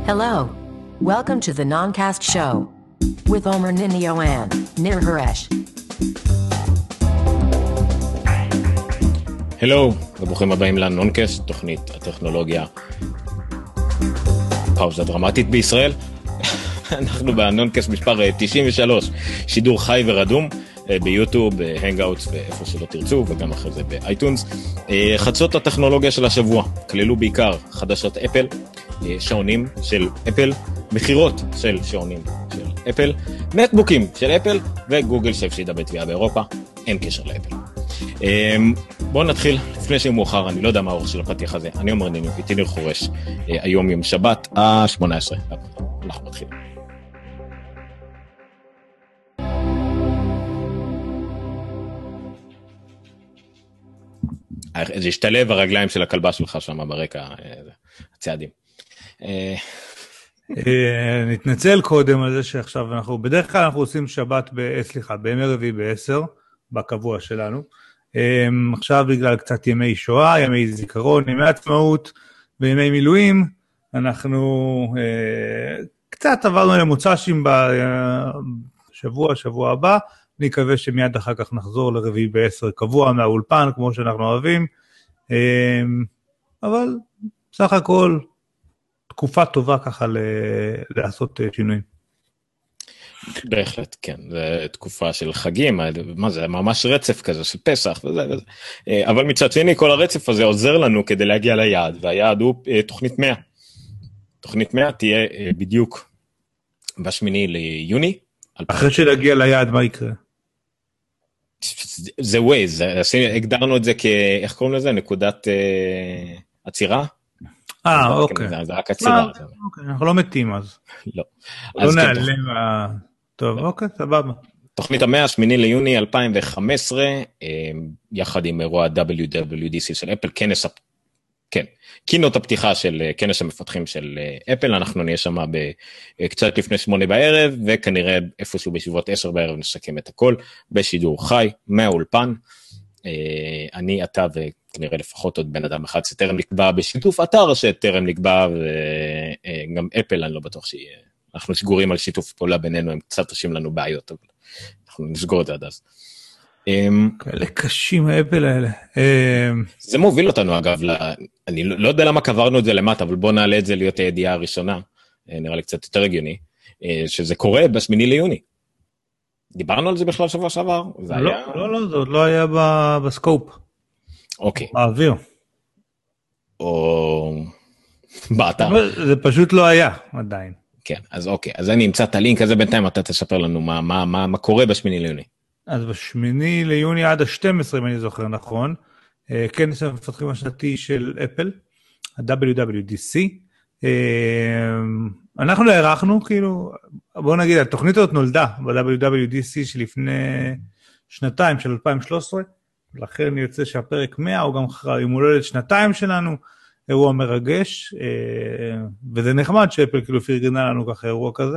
Hello. Welcome to the Noncast Show with Omer Ninio and Nir Haresh. הלו, וברוכים הבאים לנונקאסט, תוכנית הטכנולוגיה. פאוזה דרמטית בישראל. אנחנו בנונקאסט מספר 93, שידור חי ורדום, ביוטיוב, בהנגאוטס, ואיפה שלא תרצו, וגם אחרי זה באייטונס. חדשות הטכנולוגיה של השבוע, כללו בעיקר חדשות אפל, שעונים של אפל, מחירות של שעונים של אפל, נטבוקים של אפל, וגוגל שהפסידה בתביעה באירופה. אין קשר לאפל. בואו נתחיל, לפני שיהיה מאוחר, אני לא יודע מה האורך של הפתיח הזה, אני אומר ניניו, איתי ניר חורש, היום יום שבת, 18, אנחנו מתחילים. זה השתלב הרגליים של הכלבה שלך שם ברקע, הצעדים. נתנצל קודם על זה שעכשיו בדרך כלל אנחנו עושים שבת, בימי רביעי ב-10, בקבוע שלנו. עכשיו בגלל קצת ימי שואה, ימי זיכרון, ימי עצמאות וימי מילואים, אנחנו קצת עברנו למוצ"שים שבוע הבא, נקווה שמיד אחר כך נחזור לרביעי ב-10 קבוע מהאולפן, כמו שאנחנו אוהבים, אבל סך הכל תקופה טובה ככה לעשות שינויים. בהחלט, כן, זה תקופה של חגים, מה זה, ממש רצף כזה של פסח וזה וזה, אבל מצד שני כל הרצף הזה עוזר לנו כדי להגיע ליעד, והיעד הוא תוכנית 100. תוכנית 100 תהיה בדיוק בשמיני ליוני. אחרי שנגיע ליעד, מה יקרה? זה ווייז, הגדרנו את זה איך קוראים לזה? נקודת עצירה? אוקיי. זה רק עצירה. אוקיי, אנחנו לא מתים אז. לא. לא נעלם. טוב, אוקיי, סבבה. תוכנית 100, 8 ליוני 2015, יחד עם אירוע WWDC של אפל, קינות הפתיחה של כנס המפתחים של אפל, אנחנו נהיה שם קצת לפני 8 בערב, וכנראה איפשהו בסביבות 10 בערב נסכם את הכל, בשידור חי, מהאולפן. אני, אתה וכנראה לפחות עוד בן אדם אחד שטרם נקבע בשיתוף אתר שטרם נקבע, וגם אפל אני לא בטוח שיהיה. אנחנו סגורים על שיתוף פעולה בינינו, הם קצת תשים לנו בעיות, אבל אנחנו נסגור את זה עד אז. כאלה קשים האפל האלה. זה מוביל אותנו אגב, אני לא יודע למה קברנו את זה למטה, אבל בוא נעלה את זה להיות הידיעה הראשונה, נראה לי קצת יותר הגיוני, שזה קורה ב8 ליוני. דיברנו על זה בכלל שבוע שעבר? לא, זה עוד לא היה בסקופ. אוקיי. באוויר. או באתר. זה פשוט לא היה עדיין. כן, אז אוקיי, אז אני אמצא את הלינק הזה בינתיים, אתה תספר לנו מה קורה ב8 ליוני. אז ב8 ליוני עד ה-12, אם אני זוכר נכון, כנס המפתחים השנתי של אפל, ה-WWDC, אנחנו הערכנו, כאילו, בואו נגיד, התוכנית הזאת נולדה ב-WWDC שלפני שנתיים, של 2013, לכן יוצא שהפרק 100, הוא גם עם הולדת שנתיים שלנו, אירוע מרגש, וזה נחמד שאפל כאילו פרגנה לנו ככה אירוע כזה.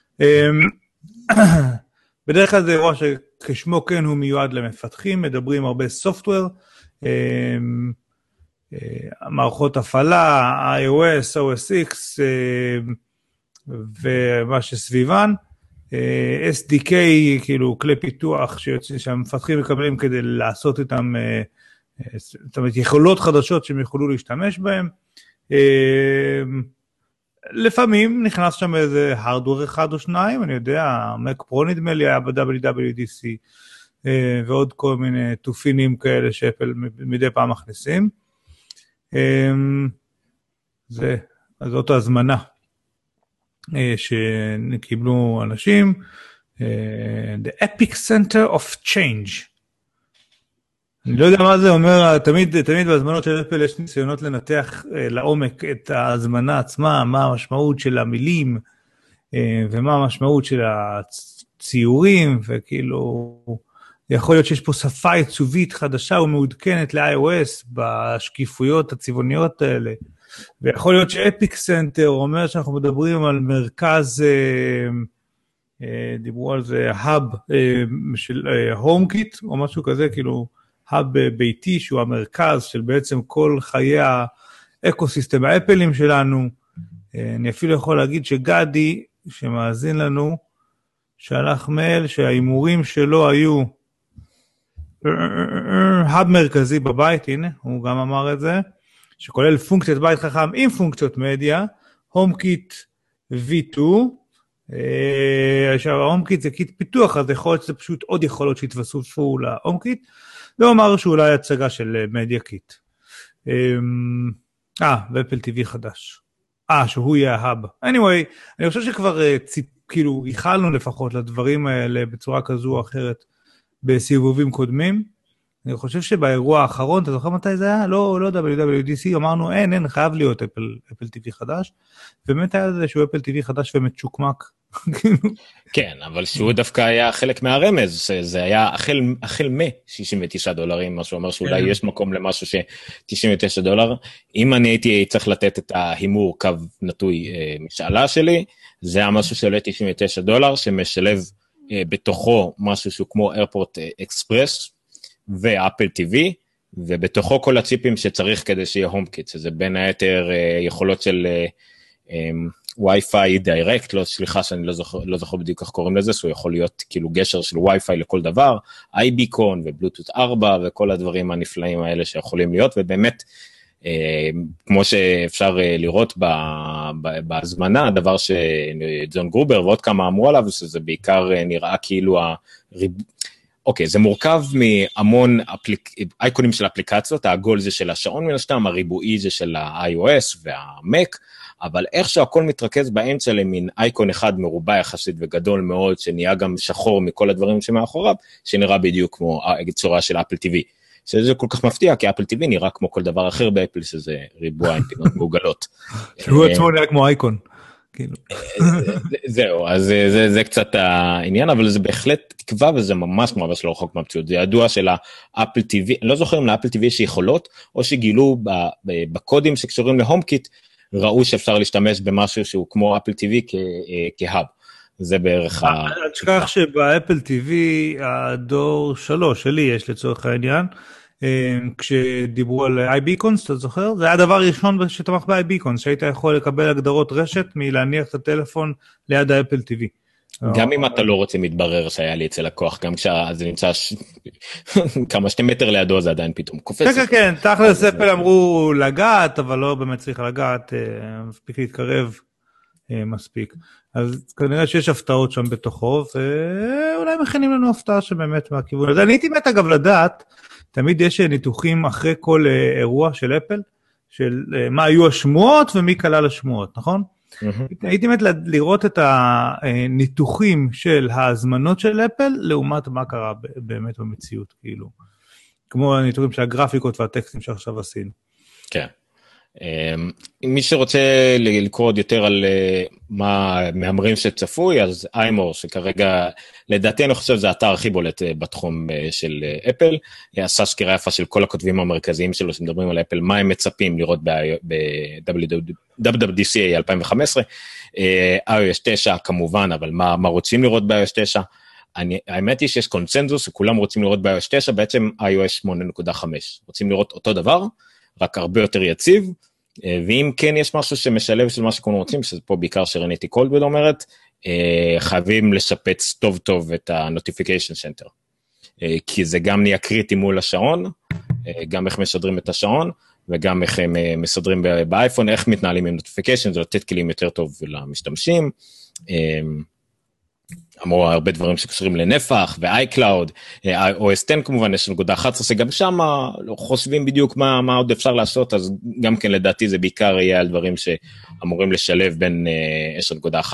בדרך כלל זה אירוע שכשמו כן הוא מיועד למפתחים, מדברים הרבה סופטוור, מערכות הפעלה, iOS, OS X, ומה שסביבן, SDK, כאילו כלי פיתוח שהמפתחים מקבלים כדי לעשות איתם, זאת אומרת, יכולות חדשות שהם יכולו להשתמש בהם. לפעמים נכנס שם איזה הרדוור אחד או שניים, אני יודע, מק פרו נדמה לי היה ב-WWDC, ועוד כל מיני תופינים כאלה שאפל מדי פעם מכניסים. אז זאת ההזמנה שקיבלו אנשים, The Epic Center of Change. אני לא יודע מה זה אומר, תמיד בהזמנות של אפל יש ניסיונות לנתח לעומק את ההזמנה עצמה, מה המשמעות של המילים, ומה המשמעות של הציורים, וכאילו, יכול להיות שיש פה שפה עיצובית חדשה ומעודכנת ל-iOS, בשקיפויות הצבעוניות האלה, ויכול להיות שאפיק סנטר אומר שאנחנו מדברים על מרכז, דיברו על זה, האב של הום קיט, או משהו כזה, כאילו, האב ביתי, שהוא המרכז של בעצם כל חיי האקוסיסטם האפלים שלנו, אני אפילו יכול להגיד שגדי, שמאזין לנו, שלח מייל שהאימורים שלו היו האב מרכזי בבית, הנה, הוא גם אמר את זה, שכולל פונקציית בית חכם עם פונקציות מדיה, HomeKit V2, עכשיו ה-HomeKit זה קיט פיתוח, אז יכול להיות שזה פשוט עוד יכולות שהתווספו ל-HomeKit, והוא אמר שאולי הצגה של מדיה קיט. ואפל TV חדש. שהוא יהיה ההאב. anyway, אני חושב שכבר כאילו ייחלנו לפחות לדברים האלה בצורה כזו או אחרת בסיבובים קודמים. אני חושב שבאירוע האחרון, אתה זוכר מתי זה היה? לא WWDC, אמרנו אין, חייב להיות אפל TV חדש, באמת היה זה שהוא אפל TV חדש ומצ'וקמק. כן, אבל שהוא דווקא היה חלק מהרמז, זה היה החל $69, מה שאומר שאולי יש מקום למשהו $99. אם אני הייתי צריך לתת את ההימור קו נטוי משאלה שלי, זה היה משהו שעולה $99, שמשלב בתוכו משהו שהוא כמו איירפורט אקספרס, ואפל TV, ובתוכו כל הצ'יפים שצריך כדי שיהיה HomeKit, שזה בין היתר יכולות של Wi-Fi Direct, סליחה שאני לא זוכר בדיוק איך קוראים לזה, שהוא יכול להיות כאילו גשר של Wi-Fi לכל דבר, iBeacon ובלוטות 4 וכל הדברים הנפלאים האלה שיכולים להיות, ובאמת, כמו שאפשר לראות בהזמנה, הדבר שג'ון גרובר ועוד כמה אמרו עליו, שזה בעיקר נראה כאילו אוקיי, זה מורכב מהמון אייקונים של אפליקציות, העגול זה של השעון מן השתם, הריבועי זה של ה-iOS וה-Mac, אבל איך שהכל מתרכז באמצע למין אייקון אחד מרובע יחסית וגדול מאוד, שנהיה גם שחור מכל הדברים שמאחוריו, שנראה בדיוק כמו צורה של אפל TV. שזה כל כך מפתיע, כי אפל TV נראה כמו כל דבר אחר באפל, שזה ריבוע עם פינות מעוגלות. שהוא עצמו נראה כמו אייקון. זהו, אז זה קצת העניין, אבל זה בהחלט תקווה, וזה ממש ממש לא רחוק מהמציאות. זה ידוע של האפל TV, אני לא זוכר אם לאפל TV יש יכולות, או שגילו בקודים שקשורים להומקיט, ראו שאפשר להשתמש במשהו שהוא כמו אפל TV כהאב. זה בערך אל תשכח שבאפל TV הדור 3 שלי יש לצורך העניין, כשדיברו על iBeacons, אתה זוכר? זה היה הדבר ראשון שתמך ב-iBeacons, שהיית יכול לקבל הגדרות רשת מלהניח את הטלפון ליד האפל TV. גם אם אתה לא רוצה מתברר שהיה לי אצל לקוח, גם כשזה נמצא כמה 2 מטר לידו, זה עדיין פתאום קופץ. כן, כן, תכלס אפל אמרו לגעת, אבל לא באמת צריך לגעת, מספיק להתקרב מספיק. אז כנראה שיש הפתעות שם בתוכו, ואולי מכינים לנו הפתעה שבאמת מהכיוון הזה. אני הייתי מת אגב לדעת, תמיד יש ניתוחים אחרי כל אירוע של אפל, של מה היו השמועות ומי כלל השמועות, נכון? הייתי מת לראות את הניתוחים של ההזמנות של אפל, לעומת מה קרה באמת במציאות, כאילו. כמו הניתוחים של הגרפיקות והטקסטים שעכשיו עשינו. כן. מי שרוצה לקרוא עוד יותר על מה מאמרים שצפוי, אז איימור, שכרגע, לדעתי אני חושב זה האתר הכי בולט בתחום של אפל, עשה סקירה יפה של כל הכותבים המרכזיים שלו, שמדברים על אפל, מה הם מצפים לראות ב-WWDC 2015, iOS 9 כמובן, אבל מה רוצים לראות ב-iOS 9, האמת היא שיש קונצנזוס, וכולם רוצים לראות ב-iOS 9, בעצם iOS 8.5, רוצים לראות אותו דבר, רק הרבה יותר יציב, ואם כן יש משהו שמשלב של מה שכולנו רוצים, שזה פה בעיקר שרניטי קולדווד אומרת, חייבים לשפץ טוב טוב את ה-Notification Center, כי זה גם נהיה קריטי מול השעון, גם איך משדרים את השעון, וגם איך הם מסדרים באייפון, איך מתנהלים עם Notification, זה לתת כלים יותר טוב למשתמשים, אמרו הרבה דברים שקשורים לנפח, ו-iCloud, OS 10 כמובן, יש נקודה 11, שגם שם חושבים בדיוק מה עוד אפשר לעשות, אז גם כן לדעתי זה בעיקר יהיה על דברים שאמורים לשלב בין 10.11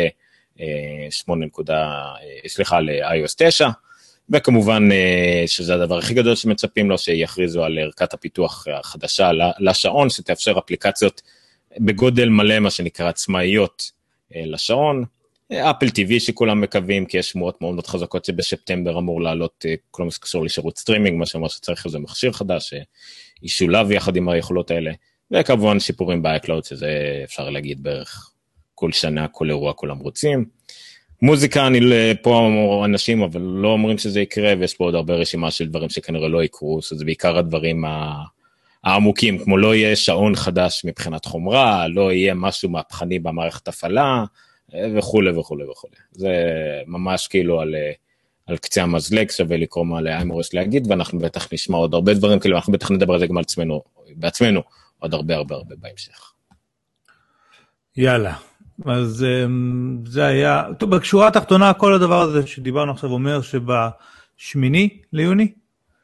ל-iOS 9, וכמובן שזה הדבר הכי גדול שמצפים לו, שיכריזו על ערכת הפיתוח החדשה לשעון, שתאפשר אפליקציות בגודל מלא, מה שנקרא עצמאיות לשעון, אפל TV שכולם מקווים, כי יש שמועות מאוד מאוד חזקות שבשפטמבר אמור לעלות כל מה שקשור לשירות סטרימינג, מה שאומר שצריך איזה מכשיר חדש, שישולב יחד עם היכולות האלה, וכמובן שיפורים ב-iCloud, שזה אפשר להגיד בערך כל שנה, כל אירוע, כולם רוצים. מוזיקה, אני פה אנשים, אבל לא אומרים שזה יקרה, ויש פה עוד הרבה רשימה של דברים שכנראה לא יקרו, שזה בעיקר הדברים העמוקים, כמו לא יהיה שעון חדש מבחינת חומרה, לא יהיה משהו מהפכני במערכת הפעלה, וכו' וכו' וכו'. זה ממש כאילו על קצה המזלג, שווה לקרוא מה לאיימורס להגיד, ואנחנו בטח נשמע עוד הרבה דברים, כאילו אנחנו בטח נדבר על זה גם על עצמנו, בעצמנו, עוד הרבה הרבה הרבה בהמשך. יאללה, אז זה היה, טוב, בקשורה התחתונה, כל הדבר הזה שדיברנו עכשיו אומר שבשמיני ליוני,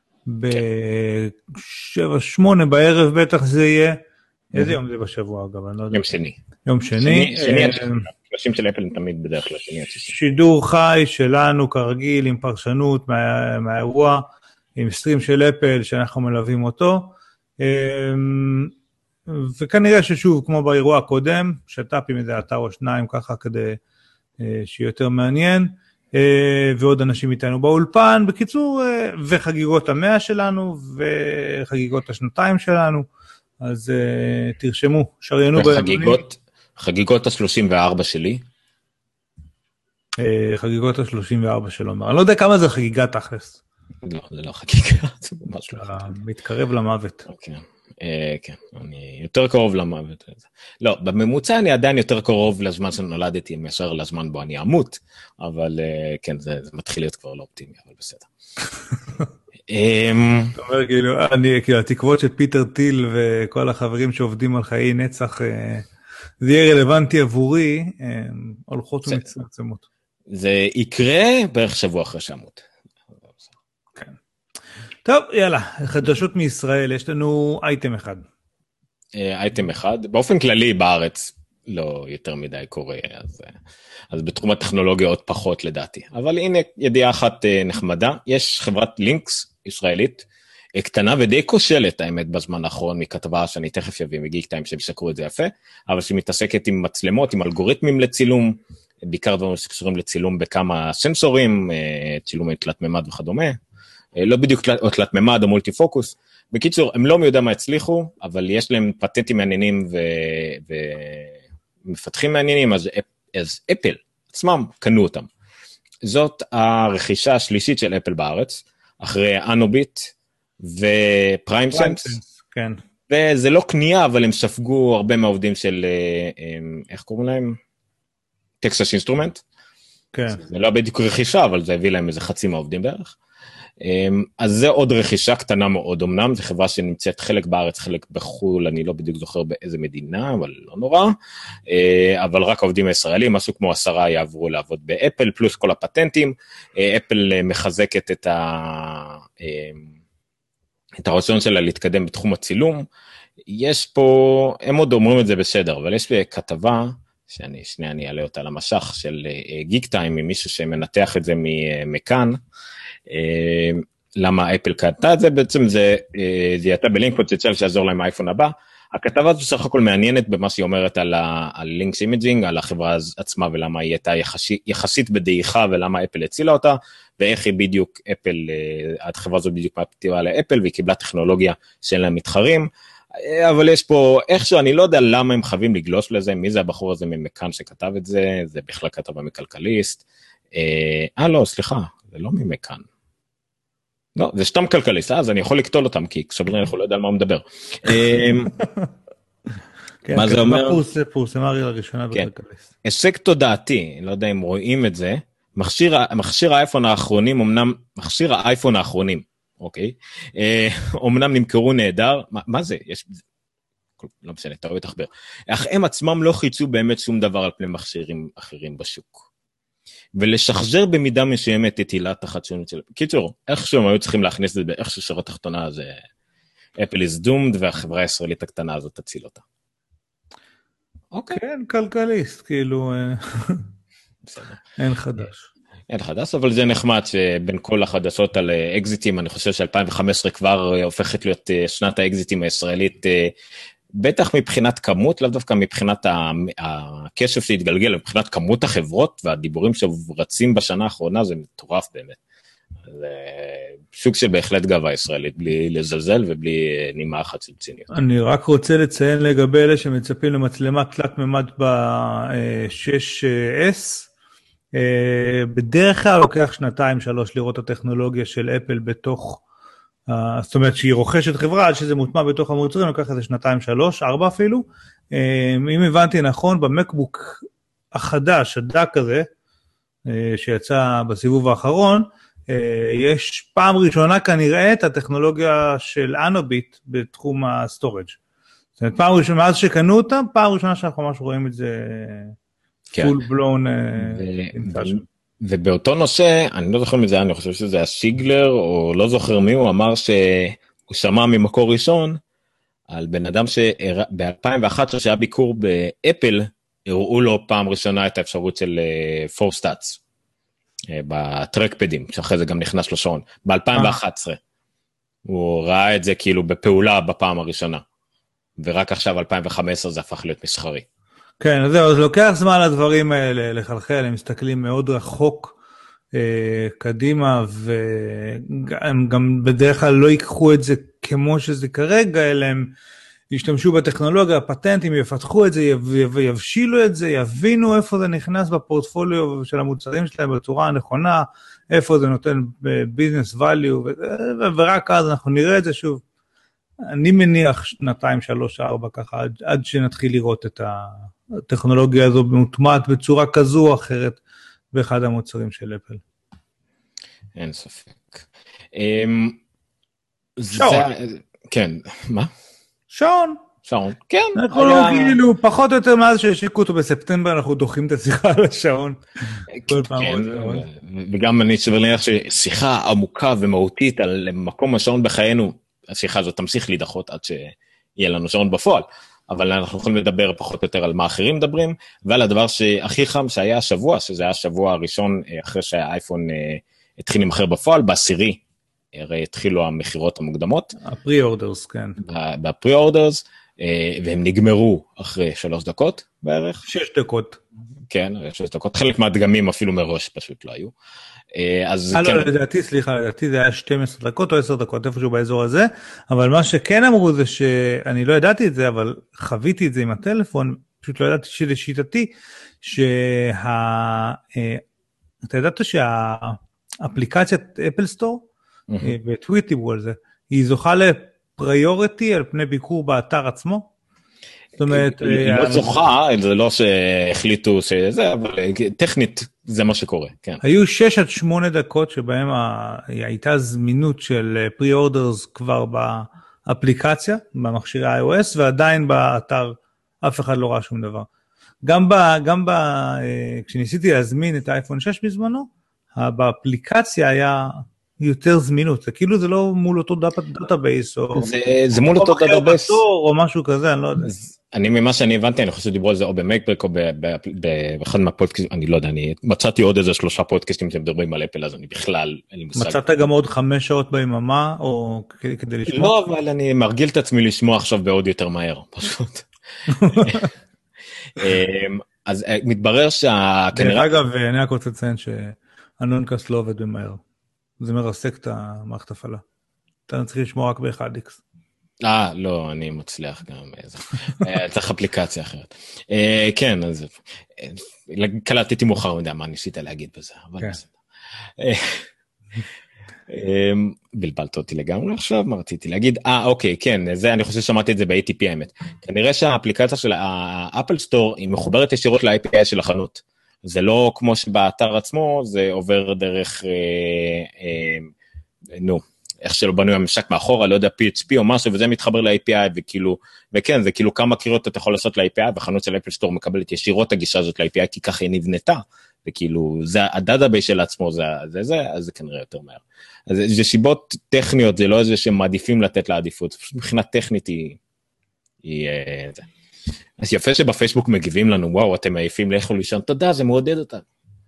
ב-7-8 בערב בטח זה יהיה, איזה יום זה בשבוע אגב? יום שני. יום שני. אנשים של אפל תמיד בדרך כלל שני. שידור חי שלנו כרגיל עם פרשנות מהאירוע, עם סטרים של אפל שאנחנו מלווים אותו, וכנראה ששוב כמו באירוע הקודם, שטאפים איזה אתר או שניים ככה כדי שיהיה יותר מעניין, ועוד אנשים איתנו באולפן, בקיצור, וחגיגות 100 שלנו, וחגיגות 2 שלנו, אז תרשמו, שריינו בארגונים. חגיגות 34 שלי. חגיגות 34 שלו, אני לא יודע כמה זה חגיגה תכלס. לא, זה לא חגיגה, זה ממש לא. מתקרב למוות. כן, אני יותר קרוב למוות. לא, בממוצע אני עדיין יותר קרוב לזמן שנולדתי, מאשר לזמן בו אני אמות, אבל כן, זה מתחיל להיות כבר לא אופטימי, אבל בסדר. אתה אומר, כאילו, התקוות של פיטר טיל וכל החברים שעובדים על חיי נצח, זה יהיה רלוונטי עבורי, הולכות ומצטמצמות. זה יקרה בערך שבוע אחרי שעמות. כן. טוב, יאללה, חדשות מישראל, יש לנו אייטם אחד. אייטם אחד, באופן כללי בארץ לא יותר מדי קורה, אז בתחום הטכנולוגיה עוד פחות לדעתי. אבל הנה ידיעה אחת נחמדה, יש חברת לינקס ישראלית, קטנה ודי כושלת האמת בזמן האחרון, מכתבה שאני תכף יביא מגיק טיים שבשקרו את זה יפה, אבל שמתעסקת עם מצלמות, עם אלגוריתמים לצילום, בעיקר דברים שקשורים לצילום בכמה סנסורים, צילום תלת ממד וכדומה, לא בדיוק תלת ממד או מולטי פוקוס, בקיצור, הם לא מי יודע מה הצליחו, אבל יש להם פטנטים מעניינים ומפתחים מעניינים, אז אפל עצמם קנו אותם. זאת הרכישה השלישית של אפל בארץ, אחרי אנוביט ופריים סנס. כן. וזה לא קנייה, אבל הם ספגו הרבה מהעובדים של, איך קוראים להם? טקסס אינסטרומנט. כן. זה לא בדיוק רכישה, אבל זה הביא להם איזה חצי מהעובדים בערך. אז זה עוד רכישה קטנה מאוד אמנם, זו חברה שנמצאת חלק בארץ, חלק בחול, אני לא בדיוק זוכר באיזה מדינה, אבל לא נורא, אבל רק העובדים הישראלים, משהו כמו 10 יעברו לעבוד באפל, פלוס כל הפטנטים, אפל מחזקת את הרצון שלה להתקדם בתחום הצילום, יש פה, הם עוד אומרים את זה בסדר, אבל יש כתבה, אני אעלה אותה למשך, של גיק טיים, ממישהו שמנתח את זה מכאן, למה אפל קנתה את זה, בעצם זה יתה בלינק פוטנציאל שיעזור להם האייפון הבא, הכתבה הזו בסך הכל מעניינת במה שהיא אומרת על לינקס אימג'ינג, על החברה עצמה ולמה היא הייתה יחסית בדעיכה ולמה אפל הצילה אותה, ואיך היא בדיוק אפל, החברה הזו בדיוק מהפתיבה לאפל, והיא קיבלה טכנולוגיה שאין להם מתחרים, אבל יש פה איכשהו, אני לא יודע למה הם חייבים לגלוש לזה, מי זה הבחור הזה ממכאן שכתב את זה, זה בכלל כתבה מכלכליסט, לא, סליחה, זה לא ממכאן. לא, זה סתם כלכליסט, אז אני יכול לקטול אותם, כי כשאומרים אנחנו לא יודע על מה הוא מדבר. מה זה אומר? פורסמה לראשונה בכלכליסט. הישג תודעתי, לא יודע אם רואים את זה, מכשיר האייפון האחרונים, אמנם, מכשיר האייפון האחרונים, אוקיי, אמנם נמכרו נהדר, מה זה? לא משנה, תראו את החבר. אך הם עצמם לא חיצו באמת שום דבר על פני מכשירים אחרים בשוק. ולשחזר במידה מסוימת את עילת החדשנות של... קיצור, איכשהו הם היו צריכים להכניס את זה באיכשהו שורה תחתונה, זה אפל is doomed, והחברה הישראלית הקטנה הזאת תציל אותה. אוקיי. כן, כלכליסט, כאילו, אין חדש. אין חדש, אבל זה נחמד שבין כל החדשות על אקזיטים, אני חושב ש-2015 כבר הופכת להיות שנת האקזיטים הישראלית, בטח מבחינת כמות, לאו דווקא מבחינת הקשב שהתגלגל, מבחינת כמות החברות והדיבורים שרצים בשנה האחרונה, זה מטורף באמת. זה שוק של בהחלט גאווה ישראלית, בלי לזלזל ובלי נימה אחת של ציניות. אני רק רוצה לציין לגבי אלה שמצפים למצלמה תלת ממד ב-6S, בדרך כלל לוקח 2-3 לראות הטכנולוגיה של אפל בתוך זאת אומרת שהיא רוכשת חברה, עד שזה מוטמע בתוך המוצרים, לוקח איזה 2, 3, 4 אפילו. אם הבנתי נכון, במקבוק החדש, הדק הזה, שיצא בסיבוב האחרון, יש פעם ראשונה כנראה את הטכנולוגיה של אנוביט בתחום הסטורג'. זאת אומרת, פעם ראשונה, מאז שקנו אותם, פעם ראשונה שאנחנו ממש רואים את זה פול בלון. ובאותו נושא, אני לא זוכר מזה, אני חושב שזה היה שיגלר, או לא זוכר מי, הוא אמר שהוא שמע ממקור ראשון, על בן אדם שב-2011 שהיה ביקור באפל, הראו לו פעם ראשונה את האפשרות של פורסטאטס, בטרקפדים, שאחרי זה גם נכנס לו שעון, ב-2011. הוא ראה את זה כאילו בפעולה בפעם הראשונה, ורק עכשיו 2015 זה הפך להיות מסחרי. כן, אז זהו, אז לוקח זמן לדברים האלה לחלחל, הם מסתכלים מאוד רחוק קדימה, והם גם בדרך כלל לא ייקחו את זה כמו שזה כרגע, אלא הם ישתמשו בטכנולוגיה, הפטנטים, יפתחו את זה, יבשילו את זה, יבינו איפה זה נכנס בפורטפוליו של המוצרים שלהם בצורה הנכונה, איפה זה נותן ביזנס ואליו, ורק אז אנחנו נראה את זה שוב. אני מניח 2, 3, 4 ככה, עד שנתחיל לראות את הטכנולוגיה הזו מוטמעת בצורה כזו או אחרת באחד המוצרים של אפל. אין ספק. שעון. כן, מה? שעון. שעון, כן. אנחנו לא כאילו, פחות או יותר מאז שהשיקו אותו בספטמבר, אנחנו דוחים את השיחה על השעון. כל פעם עוד שעון. וגם אני סובר להניח ששיחה עמוקה ומהותית על מקום השעון בחיינו, השיחה הזאת תמשיך להידחות עד שיהיה לנו שעון בפועל, אבל אנחנו יכולים לדבר פחות או יותר על מה אחרים מדברים, ועל הדבר שהכי חם שהיה השבוע, שזה היה השבוע הראשון אחרי שהאייפון התחיל למכר בפועל, בעשירי, הרי התחילו המחירות המוקדמות. הפרי-אורדרס, כן. בפרי-אורדרס, והם נגמרו אחרי 3 דקות בערך. 6 דקות. כן, 6 דקות, חלק מהדגמים אפילו מראש פשוט לא היו. לא, לדעתי, סליחה, לדעתי זה היה 12 דקות או 10 דקות, איפשהו באזור הזה, אבל מה שכן אמרו זה שאני לא ידעתי את זה, אבל חוויתי את זה עם הטלפון, פשוט לא ידעתי שלשיטתי, אתה ידעת שהאפליקציית אפל סטור, וטוויט דיברו על זה, היא זוכה לפריוריטי על פני ביקור באתר עצמו, זאת אומרת... היא לא זוכה, זה לא שהחליטו שזה, אבל טכנית זה מה שקורה, כן. היו 6 עד 8 דקות שבהם הייתה זמינות של pre-orders כבר באפליקציה, במכשירי iOS, ועדיין באתר אף אחד לא ראה שום דבר. גם כשניסיתי להזמין את האייפון 6 בזמנו, באפליקציה היה יותר זמינות, זה כאילו זה לא מול אותו דאטאבייס, או... זה מול אותו דאטאבייס. או משהו כזה, אני לא יודע. אני ממה שאני הבנתי, אני חושב שדיברו על זה או במקברק או באחד מהפודקאסטים, אני לא יודע, אני מצאתי עוד איזה 3 פודקאסטים שמדברים על אפל, אז אני בכלל, אין לי מושג. מצאת גם עוד 5 שעות ביממה, או כדי לשמוע? לא, אבל אני מרגיל את עצמי לשמוע עכשיו בעוד יותר מהר, פשוט. אז מתברר דרך אגב, אני רק רוצה לציין שהנונקאסט לא עובד במהר. זה מרסק את המערכת הפעלה. אתה צריך לשמוע רק ב-1x. לא, אני מצליח גם. צריך אפליקציה אחרת. כן, אז קלטתי מאוחר, אני יודע מה ניסית להגיד בזה. בלבלת אותי לגמרי עכשיו, מה רציתי להגיד? אוקיי, כן, זה אני חושב ששמעתי את זה ב-ATP האמת. כנראה שהאפליקציה של האפל סטור היא מחוברת ישירות ל-API של החנות. זה לא כמו שבאתר עצמו, זה עובר דרך, איך שלא בנוי הממשק מאחורה, לא יודע, PHP או משהו, וזה מתחבר ל-API, וכאילו, וכן, זה כאילו כמה קריאות אתה יכול לעשות ל-API, והחנות של אפל סטור מקבלת ישירות הגישה הזאת ל-API, כי ככה היא נבנתה, וכאילו, זה הדאטאבייס של עצמו, זה, אז זה כנראה יותר מהר. אז זה שיבות טכניות, זה לא איזה שהם מעדיפים לתת לה עדיפות, מבחינה טכנית היא זה. אז יפה שבפייסבוק מגיבים לנו, וואו, אתם עייפים, לכו לישון, תודה, זה מעודד אותם.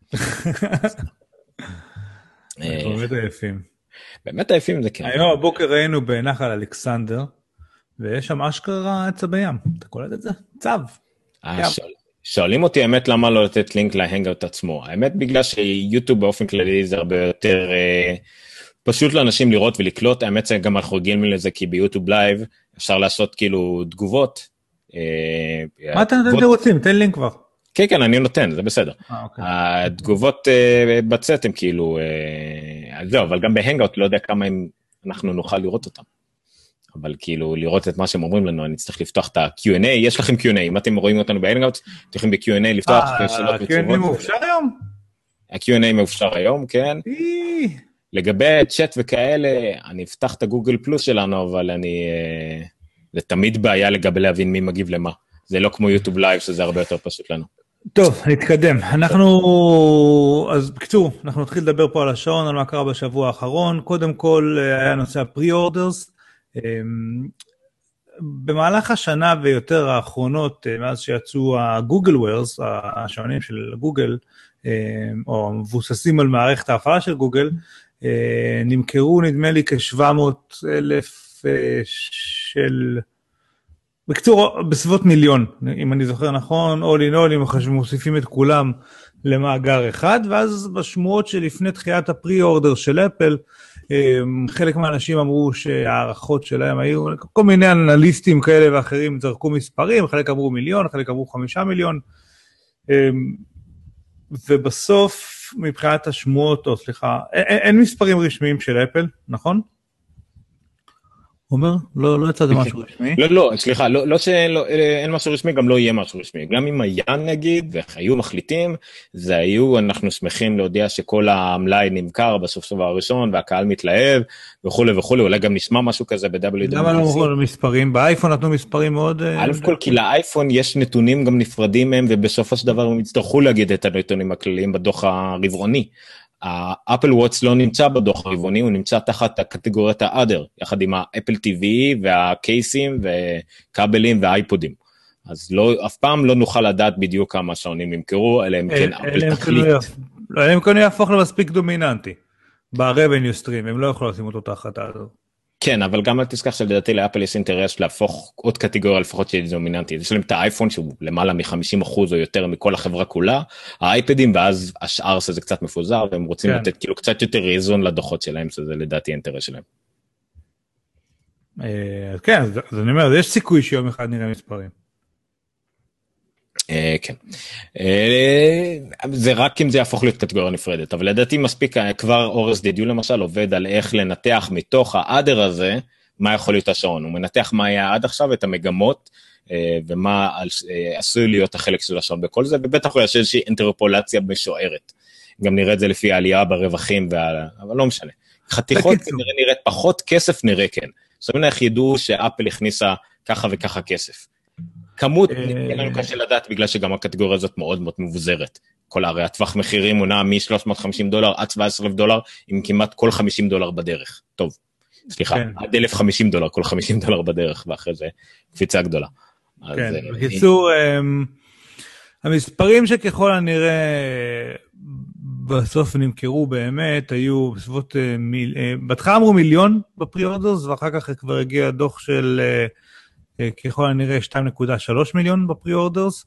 באמת עייפים. באמת עייפים זה כן. היום הבוקר ראינו בנחל אלכסנדר, ויש שם אשכרה עצה בים. אתה קולט את זה? צו. שואלים אותי האמת למה לא לתת לינק להנגאוט עצמו. האמת בגלל שיוטיוב באופן כללי זה הרבה יותר פשוט לאנשים לראות ולקלוט. האמת זה גם אנחנו רגילים לזה כי ביוטיוב לייב אפשר לעשות כאילו תגובות. מה אתם רוצים? תן לינק כבר. כן, כן, אני נותן, זה בסדר. התגובות בצאת הם כאילו, זהו, אבל גם בהנגאוט לא יודע כמה הם אנחנו נוכל לראות אותם. אבל כאילו לראות את מה שהם אומרים לנו, אני צריך לפתוח את ה-Q&A, יש לכם Q&A, אם אתם רואים אותנו ב-Hangouts, אתם יכולים ב-Q&A לפתוח שאלות ותשובות. ה-Q&A מאופשר היום? ה-Q&A מאופשר היום, כן. לגבי צ'אט וכאלה, אני אפתח את הגוגל פלוס שלנו, אבל זה תמיד בעיה לגבי להבין מי מגיב למה. זה לא כמו יוטיוב לייב, שזה הרבה יותר פשוט לנו. טוב, נתקדם. אז בקצור, אנחנו נתחיל לדבר פה על השעון, על מה קרה בשבוע האחרון. קודם כל, היה נושא הפרי-אורדרס. במהלך השנה ויותר האחרונות, מאז שיצאו הגוגל ווירס, השעונים של גוגל, או מבוססים על מערכת ההפעלה של גוגל, נמכרו נדמה לי כ-700,000 של... בקצור, בסביבות מיליון, אם אני זוכר נכון, all in all, אם מוסיפים את כולם למאגר אחד, ואז בשמועות שלפני תחיית הפרי-אורדר של אפל, חלק מהאנשים אמרו שהערכות שלהם היו, כל מיני אנליסטים כאלה ואחרים זרקו מספרים, חלק אמרו מיליון, חלק אמרו 5 מיליון, ובסוף, מבחינת השמועות, או סליחה, אין מספרים רשמיים של אפל, נכון? אומר? לא יצא זה משהו רשמי? לא, סליחה, לא שאין משהו רשמי, גם לא יהיה משהו רשמי. גם אם היה נגיד, והיו מחליטים, זה היו, אנחנו שמחים להודיע שכל המלאי נמכר בסוף שבוע הראשון, והקהל מתלהב, וכו' וכו', אולי גם נשמע משהו כזה ב-WWDC. למה לא אמרו מספרים? באייפון נתנו מספרים מאוד... א' כל, כי לאייפון יש נתונים גם נפרדים מהם, ובסופו של דבר הם יצטרכו להגיד את הנתונים הכלליים בדוח הרבעוני. האפל וואטס לא נמצא בדוח הרבעוני, הוא נמצא תחת הקטגוריית האדר, יחד עם האפל TV והקייסים וכבלים והאייפודים. אז אף פעם לא נוכל לדעת בדיוק כמה שעונים ימכרו, אלא אם כן אפל תחליט. אלא אם כן יהפוך למספיק דומיננטי, ב-revenue stream, הם לא יכולים לשים אותו תחת הזו. כן, אבל גם אל תזכח שלדעתי לאפל יש אינטרס להפוך עוד קטגוריה לפחות שהיא דומיננטית. יש להם את האייפון שהוא למעלה מ-50% או יותר מכל החברה כולה, האייפדים, ואז השאר שזה קצת מפוזר, והם רוצים לתת כאילו קצת יותר איזון לדוחות שלהם, שזה לדעתי האינטרס שלהם. כן, אז אני אומר, יש סיכוי שיום אחד נראה מספרים. כן. זה רק אם זה יהפוך להיות קטגוריה נפרדת, אבל לדעתי מספיק, כבר אורס דידיו למשל עובד על איך לנתח מתוך האדר הזה, מה יכול להיות השעון. הוא מנתח מה היה עד עכשיו, את המגמות, ומה עשוי להיות החלק של השעון בכל זה, ובטח הוא יש איזושהי אינטרפולציה משוערת. גם נראה את זה לפי העלייה ברווחים, אבל לא משנה. חתיכות כנראה נראית פחות, כסף נראה כן. זאת אומרת, איך ידעו שאפל הכניסה ככה וככה כסף. כמות, אין לנו קשה לדעת, בגלל שגם הקטגוריה הזאת מאוד מאוד מבוזרת. הרי הטווח מחירים הוא נע מ$350 עד $17,000, עם כמעט כל $50 בדרך. טוב, סליחה, עד $1,050, כל $50 בדרך, ואחרי זה קפיצה גדולה. כן, בקיצור, המספרים שככל הנראה בסוף נמכרו באמת, היו בסביבות, בהתחלה אמרו מיליון בפרי-אורדרס, ואחר כך כבר הגיע דוח של... ככל הנראה 2.3 מיליון בפרי-אורדרס.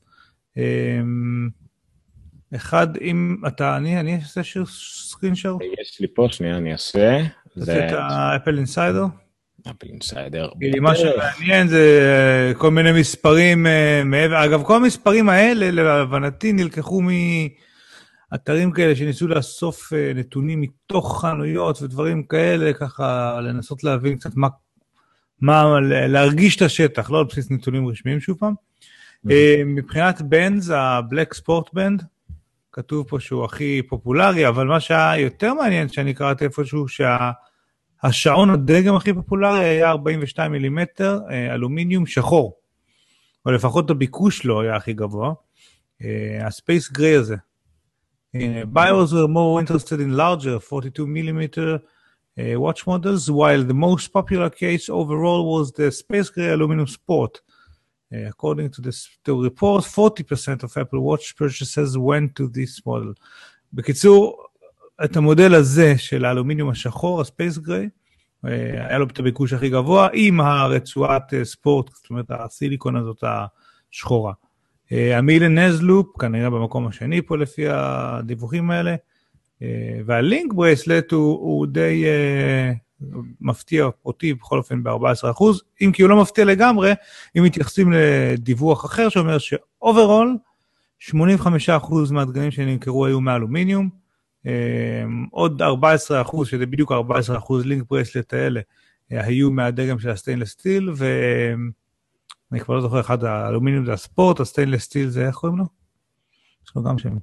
אחד, אם אתה, אני אעשה סקרינשור? יש לי פה, שנייה, אני אעשה. זה את האפל אינסיידר? אפל אינסיידר. מה שמעניין זה כל מיני מספרים, אגב, כל המספרים האלה, להבנתי, נלקחו מאתרים כאלה שניסו לאסוף נתונים מתוך חנויות ודברים כאלה, ככה לנסות להבין קצת להרגיש את השטח, לא על בסיס נתונים רשמיים שוב פעם. מבחינת בנדס, הבלק ספורט בנד, כתוב פה שהוא הכי פופולרי, אבל מה שהיה יותר מעניין שאני קראתי איפשהו, שהשעון הדגם הכי פופולרי היה 42 מילימטר, אלומיניום שחור, או לפחות הביקוש לא היה הכי גבוה, הספייס גריי הזה. Buyers were more interested in larger 42 millimeter watch models, while the most popular case overall was the Space Gray Aluminum Sport. According to the report, 40% of Apple Watch purchases went to this model. בקיצור, את המודל הזה של האלומיניום השחור, הספייס גריי, היה לו את הביקוש הכי גבוה, עם הרצועת ספורט, זאת אומרת, הסיליקון הזאת השחורה. המילנז לופ, כנראה במקום השני פה לפי הדיווחים האלה, והלינק ברייסלט הוא די מפתיע אותי בכל אופן ב-14%, אם כי הוא לא מפתיע לגמרי, אם מתייחסים לדיווח אחר שאומר שאוברול, 85% מהדגמים שנמכרו היו מאלומיניום, עוד 14%, שזה בדיוק 14% לינק ברייסלט האלה, היו מהדגם של הסטיינלס סטיל, ואני כבר לא זוכר, אחד האלומיניום זה הספורט, הסטיינלס סטיל זה איך קוראים לו? יש לו גם שם.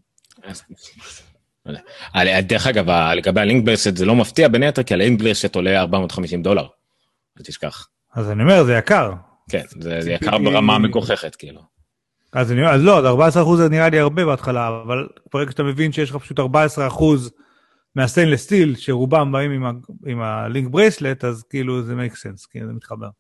דרך אגב, לגבי הלינק ברייסלט זה לא מפתיע בין היתר, כי הלינק ברייסלט עולה $450, אל תשכח. אז אני אומר, זה יקר. כן, זה יקר ברמה מגוחכת, כאילו. אז לא, 14% זה נראה לי הרבה בהתחלה, אבל ברגע שאתה מבין שיש לך פשוט 14% מהסטיינלס סטיל, שרובם באים עם הלינק ברייסלט, אז כאילו זה make sense, כי זה מתחבר.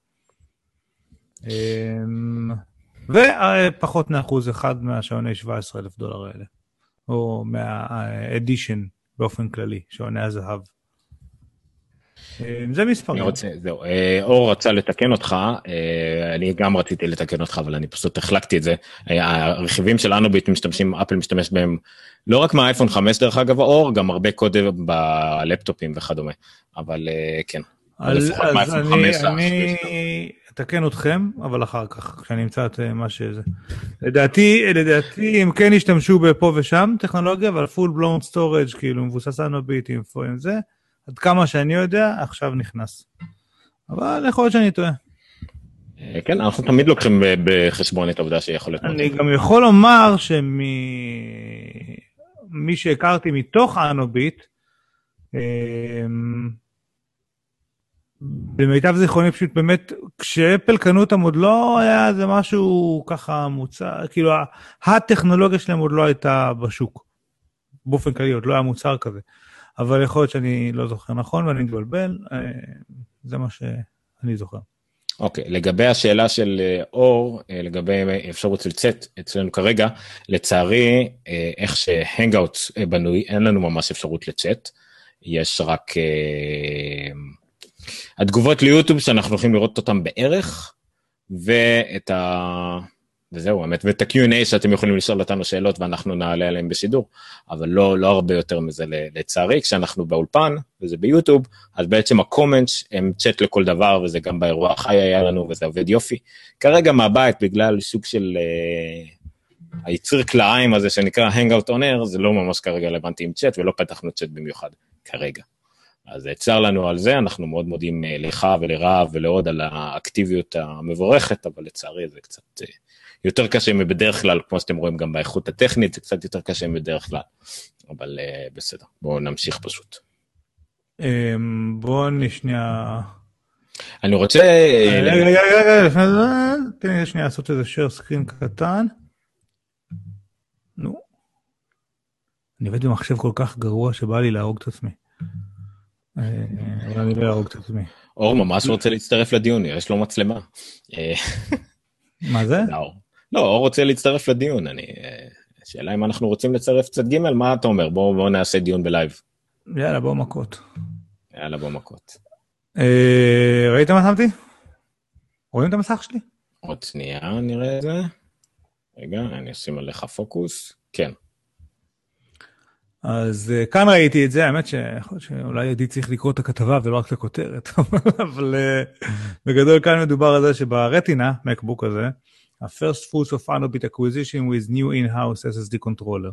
ופחות מ1% מהשעוני $17,000 האלה, או מהאדישן באופן כללי, שעוני הזהב. זה מספרים. אור רצה לתקן אותך, אני גם רציתי לתקן אותך, אבל אני פשוט החלקתי את זה. הרכיבים של אנוביט משתמשים, אפל משתמש בהם, לא רק מהאייפון 5 דרך אגב, אור, גם הרבה קודם בלפטופים וכדומה, אבל כן. אז אני אתקן אתכם, אבל אחר כך, כשאני אמצא את מה שזה. לדעתי, הם כן ישתמשו בפה ושם טכנולוגיה, אבל full blown storage, כאילו מבוסס אנוביט עם זה, עד כמה שאני יודע, עכשיו נכנס. אבל יכול להיות שאני טועה. כן, אנחנו תמיד לוקחים בחשבון את העובדה שיכול להיות. אני גם יכול לומר שמי שהכרתי מתוך האנוביט, במיטב זיכרוני פשוט באמת, כשאפל קנו אותם עוד לא היה זה משהו ככה מוצר, כאילו הטכנולוגיה שלהם עוד לא הייתה בשוק. באופן כללי עוד לא היה מוצר כזה. אבל יכול להיות שאני לא זוכר נכון, ואני מתבלבל, זה מה שאני זוכר. אוקיי, לגבי השאלה של אור, לגבי אפשרות לצאת אצלנו כרגע, לצערי, איך שהנגאוטס בנוי, אין לנו ממש אפשרות לצאת, יש רק התגובות ליוטיוב שאנחנו הולכים לראות אותם בערך, וזהו, האמת, ואת ה-Q&A שאתם יכולים לשאול אותנו שאלות, ואנחנו נעלה עליהם בשידור, אבל לא הרבה יותר מזה לצערי, כשאנחנו באולפן, וזה ביוטיוב, אז בעצם הקומנטס הם צ'אט לכל דבר, וזה גם באירוע החי היה לנו, וזה עובד יופי. כרגע מהבית, בגלל סוג של היציר כלאיים הזה, שנקרא Hangout on Air, זה לא ממש כרגע רלוונטי עם צ'אט, ולא פתחנו צ'אט במיוחד כרגע. אז צר לנו על זה, אנחנו מאוד מודים לך ולרב ולעוד על האקטיביות המבורכת, אבל לצערי זה קצת יותר קשה מבדרך כלל, כמו שאתם רואים גם באיכות הטכנית, זה קצת יותר קשה מבדרך כלל, אבל בסדר, בואו נמשיך פשוט. בואו נשנייה... אני רוצה... רגע, לפני זה, תן לי שנייה לעשות איזה share screen קטן. נו. אני עובד במחשב כל כך גרוע שבא לי להרוג את עצמי. אבל אני לא ארוג את עצמי. אור ממש רוצה להצטרף לדיון, יש לו מצלמה. מה זה? לא, אור רוצה להצטרף לדיון, שאלה אם אנחנו רוצים לצרף צד ג', מה אתה אומר? בואו נעשה דיון בלייב. יאללה, בואו מכות. יאללה, בואו מכות. ראית מה שמתי? רואים את המסך שלי? עוד שנייה, נראה את זה. רגע, אני אשים עליך פוקוס. כן. אז כאן ראיתי את זה, האמת שאולי הייתי צריך לקרוא את הכתבה ולא רק את הכותרת, אבל בגדול כאן מדובר על זה שברטינה, מקבוק הזה, ה-first fruits of Anobit acquisition with new in-house SSD controller.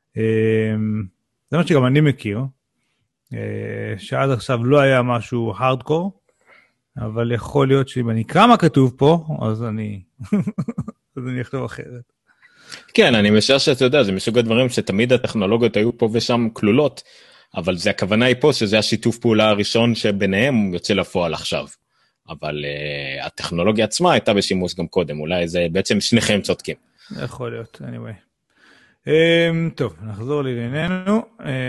זה מה שגם אני מכיר, שעד עכשיו לא היה משהו hardcore, אבל יכול להיות שאם אני אקרא מה כתוב פה, אז אני אכתוב אחרת. כן, אני משער שאתה יודע, זה מסוג הדברים שתמיד הטכנולוגיות היו פה ושם כלולות, אבל זה הכוונה היא פה שזה השיתוף פעולה הראשון שביניהם יוצא לפועל עכשיו. אבל הטכנולוגיה עצמה הייתה בשימוש גם קודם, אולי זה בעצם שניכם צודקים. יכול להיות, anyway. טוב, נחזור לענייננו.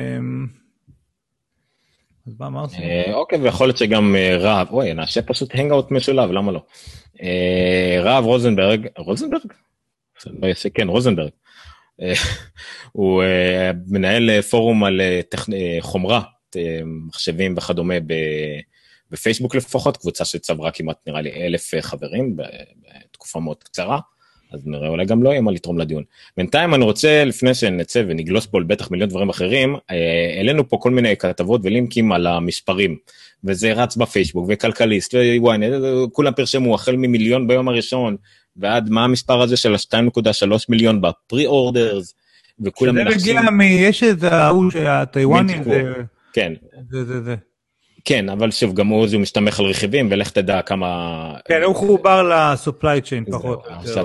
אז מה אמרתי? אוקיי, ויכול להיות שגם רב, אוי, נעשה פשוט הנגאוט משולב, למה לא? רב רוזנברג, כן, רוזנברג, הוא מנהל פורום על חומרה, מחשבים וכדומה בפייסבוק לפחות, קבוצה שצברה כמעט נראה לי 1,000 חברים בתקופה מאוד קצרה, אז נראה אולי גם לא יהיה מה לתרום לדיון. בינתיים אני רוצה, לפני שנצא ונגלוס פה בטח מיליון דברים אחרים, העלינו פה כל מיני כתבות ולינקים על המספרים, וזה רץ בפייסבוק וכלכליסט, כולם פרשמו החל ממיליון ביום הראשון, ועד מה המספר הזה של 2.3 מיליון בפרי-אורדרס, וכולם מנחשים... יש את ההוא שהטיוואני, כן. זה. כן, אבל שוב, גם הוא משתמך על רכיבים, ולך תדע כמה... כן, הוא חובר ל-supply chain פחות.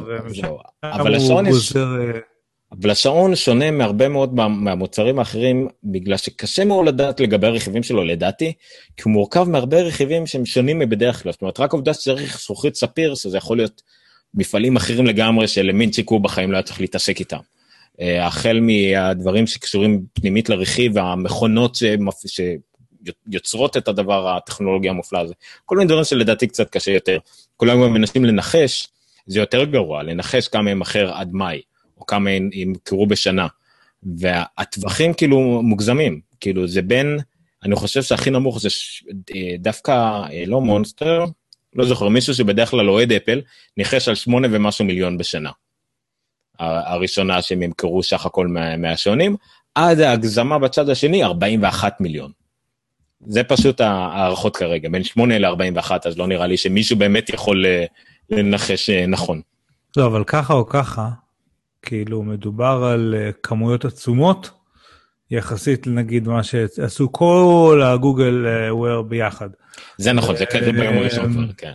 אבל השעון שונה מהרבה מאוד מהמוצרים האחרים, בגלל שקשה מאוד לדעת לגבי הרכיבים שלו, לדעתי, כי הוא מורכב מהרבה רכיבים שהם שונים מבדרך כלל, זאת אומרת, רק עובדה שצריך זכוכית ספיר, שזה יכול להיות מפעלים אחרים לגמרי, שלמינצ'יק הוא בחיים לא היה צריך להתעסק איתם. החל מהדברים שקשורים פנימית לרכיב, והמכונות שיוצרות את הדבר, הטכנולוגיה המופלאה הזה, כל מיני דברים שלדעתי קצת קשה יותר. כולם גם מנסים לנחש, זה יותר גרוע, לנחש כמה הם אחר עד מאי, או כמה הם ימכרו בשנה, והטווחים כאילו מוגזמים, כאילו זה בין, אני חושב שהכי נמוך זה דווקא לא מונסטר, לא זוכר, מישהו שבדרך כלל אוהד אפל, ניחש על 8 ומשהו מיליון בשנה, הראשונה שהם ימכרו שח הכל מהשעונים, עד ההגזמה בצד השני, 41 מיליון. זה פשוט הערכות כרגע, בין 8 ל-41, אז לא נראה לי שמישהו באמת יכול לנחש נכון. לא, אבל ככה או ככה, כאילו מדובר על כמויות עצומות, יחסית לנגיד מה שעשו כל הגוגל וויר ביחד. זה נכון, זה כזה ביום הראשון כבר, כן.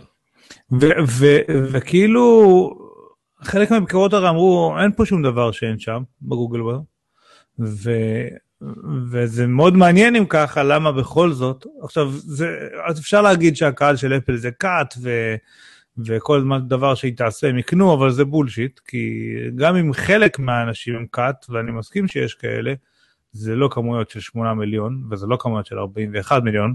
וכאילו, חלק מהבקרות הרי אמרו, אין פה שום דבר שאין שם, בגוגל וויר, וזה מאוד מעניין אם ככה, למה בכל זאת, עכשיו, אז אפשר להגיד שהקהל של אפל זה קאט, וכל דבר שהיא תעשה הם יקנו, אבל זה בולשיט, כי גם אם חלק מהאנשים הם קאט, ואני מסכים שיש כאלה, זה לא כמויות של 8 מיליון, וזה לא כמויות של 41 מיליון,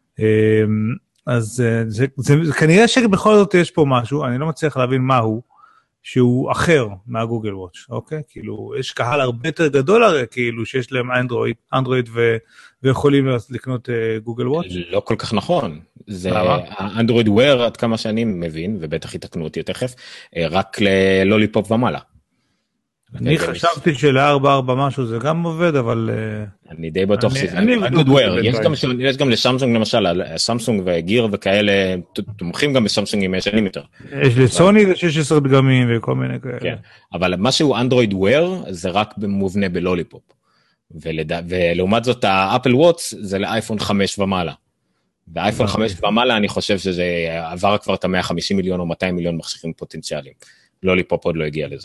אז זה כנראה שבכל זאת יש פה משהו, אני לא מצליח להבין מהו, שהוא אחר מהגוגל וואץ', אוקיי? כאילו, יש קהל הרבה יותר גדול הרי, כאילו, שיש להם אנדרואיד ויכולים לקנות גוגל וואץ'. לא כל כך נכון. זה האנדרואיד וויר, עד כמה שאני מבין, ובטח יתקנו אותי תכף, רק ללוליפופ ומעלה. אני חשבתי של-4 משהו זה גם עובד, אבל... אני די בטוח שזה... אנדרואיד וויר, יש גם לשמסונג למשל, סמסונג וגיר וכאלה, תומכים גם בסמסונגים ישנים יותר. יש לסוני זה 16 דגמים וכל מיני כאלה. כן, אבל משהו אנדרואיד וויר, זה רק מובנה בלוליפופ. ולעומת זאת, האפל וואטס זה לאייפון 5 ומעלה. באייפון 5 ומעלה אני חושב שזה עבר כבר את ה-150 מיליון או 200 מיליון מכשירים פוטנציאליים. לוליפופ עוד לא הגיע לזה.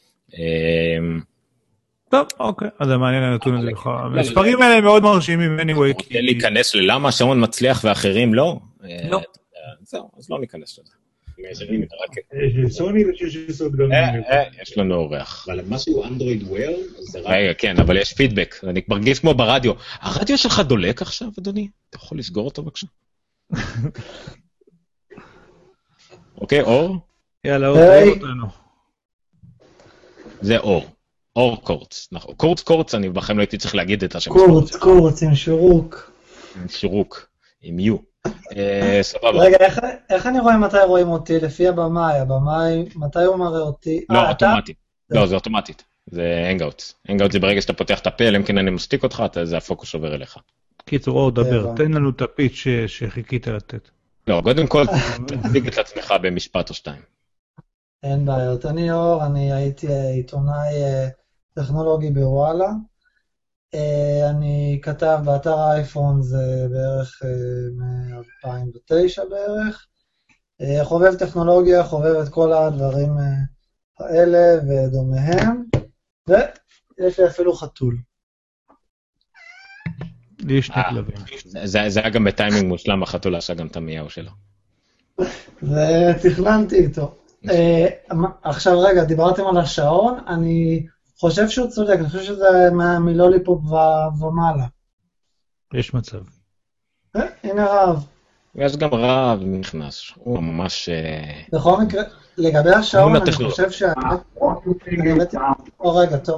טוב, אוקיי, אז זה מעניין הנתון הזה לך. המספרים האלה מאוד מרשימים, anyway. כדי להיכנס ללמה השעון מצליח ואחרים לא? לא. זהו, אז לא ניכנס לזה. סוני ו-16 דגמים. יש לנו אורח. אבל משהו אנדרואיד וויר, רגע, כן, אבל יש פידבק. אני מרגיש כמו ברדיו. הרדיו שלך דולק עכשיו, אדוני? אתה יכול לסגור אותו בבקשה? אוקיי, אור? יאללה, אור, תראי אותנו. זה אור קורץ, נכון, קורץ, אני בכם לא הייתי צריך להגיד את השם. קורץ עם שירוק. עם שירוק, עם יו. סבבה. רגע, איך אני רואה מתי רואים אותי? לפי הבמאי, מתי הוא מראה אותי? לא, אוטומטית. לא, זה אוטומטית. זה הנגאוטס. הנגאוטס זה ברגע שאתה פותח את הפה, אלא אם כן אני מסתיק אותך, זה הפוקוס עובר אליך. קיצור, אור, דבר, תן לנו את הפיץ' שחיכית לתת. לא, קודם כל, תציג את עצמך במשפט או 2. אין בעיות, אני אור, אני הייתי עיתונאי טכנולוגי בוואלה, אני כתב באתר האייפון זה בערך מ-2009 בערך, חובב טכנולוגיה, חובב את כל הדברים האלה ודומיהם, ויש לי אפילו חתול. לי יש שני כלבים. זה היה גם בטיימינג מושלם, החתול עשה גם את המיהו שלו. ותכננתי איתו. עכשיו רגע, דיברתם על השעון, אני חושב שהוא צודק, אני חושב שזה מלוליפופ ומעלה. יש מצב. הנה רב. יש גם רב נכנס, הוא ממש... בכל מקרה, לגבי השעון אני חושב רגע, טוב.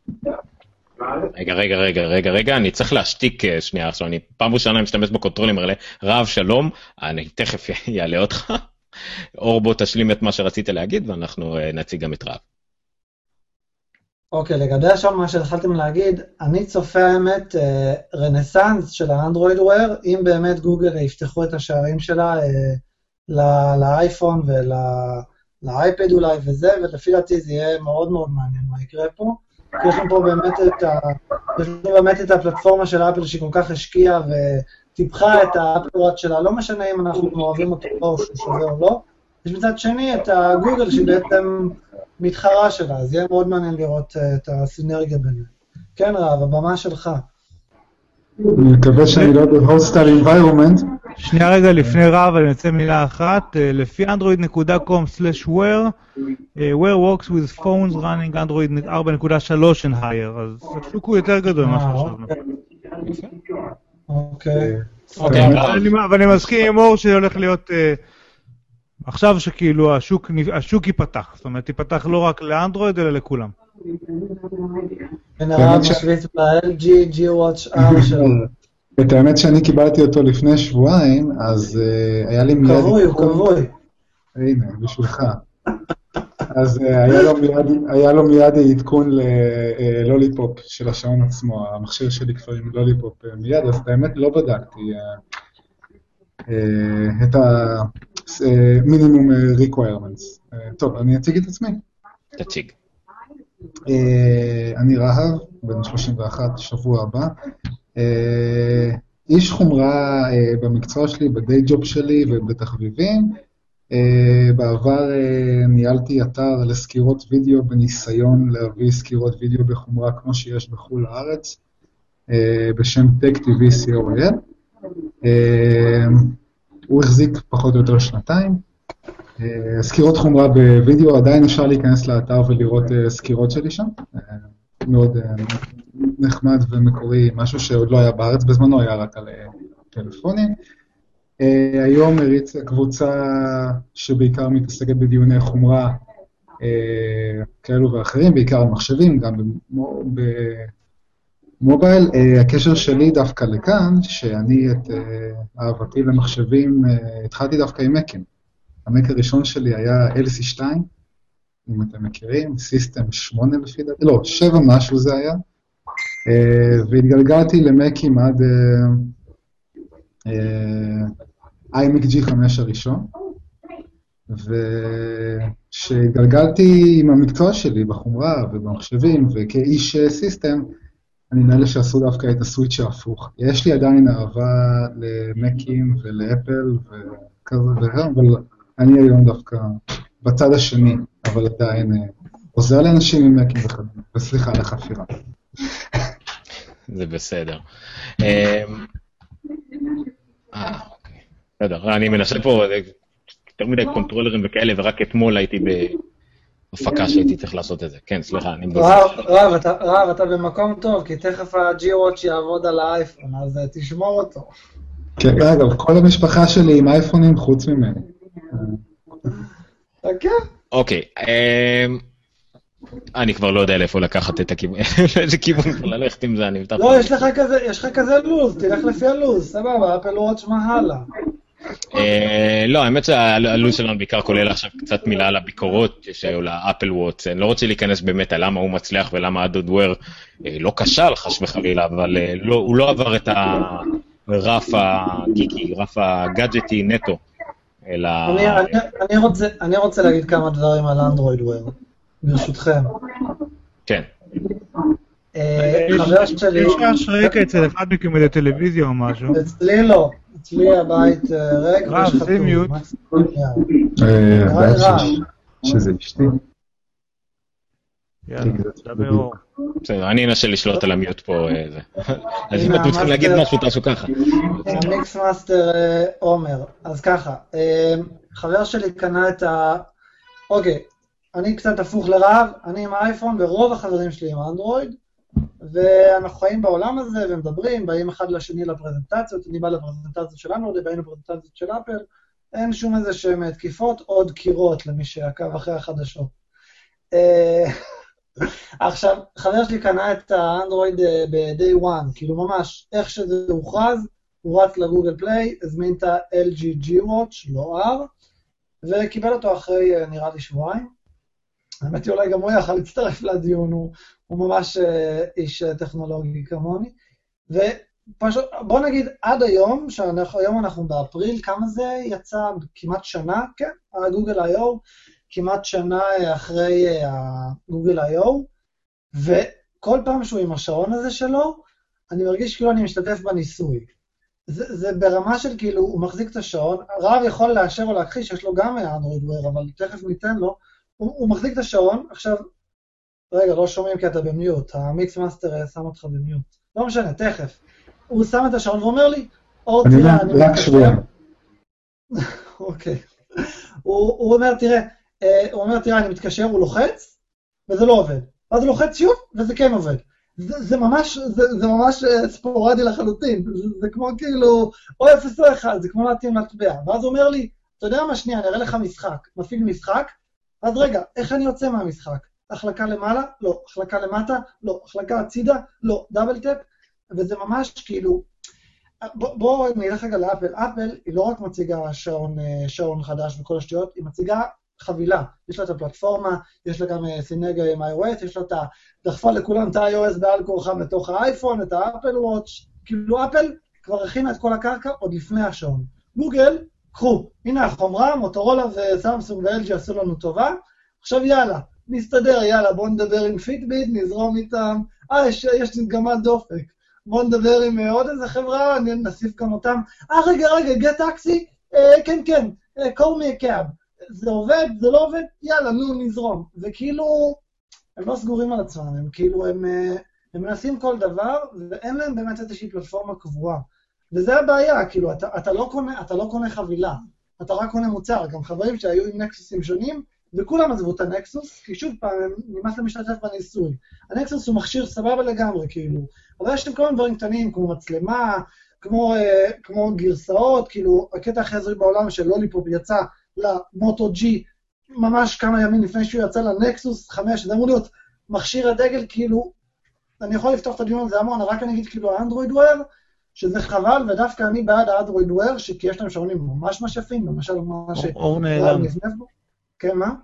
רגע, אני צריך להשתיק שנייה, עכשיו אני פעם ראשונה משתמש בקונטרולים האלה, רב שלום, אני תכף יעלה אותך. אור בוא תשלים את מה שרצית להגיד, ואנחנו נציג גם את רב. אוקיי, לגבי השעון מה שהתחלתם להגיד, אני צופה האמת רנסנס של האנדרואיד וויר, אם באמת גוגל יפתחו את השערים שלה לאייפון ולאייפד אולי וזה, ולפי דעתי זה יהיה מאוד מאוד מעניין מה יקרה פה. כי יש לנו פה באמת את הפלטפורמה של אפל שהיא כל כך השקיעה וטיפחה את האפל וואץ' שלה, לא משנה אם אנחנו אוהבים אותו או שהוא שווה או לא. יש מצד שני את הגוגל שהיא בעצם מתחרה שלה, אז יהיה מאוד מעניין לראות את הסינרגיה ביניהם. כן רב, הבמה שלך. אני מקווה שאני לא ב-hostile environment. שנייה רגע לפני רב, אני אצא מילה אחת. לפי android.com/where, where works with phones running Android 4.3 and higher, אז השוק הוא יותר גדול ממה שחשבנו. אוקיי. אבל אני מסכים עם אור שהולך להיות, עכשיו שכאילו השוק ייפתח, זאת אומרת ייפתח לא רק לאנדרואיד אלא לכולם. ונראה משוויץ ב-LG G-Watch R שלו. את האמת שאני קיבלתי אותו לפני שבועיים, אז היה לי מיד... הוא כבוי. הנה, בשבילך. אז היה לו מיד עדכון ללוליפופ של השעון עצמו, המכשיר שלי כבר עם לוליפופ מיד, אז את האמת לא בדקתי את המינימום requirements. טוב, אני אציג את עצמי. תציג. אני רהב, בן 31, שבוע הבא. איש חומרה במקצוע שלי, בדיי ג'וב שלי ובתחביבים. בעבר ניהלתי אתר לסקירות וידאו בניסיון להביא סקירות וידאו בחומרה כמו שיש בחול הארץ, בשם Tech TV Co.il. הוא החזיק פחות או יותר שנתיים. סקירות חומרה בווידאו, עדיין אפשר להיכנס לאתר ולראות סקירות שלי שם. מאוד נחמד ומקורי, משהו שעוד לא היה בארץ בזמנו, היה רק על טלפונים. היום הריץ קבוצה שבעיקר מתעסקת בדיוני חומרה כאלו ואחרים, בעיקר על מחשבים, גם במובייל. הקשר שלי דווקא לכאן, שאני את אהבתי למחשבים, התחלתי דווקא עם מקים. המק הראשון שלי היה LC2, אם אתם מכירים, סיסטם 8 לפי דעתי, לא, 7 משהו זה היה, והתגלגלתי למקים עד iMac G5 הראשון, ושהתגלגלתי עם המקצוע שלי בחומרה ובמחשבים וכאיש סיסטם, אני מאלה שעשו דווקא את הסוויץ' ההפוך. יש לי עדיין אהבה למקים ולאפל וכזה וזה, אבל אני היום דווקא בצד השני, אבל עדיין עוזר לאנשים עם מקים וכדומה, וסליחה על החפירה. זה בסדר. בסדר, אני מנסה פה יותר מדי קונטרולרים וכאלה, ורק אתמול הייתי בהפקה שהייתי צריך לעשות את זה. כן, סליחה, אני מבוסס. רב, אתה במקום טוב, כי תכף ה-G-Watch יעבוד על האייפון, אז תשמור אותו. כן, אגב, כל המשפחה שלי עם אייפונים חוץ ממני. אוקיי, אני כבר לא יודע לאיפה לקחת את הכיוון, איזה כיוון כבר ללכת עם זה, אני מתאר. לא, יש לך כזה לוז, תלך לפי הלוז, סבבה, אפל וואץ' מה הלאה. לא, האמת שהלוז שלנו בעיקר כולל עכשיו קצת מילה על הביקורות שהיו לאפל וואץ', אני לא רוצה להיכנס באמת על למה הוא מצליח ולמה הדודוור לא כשל חש וחלילה, אבל הוא לא עבר את הרף הגיקי, רף הגאדג'טי נטו. אני רוצה להגיד כמה דברים על אנדרואיד וויר, ברשותכם. כן. חבר שלי... יש רקע אצל אחד מכם איזה טלוויזיה או משהו. אצלי לא, אצלי הבית ריק ויש חתום. רב, מיוט. הבית שזה אשתי. יאללה, דבר אור. בסדר, אני אנסה לשלוט על המיוט פה. אז אם אתם צריכים להגיד משהו, תעשו ככה. מיקס מאסטר עומר, אז ככה, חבר שלי קנה את אוקיי, אני קצת הפוך לרב, אני עם האייפון ורוב החברים שלי עם האנדרואיד, ואנחנו חיים בעולם הזה ומדברים, באים אחד לשני לפרזנטציות, אני בא לפרזנטציות שלנו, עוד באים לפרזנטציות של אפל, אין שום איזה שהן תקיפות, עוד קירות למי שעקב אחרי החדשות. עכשיו, חבר שלי קנה את האנדרואיד ב-day one, כאילו ממש, איך שזה הוכרז, הוא רץ לגוגל פליי, הזמין את ה-LG G-Watch, לא R, וקיבל אותו אחרי, נראה לי, שבועיים. האמת היא, אולי גם הוא יכל להצטרף לדיון, הוא ממש איש טכנולוגי כמוני. ופשוט, בוא נגיד, עד היום, היום אנחנו באפריל, כמה זה יצא? כמעט שנה, כן, הגוגל I.O., כמעט שנה אחרי הגוגל I.O., כל פעם שהוא עם השעון הזה שלו, אני מרגיש כאילו אני משתתף בניסוי. זה ברמה של כאילו, הוא מחזיק את השעון, רב יכול לאשר או להכחיש, יש לו גם אנדרואיד וויר, אבל תכף ניתן לו, הוא מחזיק את השעון, עכשיו, רגע, לא שומעים כי אתה במיוט, המיקס מאסטר שם אותך במיוט, לא משנה, תכף. הוא שם את השעון ואומר לי, אור, תראה, אני מתקשר. אוקיי. הוא אומר, תראה, אני מתקשר, הוא לוחץ, וזה לא עובד. אז הוא לוחץ שוב, וזה כן עובד. זה ממש ספורדי לחלוטין, זה כמו כאילו, או 0 או 1, זה כמו להתאים להטבע. ואז הוא אומר לי, אתה יודע מה שנייה, אני אראה לך משחק, מפעיל משחק, אז רגע, איך אני יוצא מהמשחק? החלקה למעלה? לא. החלקה למטה? לא. החלקה הצידה? לא. דאבל טאפ? וזה ממש כאילו, בואו נלך רגע לאפל. אפל היא לא רק מציגה שעון חדש וכל השטויות, היא מציגה חבילה. יש לה את הפלטפורמה, יש לה גם סינגה עם iOS, יש לה את דחפה לכולם את ה-iOS בעל כורחם לתוך האייפון, את האפל וואץ'. כאילו אפל כבר הכינה את כל הקרקע עוד לפני השעון. גוגל, קחו, הנה החומרה, מוטורולה וסמסונג ו-LG עשו לנו טובה, עכשיו יאללה, נסתדר, יאללה, בואו נדבר עם פיטביט, נזרום איתם, יש נדגמת דופק, בואו נדבר עם עוד איזה חברה, נוסיף גם אותם, רגע, get taxi, כן, call me a cab, זה עובד, זה לא עובד, יאללה, נו, נזרום, וכאילו, הם לא סגורים על עצמם, הם כאילו, הם מנסים כל דבר, ואין להם באמת איזושהי פלטפורמה קבועה, וזה הבעיה, כאילו, אתה לא קונה חבילה, אתה רק קונה מוצר, גם חברים שהיו עם נקסוסים שונים, וכולם עזבו את הנקסוס, כי שוב פעם, הם נמאס למשתתף בניסוי. הנקסוס הוא מכשיר סבבה לגמרי, כאילו, אבל יש להם כל מיני דברים קטנים, כמו מצלמה, כמו גרסאות, כאילו, הקטע החזרי בעולם של לוליפופ יצא למוטו ג'י, ממש כמה ימים לפני שהוא יצא לנקסוס 5, זה אמור להיות מכשיר הדגל, כאילו, אני יכול לפתוח את הדיון הזה המון, רק אני אגיד כאילו האנדרואיד וויר, שזה חבל, ודווקא אני בעד האנדרואיד וויר, כי יש להם שעונים ממש יפים, למשל מה ש... אור נעלם. כן, מה?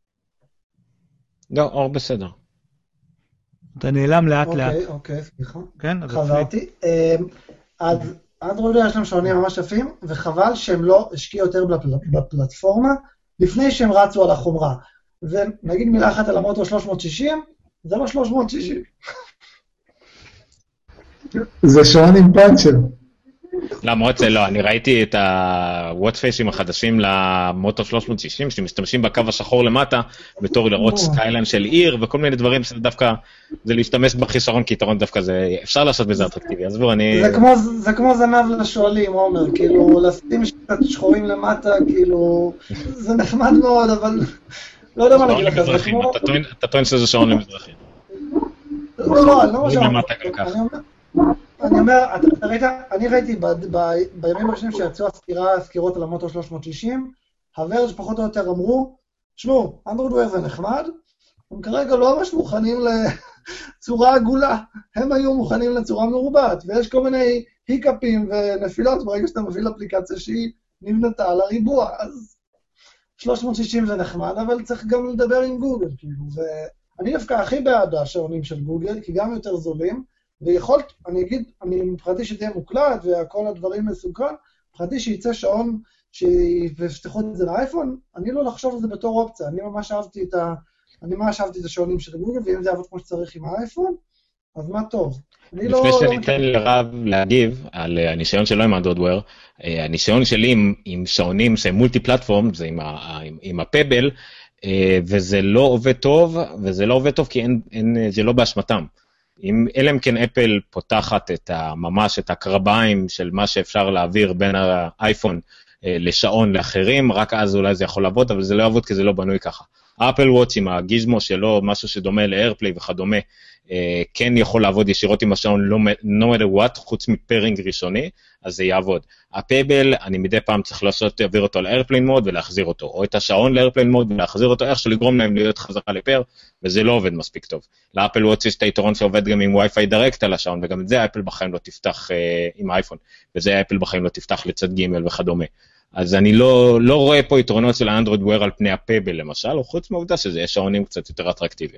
לא, אור בסדר. אתה נעלם לאט. אוקיי, סליחה. כן, חזרתי. אז האנדרואיד וויר יש להם שעונים ממש יפים, וחבל שהם לא השקיעו יותר בפלטפורמה, לפני שהם רצו על החומרה. ונגיד מילה אחת על המוטו 360, זה לא 360. זה שעון עם פאנצ'ר. למרות זה לא, אני ראיתי את הוואטפייסים החדשים למוטו 360, שמשתמשים בקו השחור למטה, בתור לראות סקיילן של עיר, וכל מיני דברים שדווקא, זה להשתמש בחיסרון, כי יתרון דווקא זה, אפשר לעשות בזה אטרקטיבי, אז בואו אני... זה כמו זנב לשואלים, עומר, כאילו, לשים קצת שחורים למטה, כאילו, זה נחמד מאוד, אבל... לא יודע מה להגיד לך, זה כמו... אתה טוען שזה שעון למזרחים. לא, אני לא חושב... אני אומר, אני ראיתי בימים הראשונים שיצאו הסקירות על המוטו 360, הוורג' פחות או יותר אמרו, שמעו, אנדרואיד וויר זה נחמד, הם כרגע לא ממש מוכנים לצורה עגולה, הם היו מוכנים לצורה מרובעת, ויש כל מיני היקאפים ונפילות ברגע שאתה מפעיל אפליקציה שהיא נבנתה על הריבוע, אז 360 זה נחמד, אבל צריך גם לדבר עם גוגל, כאילו, ואני דווקא הכי בעד השעונים של גוגל, כי גם יותר זולים, ויכולת, אני אגיד, אני מבחינתי שתהיה מוקלט, וכל הדברים מסוכן, מבחינתי שיצא שעון, שיפתחו את זה לאייפון, אני לא לחשוב על זה בתור אופציה, אני ממש אהבתי את השעונים של גוגל, ואם זה יעבוד כמו שצריך עם האייפון, אז מה טוב. לפני שניתן לרב להגיב על הניסיון שלו עם אנדרואיד וויר, הניסיון שלי עם שעונים שהם מולטי פלטפורם, זה עם הפבל, וזה לא עובד טוב, כי זה לא באשמתם. אלא אם כן אפל פותחת ממש את הקרביים של מה שאפשר להעביר בין האייפון לשעון לאחרים, רק אז אולי זה יכול לעבוד, אבל זה לא יעבוד כי זה לא בנוי ככה. אפל וואץ' עם הגיזמו שלו, משהו שדומה לאיירפליי וכדומה, כן יכול לעבוד ישירות עם השעון, no matter what, חוץ מפרינג ראשוני, אז זה יעבוד. הפייבל, אני מדי פעם צריך להעביר אותו לאיירפליין מוד ולהחזיר אותו, או את השעון לאיירפליין מוד ולהחזיר אותו, איך שלגרום להם להיות חזרה לפר, וזה לא עובד מספיק טוב. לאפל וואץ' יש את היתרון שעובד גם עם וי-פיי דירקט על השעון, וגם את זה אפל בחיים לא תפתח עם האייפון, וזה אפל בחיים לא תפתח לצד ג' וכדומה. אז אני לא רואה פה יתרונות של האנדרואיד וויר על פני הפייבל למשל, או חוץ מהעובדה שזה יש שעונים קצת יותר אטרקטיביים.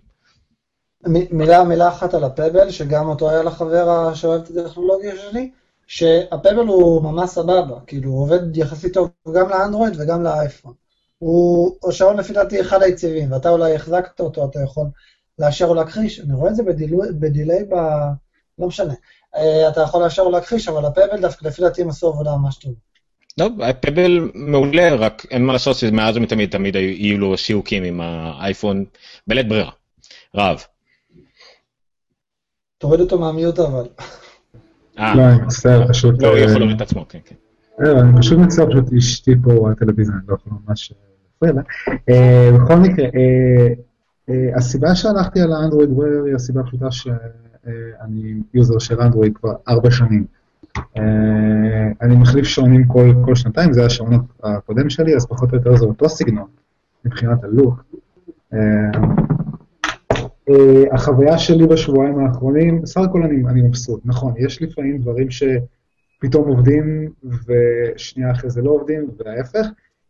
מילה אחת על הפבל, שגם אותו היה לחבר שאוהב את הטכנולוגיה שלי, שהפבל הוא ממש סבבה, כאילו הוא עובד יחסית טוב גם לאנדרואיד וגם לאייפון. הוא שעון לפי דעתי אחד היציבים, ואתה אולי החזקת אותו, אתה יכול לאשר או להכחיש, אני רואה את זה בדילי לא משנה. אתה יכול לאשר או להכחיש, אבל הפבל דווקא לפי דעתי הם עשו עבודה ממש טוב. לא, הפבל מעולה, רק אין מה לעשות שמאז ומתמיד יהיו לו שיוקים עם האייפון, בלית ברירה. רב. תוריד אותו מהמיוט אבל. לא, אני מצטער פשוט... לא, הוא יכול להוריד את עצמו, כן, כן. אני פשוט מצטער פשוט אשתי פה הטלוויזיה, אני לא יכול ממש להפריע לה. בכל מקרה, הסיבה שהלכתי על האנדרואיד וויר היא הסיבה הפשוטה שאני יוזר של אנדרואיד כבר 4 שנים. אני מחליף שעונים כל שנתיים, זה השעון הקודם שלי, אז פחות או יותר זה אותו סיגנון, מבחינת הלוק. החוויה שלי בשבועיים האחרונים, סך הכל אני מבסוט, נכון, יש לפעמים דברים שפתאום עובדים ושנייה אחרי זה לא עובדים, וההפך.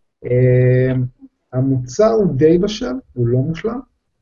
המוצר הוא די בשל, הוא לא מושלם.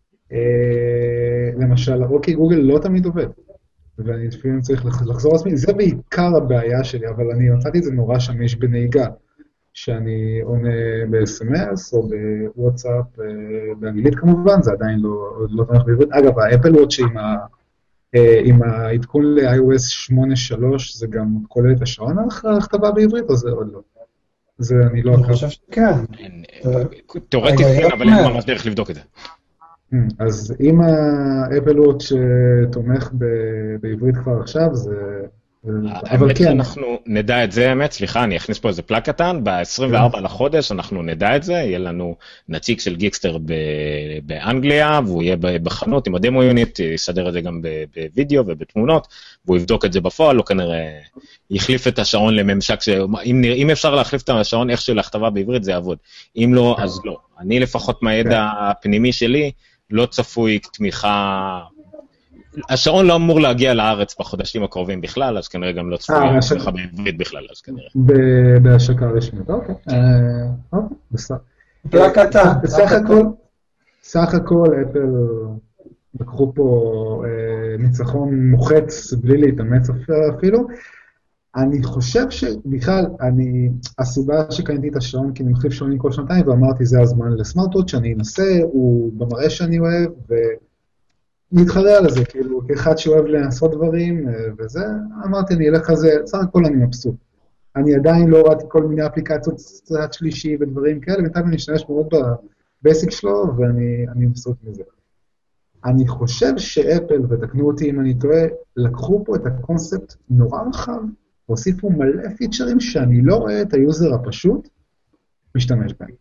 למשל, אוקיי, גוגל לא תמיד עובד. ואני לפעמים צריך לחזור לעצמי, זה בעיקר הבעיה שלי, אבל אני מצאתי את זה נורא שמיש בנהיגה, שאני עונה ב-SMS או בוואטסאפ, באנגלית כמובן, זה עדיין לא תומך בעברית. אגב, האפל וואץ' עם העדכון ל-iOS 8.3, זה גם כולל את השעון הכתבה בעברית, או זה עוד לא? זה אני לא... אני חושב שכן. תיאורטית כן, אבל אין ממש דרך לבדוק את זה. אז אם האפל וואץ' תומך בעברית כבר עכשיו, זה... האמת שאנחנו נדע את זה, האמת, סליחה, אני אכניס פה איזה פלאק קטן, ב-24 לחודש אנחנו נדע את זה, יהיה לנו נציג של גיקסטר באנגליה, והוא יהיה בחנות עם הדמו יוניט, יסדר את זה גם בווידאו ובתמונות, והוא יבדוק את זה בפועל, הוא כנראה יחליף את השעון לממשק, אם אפשר להחליף את השעון איך של הכתבה בעברית, זה יעבוד. אם לא, אז לא. אני לפחות מהידע הפנימי שלי, לא צפוי תמיכה... השעון לא אמור להגיע לארץ בחודשים הקרובים בכלל, אז כנראה גם לא צפוי תמיכה בעברית בכלל, אז כנראה. בהשקה רשמית, אוקיי. בסדר. פלקתה. סך הכל אפל לקחו פה ניצחון מוחץ בלי להתאמץ אפילו. אני חושב שבכלל, הסיבה שקניתי את השעון, כי אני מחליף שעונים כל שנתיים, ואמרתי זה הזמן לסמארט-וואץ' שאני אנסה, הוא במראה שאני אוהב, נתחרה על זה, כאילו, כאחד שאוהב לעשות דברים, וזה, אמרתי, אני אלך על זה, סך הכל אני מבסוט. אני עדיין לא ראיתי כל מיני אפליקציות צד שלישי ודברים כאלה, בינתיים אני אשתמש מאוד בבייסיק שלו, ואני מבסוט מזה. אני חושב שאפל, ותקנו אותי אם אני טועה, לקחו פה את הקונספט נורא רחב, והוסיפו מלא פיצ'רים שאני לא רואה את היוזר הפשוט משתמש בהם.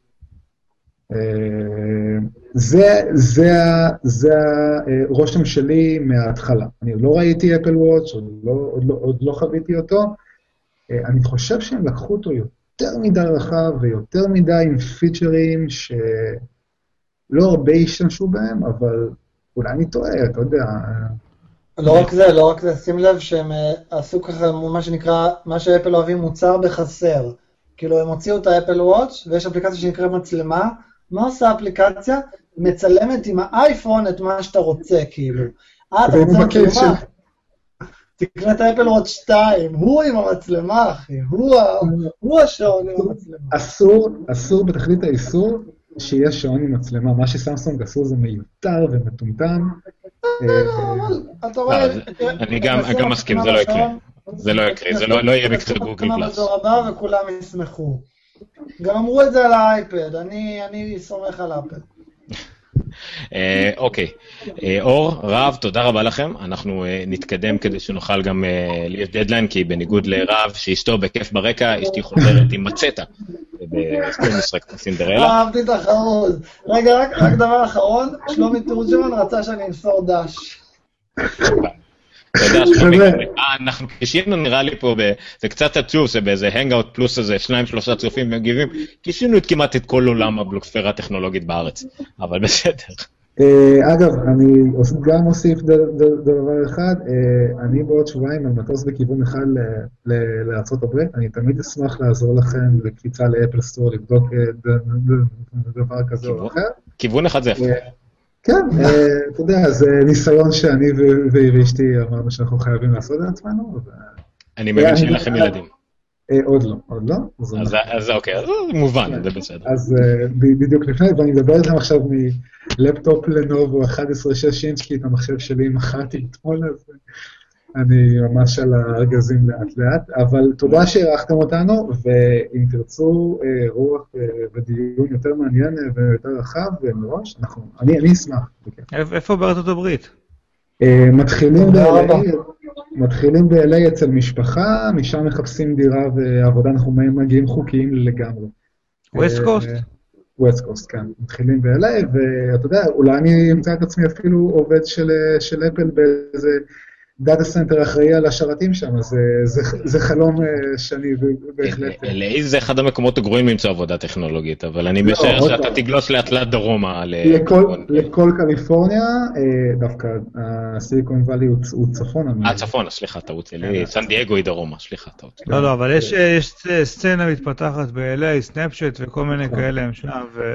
זה הרושם שלי מההתחלה. אני לא ראיתי אפל וואץ', עוד לא חוויתי אותו. אני חושב שהם לקחו אותו יותר מדי רחב ויותר מדי עם פיצ'רים שלא הרבה השתמשו בהם, אבל אולי אני טועה, אתה יודע. לא רק זה, שים לב שהם עשו ככה מה שנקרא, מה שאפל אוהבים מוצר בחסר. כאילו הם הוציאו את האפל וואץ' ויש אפליקציה שנקרא מצלמה, מה עושה האפליקציה? מצלמת עם האייפון את מה שאתה רוצה, כאילו. אתה רוצה מצלמה? תקנה את האפל וואץ' 2, הוא עם המצלמה, אחי, הוא השעון עם המצלמה. אסור בתכלית האיסור שיש שעון עם מצלמה, מה שסמסונג עשו זה מיותר ומטומטם. אתה רואה... אני גם מסכים, זה לא יקרה. זה לא יקרה, זה לא יהיה מקרה גוגל פלאס. בדור הבא וכולם ישמחו. גם אמרו את זה על האייפד, אני סומך על האייפד. אוקיי, אור, רב, תודה רבה לכם, אנחנו נתקדם כדי שנוכל גם להיות דדליין, כי בניגוד לרב שאשתו בכיף ברקע, אשתי חוזרת עם מצטה, בסטור משחק סינדרלה. אהבתי את האחרון. רגע, רק דבר אחרון, שלומי תורג'מן רצה שאני אמסור דש. אתה יודע, אנחנו קישינו נראה לי פה, זה קצת עצוב, זה באיזה הנגאוט פלוס איזה 2-3 צופים מגיבים, קישינו כמעט את כל עולם הבלוקספירה הטכנולוגית בארץ, אבל בסדר. אגב, אני גם אוסיף דבר אחד, אני בעוד שבועיים על מטוס בכיוון אחד לארצות הברית, אני תמיד אשמח לעזור לכם לקפיצה לאפל סטור, לבדוק דבר כזה או אחר. כיוון אחד זה יפה. כן, אתה יודע, זה ניסיון שאני ואשתי אמרנו שאנחנו חייבים לעשות את עצמנו. אני מבין שאין לכם ילדים. עוד לא. אז אוקיי, אז מובן, זה בסדר. אז בדיוק לפני, ואני מדבר איתכם עכשיו מלפטופ לנובו 11.6 אינץ', כי את המחשב שלי מחרתי אתמול, אז אני ממש על הארגזים לאט לאט, אבל תודה שהערכתם אותנו, ואם תרצו רוח ודיון יותר מעניין ויותר רחב ומראש, אני אשמח. איפה בארצות הברית? מתחילים ב-LA אצל משפחה, משם מחפשים דירה ועבודה, אנחנו מגיעים חוקיים לגמרי. ווסט קוסט? ווסט קוסט, כן. מתחילים ב-LA, ואתה יודע, אולי אני אמצא את עצמי אפילו עובד של אפל באיזה דאטה סנטר אחראי על השרתים שם, אז זה חלום שאני בהחלט... LA זה אחד המקומות הגרועים למצוא עבודה טכנולוגית, אבל אני משער שאתה תגלוש לאט לאט דרומה. לכל קליפורניה, דווקא הסיליקון ואלי הוא צפונה. צפונה, סליחה, טעות. סן דייגו היא דרומה, סליחה, טעות. לא, אבל יש סצנה מתפתחת ב-LA, סנאפצ'אט וכל מיני כאלה הם שם,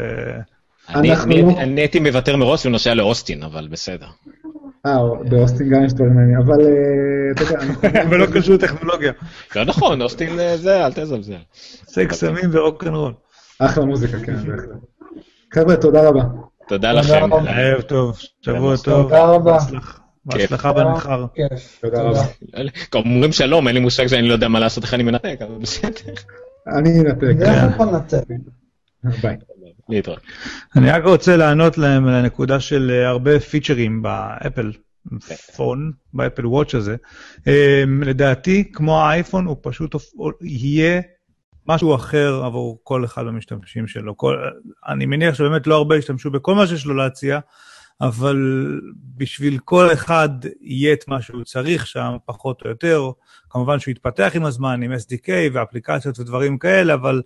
אני הייתי מוותר מראש ונוסע לאוסטין, אבל בסדר. באוסטין גם יש דברים מעניינים, אבל אתה יודע... ולא קשור לטכנולוגיה. לא נכון, אוסטין זה, אל תזלזל. סקס סמים ורוק'נ'רול. אחלה מוזיקה, כן, בהחלט. חבר'ה, תודה רבה. תודה לכם. ערב טוב, שבוע טוב. תודה רבה. בהצלחה בנבחר. תודה רבה. אומרים שלום, אין לי מושג שאני לא יודע מה לעשות, איך אני מנתק, אבל בסדר. אני אנתק. זה יכול לנתק. ביי. להתראות. אני רק רוצה לענות להם על הנקודה של הרבה פיצ'רים באפל פון, באפל וואץ' הזה. לדעתי, כמו האייפון, הוא פשוט יהיה משהו אחר עבור כל אחד במשתמשים שלו. אני מניח שבאמת לא הרבה ישתמשו בכל מה שיש לו להציע, אבל בשביל כל אחד יהיה את מה שהוא צריך שם, פחות או יותר. כמובן שהוא יתפתח עם הזמן, עם SDK ואפליקציות ודברים כאלה, אבל...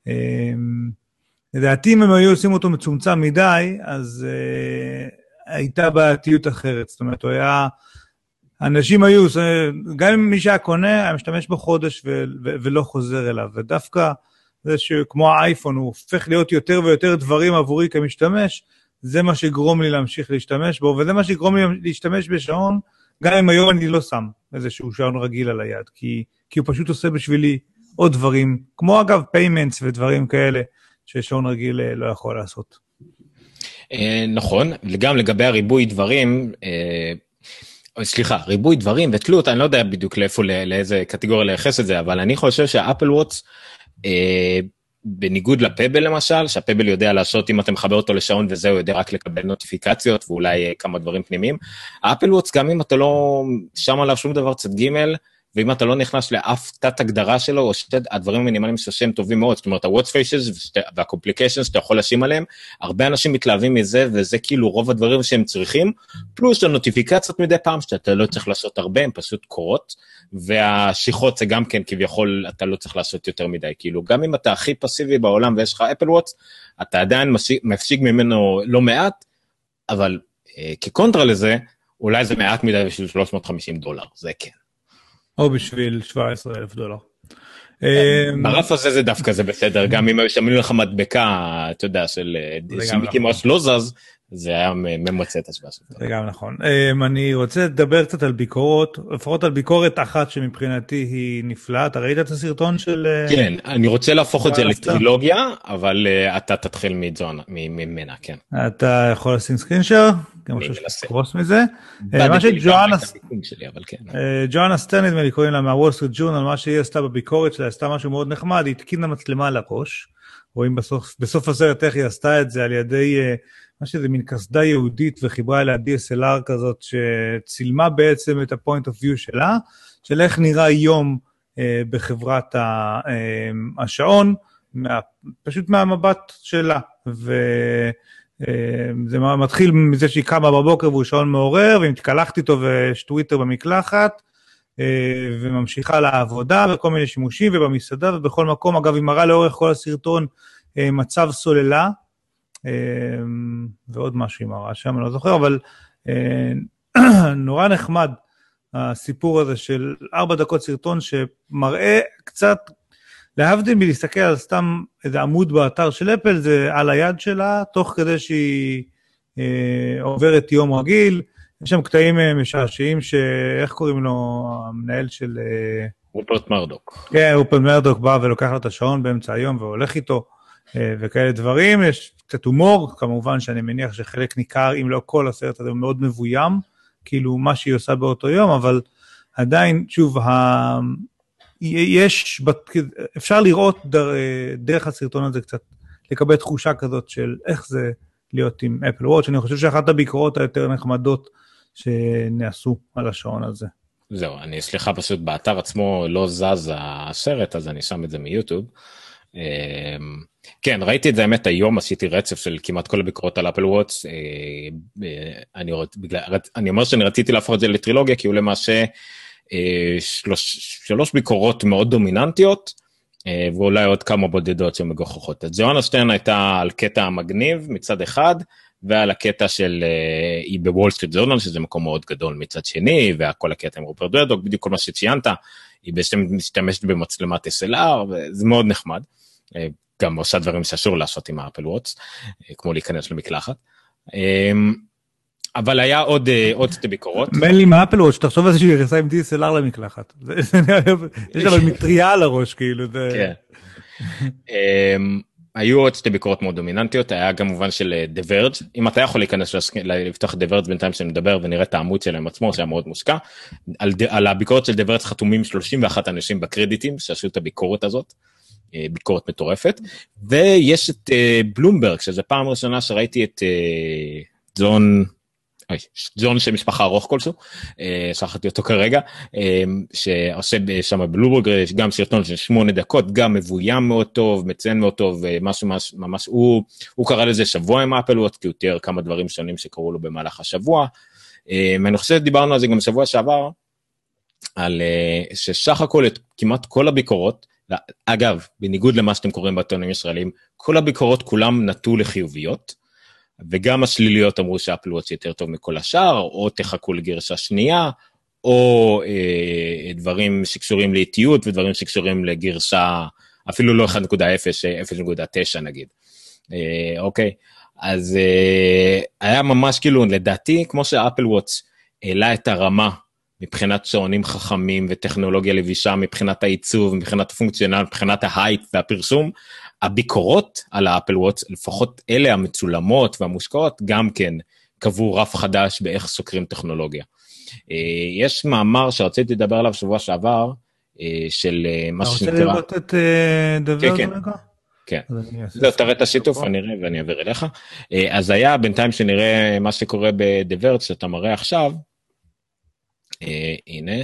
לדעתי אם הם היו עושים אותו מצומצם מדי, אז הייתה בעייתיות אחרת. זאת אומרת, אנשים היו, גם אם מי שהיה קונה, היה משתמש בו חודש ולא חוזר אליו. ודווקא זה שכמו האייפון, הוא הופך להיות יותר ויותר דברים עבורי כמשתמש, זה מה שגרום לי להמשיך להשתמש בו, וזה מה שגרום לי להשתמש בשעון, גם אם היום אני לא שם איזשהו שעון רגיל על היד, כי הוא פשוט עושה בשבילי עוד דברים, כמו אגב payments ודברים כאלה, ששעון רגיל לא יכול לעשות. נכון, וגם לגבי הריבוי דברים, ריבוי דברים ותלות, אני לא יודע בדיוק לאיזה קטגוריה לייחס את זה, אבל אני חושב שהאפל וואטס, בניגוד לפבל למשל, שהפבל יודע לעשות אם אתה מחבר אותו לשעון וזהו, יודע רק לקבל נוטיפיקציות ואולי כמה דברים פנימיים, האפל וואטס גם אם אתה לא שם עליו שום דבר צד ג' ואם אתה לא נכנס לאף תת הגדרה שלו, או הדברים המינימליים שהם טובים מאוד, זאת אומרת, ה-Watch Faces וה-Complications שאתה יכול לשים עליהם, הרבה אנשים מתלהבים מזה, וזה כאילו רוב הדברים שהם צריכים, פלוס הנוטיפיקציות מדי פעם, שאתה לא צריך לעשות הרבה, הן פשוט קורות, והשיחות זה גם כן, כביכול, אתה לא צריך לעשות יותר מדי, כאילו, גם אם אתה הכי פסיבי בעולם, ויש לך Apple Watch, אתה עדיין מפשיג ממנו לא מעט, אבל כקונטרה לזה, אולי זה מעט מדי בשביל $350, זה כן. או בשביל $17,000. ברף הזה זה דווקא זה בסדר, גם אם היו שמים לך מדבקה, אתה יודע, של מיקי מאוס לא זז, זה היה ממצא את השוואה. זה גם נכון. אני רוצה לדבר קצת על ביקורות, לפחות על ביקורת אחת שמבחינתי היא נפלאה. אתה ראית את הסרטון של... כן, אני רוצה להפוך את זה לטרילוגיה, אבל אתה תתחיל ממנה, כן. אתה יכול לשים סקרינשר? אני מנסה. קרוס מזה. מה שג'ואנה סטרן נדמה לי קוראים לה מהוול סטריט ג'ורנל, מה שהיא עשתה בביקורת שלה, עשתה משהו מאוד נחמד, היא התקינה מצלמה על הראש, רואים בסוף הסרט איך היא עשתה את זה על ידי מה שזה מין קסדה יהודית וחיברה אליה DSLR כזאת שצילמה בעצם את ה-point of view שלה, של איך נראה יום בחברת השעון, פשוט מהמבט שלה, זה מתחיל מזה שהיא קמה בבוקר והוא שעון מעורר, והיא מתקלחת איתו ויש טוויטר במקלחת, וממשיכה לעבודה וכל מיני שימושים ובמסעדה ובכל מקום. אגב, היא מראה לאורך כל הסרטון מצב סוללה, ועוד משהו היא מראה שם, אני לא זוכר, אבל נורא נחמד הסיפור הזה של 4 דקות סרטון שמראה קצת, להבדיל מלהסתכל על סתם איזה עמוד באתר של אפל, זה על היד שלה, תוך כדי שהיא עוברת יום רגיל, יש שם קטעים משעשעים איך קוראים לו, המנהל של רופרט מרדוק. כן, רופרט מרדוק בא ולוקח לו את השעון באמצע היום והולך איתו, וכאלה דברים. יש קצת הומור, כמובן שאני מניח שחלק ניכר, אם לא כל הסרט הזה, מאוד מבוים, כאילו מה שהיא עושה באותו יום, אבל עדיין, שוב, אפשר לראות דרך הסרטון הזה קצת, לקבל תחושה כזאת של איך זה להיות עם אפל וואץ'. אני חושב שאחת הביקורות היותר נחמדות שנעשו על השעון הזה. זהו, אני סליחה פשוט באתר עצמו לא זז הסרט, אז אני שם את זה מיוטיוב. כן, ראיתי את זה האמת היום, עשיתי רצף של כמעט כל הביקורות על אפל וואץ'. אני אומר שאני רציתי להפוך את זה לטרילוגיה, כי הוא למעשה 3 ביקורות מאוד דומיננטיות, ואולי עוד כמה בודדות שמגוחכות. אז ג'ואנה שטרן הייתה על קטע מגניב מצד אחד, ועל הקטע של היא בוול סטריט ג'ורנל, שזה מקום מאוד גדול מצד שני, וכל הקטע עם רופרט מרדוק, בדיוק כל מה שציינת, היא בעצם משתמשת במצלמת SLR, וזה מאוד נחמד. גם עושה דברים שאסור לעשות עם האפל וואץ', כמו להיכנס למקלחת. אבל היה עוד 2 ביקורות. מנלי מהאפל וואץ', תחשוב על זה שהיא נכנסה עם DSLR למקלחת. יש אבל מטריה על הראש, כאילו. כן. היו עוד 2 ביקורות מאוד דומיננטיות, היה גם מובן של The Verge, אם אתה יכול להיכנס לפתוח The Verge בינתיים שנדבר ונראה את העמוד שלהם עצמו, שהיה מאוד מושקע, על הביקורת של The Verge חתומים 31 אנשים בקרדיטים שעשו את הביקורת הזאת, ביקורת מטורפת, ויש את בלומברג, שזו פעם ראשונה שראיתי את ג'ון שמשפחה ארוך כלשהו, שכחתי אותו כרגע, שעושה שם בלומברג גם סרטון של 8 דקות, גם מבוים מאוד טוב, מציין מאוד טוב, משהו ממש, הוא קרא לזה שבוע עם אפל וואץ', כי הוא תיאר כמה דברים שונים שקראו לו במהלך השבוע, ואני חושב שדיברנו על זה גם שבוע שעבר, על ששך הכל את כמעט כל הביקורות, אגב, בניגוד למה שאתם קוראים בעיתונים ישראלים, כל הביקורות כולם נטו לחיוביות, וגם השליליות אמרו שאפל וואץ' יותר טוב מכל השאר, או תחכו לגרשה שנייה, או דברים שקשורים לאיטיות, ודברים שקשורים לגרשה, אפילו לא 1.0, 0.9 נגיד. אוקיי, אז היה ממש כאילו, לדעתי, כמו שאפל וואץ' העלה את הרמה, מבחינת שעונים חכמים וטכנולוגיה לבישה, מבחינת העיצוב, מבחינת הפונקציונל, מבחינת ההייט והפרסום, הביקורות על האפל וואץ', לפחות אלה המצולמות והמושקעות, גם כן קבעו רף חדש באיך סוקרים טכנולוגיה. יש מאמר שרציתי לדבר עליו שבוע שעבר, של מה שנקרא... אתה רוצה לראות את דבר רגע? כן, זהו, תראה את השיתוף, אני אראה ואני אעביר אליך. אז היה בינתיים שנראה מה שקורה בדברט, שאתה מראה עכשיו, הנה,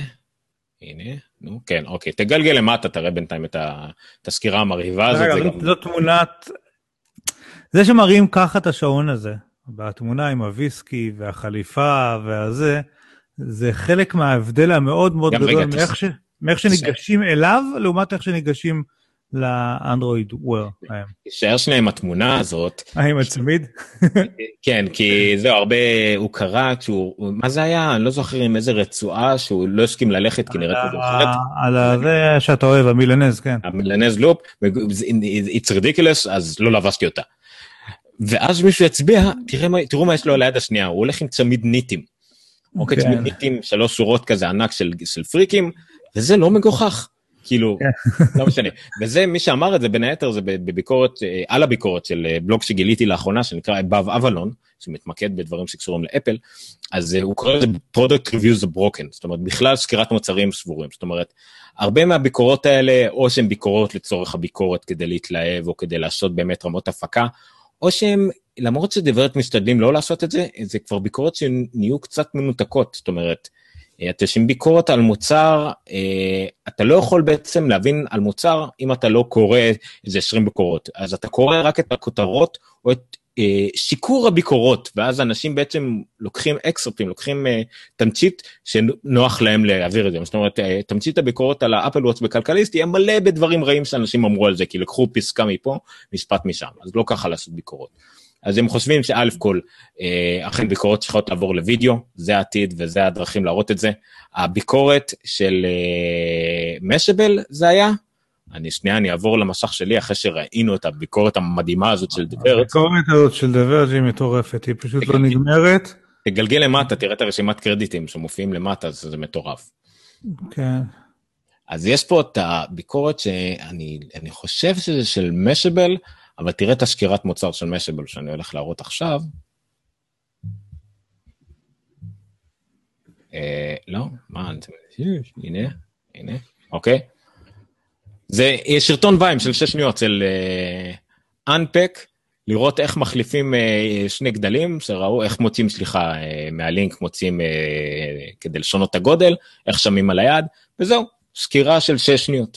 נו, כן, אוקיי, תגלגל למטה, תראה בינתיים את הסקירה המרהיבה הזאת. זו תמונת, זה שמראים ככה את השעון הזה, בתמונה עם הוויסקי והחליפה והזה, זה חלק מההבדל המאוד מאוד גדול, מאיך שניגשים אליו, לעומת איך שניגשים לאנדרואיד וויר. תישאר שנייה עם התמונה הזאת. עם הצמיד? כן, כי זהו, הרבה, הוא קרא, מה זה היה? אני לא זוכר עם איזה רצועה שהוא לא הסכים ללכת, כי נראית את אחרת. על זה שאתה אוהב, המילנז, כן. המילנז לופ, it's ridiculous, אז לא לבשתי אותה. ואז מישהו יצביע, תראו מה יש לו על היד השנייה, הוא הולך עם צמיד ניטים. אוקיי, צמיד ניטים, 3 שורות כזה ענק של פריקים, וזה לא מגוחך. כאילו, לא משנה. וזה, מי שאמר את זה, בין היתר, זה בביקורת, על הביקורת של בלוג שגיליתי לאחרונה, שנקרא Above Avalon, שמתמקד בדברים שקשורים לאפל, אז הוא קורא לזה Product Reviews Broken, זאת אומרת, בכלל סקירת מוצרים שבורים, זאת אומרת, הרבה מהביקורות האלה, או שהן ביקורות לצורך הביקורת כדי להתלהב, או כדי לעשות באמת רמות הפקה, או שהן, למרות שדברת משתדלים לא לעשות את זה, זה כבר ביקורות שנהיו קצת מנותקות, זאת אומרת, אתה עושים ביקורת על מוצר, אתה לא יכול בעצם להבין על מוצר, אם אתה לא קורא איזה 20 ביקורות, אז אתה קורא רק את הכותרות, או את שיקור הביקורות, ואז אנשים בעצם לוקחים אקסרפים, לוקחים תמצית שנוח להם להעביר את זה, זאת אומרת, תמצית הביקורות על האפל וואץ' בכלכליסט, יהיה מלא בדברים רעים שאנשים אמרו על זה, כי לקחו פסקה מפה, משפט משם, אז לא ככה לעשות ביקורות. אז הם חושבים שא' כל, אכן ביקורות צריכות לעבור לוידאו, זה העתיד וזה הדרכים להראות את זה. הביקורת של משבל זה היה, אני אעבור למסך שלי אחרי שראינו את הביקורת המדהימה הזאת של דברת. הביקורת הזאת של דברת היא מטורפת, היא פשוט לא נגמרת. תגלגל למטה, תראה את הרשימת קרדיטים שמופיעים למטה, אז זה מטורף. כן. אז יש פה את הביקורת שאני חושב שזה של משבל, אבל תראה את השקירת מוצר של משבל שאני הולך להראות עכשיו. לא, מה, הנה, אוקיי. יש סרטון ויים של 6 שניות של Unpack, לראות איך מחליפים שני גדלים, שראו איך מוצאים, סליחה, מהלינק מוצאים כדי לשנות את הגודל, איך שמים על היד, וזהו, סקירה של 6 שניות.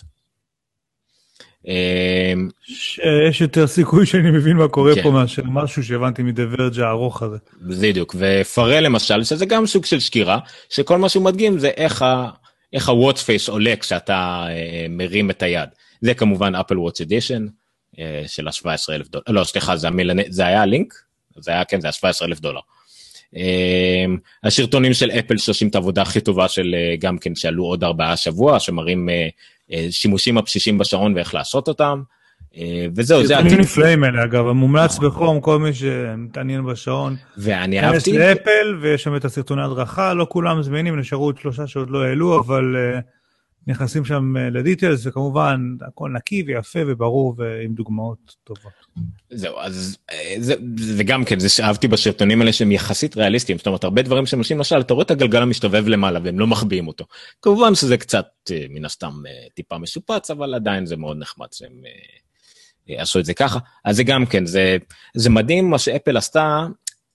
יש יותר סיכוי שאני מבין מה קורה פה מאשר משהו שהבנתי מדברג' הארוך הזה. בדיוק, ופרל למשל, שזה גם סוג של סקירה, שכל מה שהוא מדגים זה איך ה-Watch Face עולה כשאתה מרים את היד. זה כמובן Apple Watch Edition, של $17,000. לא, סליחה, זה היה הלינק? זה היה, כן, זה היה $17,000. השרטונים של אפל שעושים את העבודה הכי טובה של גם כן שעלו עוד 4 שבוע, שמראים שימושים הבסיסיים בשעון ואיך לעשות אותם, וזהו, זה שרטונים נפלאים האלה, אגב, המומלץ בחום, כל מי שמתעניין בשעון, ואני אהבתי... יש לאפל, ויש שם את הסרטוני הדרכה, לא כולם זמינים, נשארו עוד 3 שעוד לא העלו, אבל נכנסים שם לדיטלס, וכמובן, הכל נקי ויפה וברור, ועם דוגמאות טובות. זהו, אז זה גם כן, זה שאהבתי בשרטונים האלה שהם יחסית ריאליסטיים, זאת אומרת, הרבה דברים שמשים למשל, אתה רואה את הגלגל המשתובב למעלה, והם לא מחביאים אותו. כמובן שזה קצת, מן הסתם, טיפה משופץ, אבל עדיין זה מאוד נחמד שהם עשו את זה ככה. אז זה גם כן, זה מדהים מה שאפל עשתה,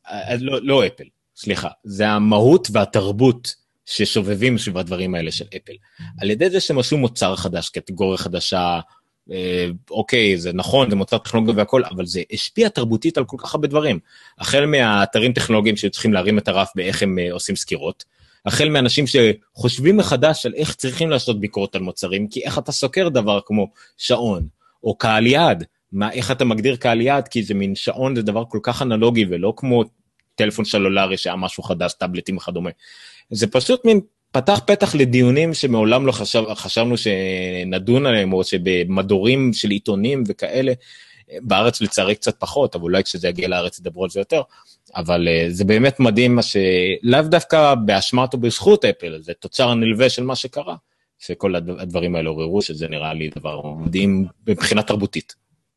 לא אפל, סליחה, זה המהות והתרבות ששובבים סביב הדברים האלה של אפל. על ידי זה שהם עשו מוצר חדש, קטגוריה חדשה, אוקיי, זה נכון, זה מוצר טכנולוגיה והכל, אבל זה השפיע תרבותית על כל כך הרבה דברים. החל מהאתרים טכנולוגיים שצריכים להרים את הרף באיך הם עושים סקירות, החל מאנשים שחושבים מחדש על איך צריכים לעשות ביקורת על מוצרים, כי איך אתה סוקר דבר כמו שעון, או קהל יעד, איך אתה מגדיר קהל יעד, כי זה מין שעון, זה דבר כל כך אנלוגי, ולא כמו טלפון סלולרי שהיה משהו חדש, טאבלטים וכדומה. זה פשוט מין פתח פתח לדיונים שמעולם לא חשבנו שנדון עליהם, או שבמדורים של עיתונים וכאלה, בארץ לצערי קצת פחות, אבל אולי כשזה יגיע לארץ ידברו על זה יותר, אבל זה באמת מדהים מה שלאו דווקא באשמת או בזכות אפל, זה תוצר הנלווה של מה שקרה, שכל הדברים האלה עוררו, שזה נראה לי דבר מדהים מבחינה תרבותית.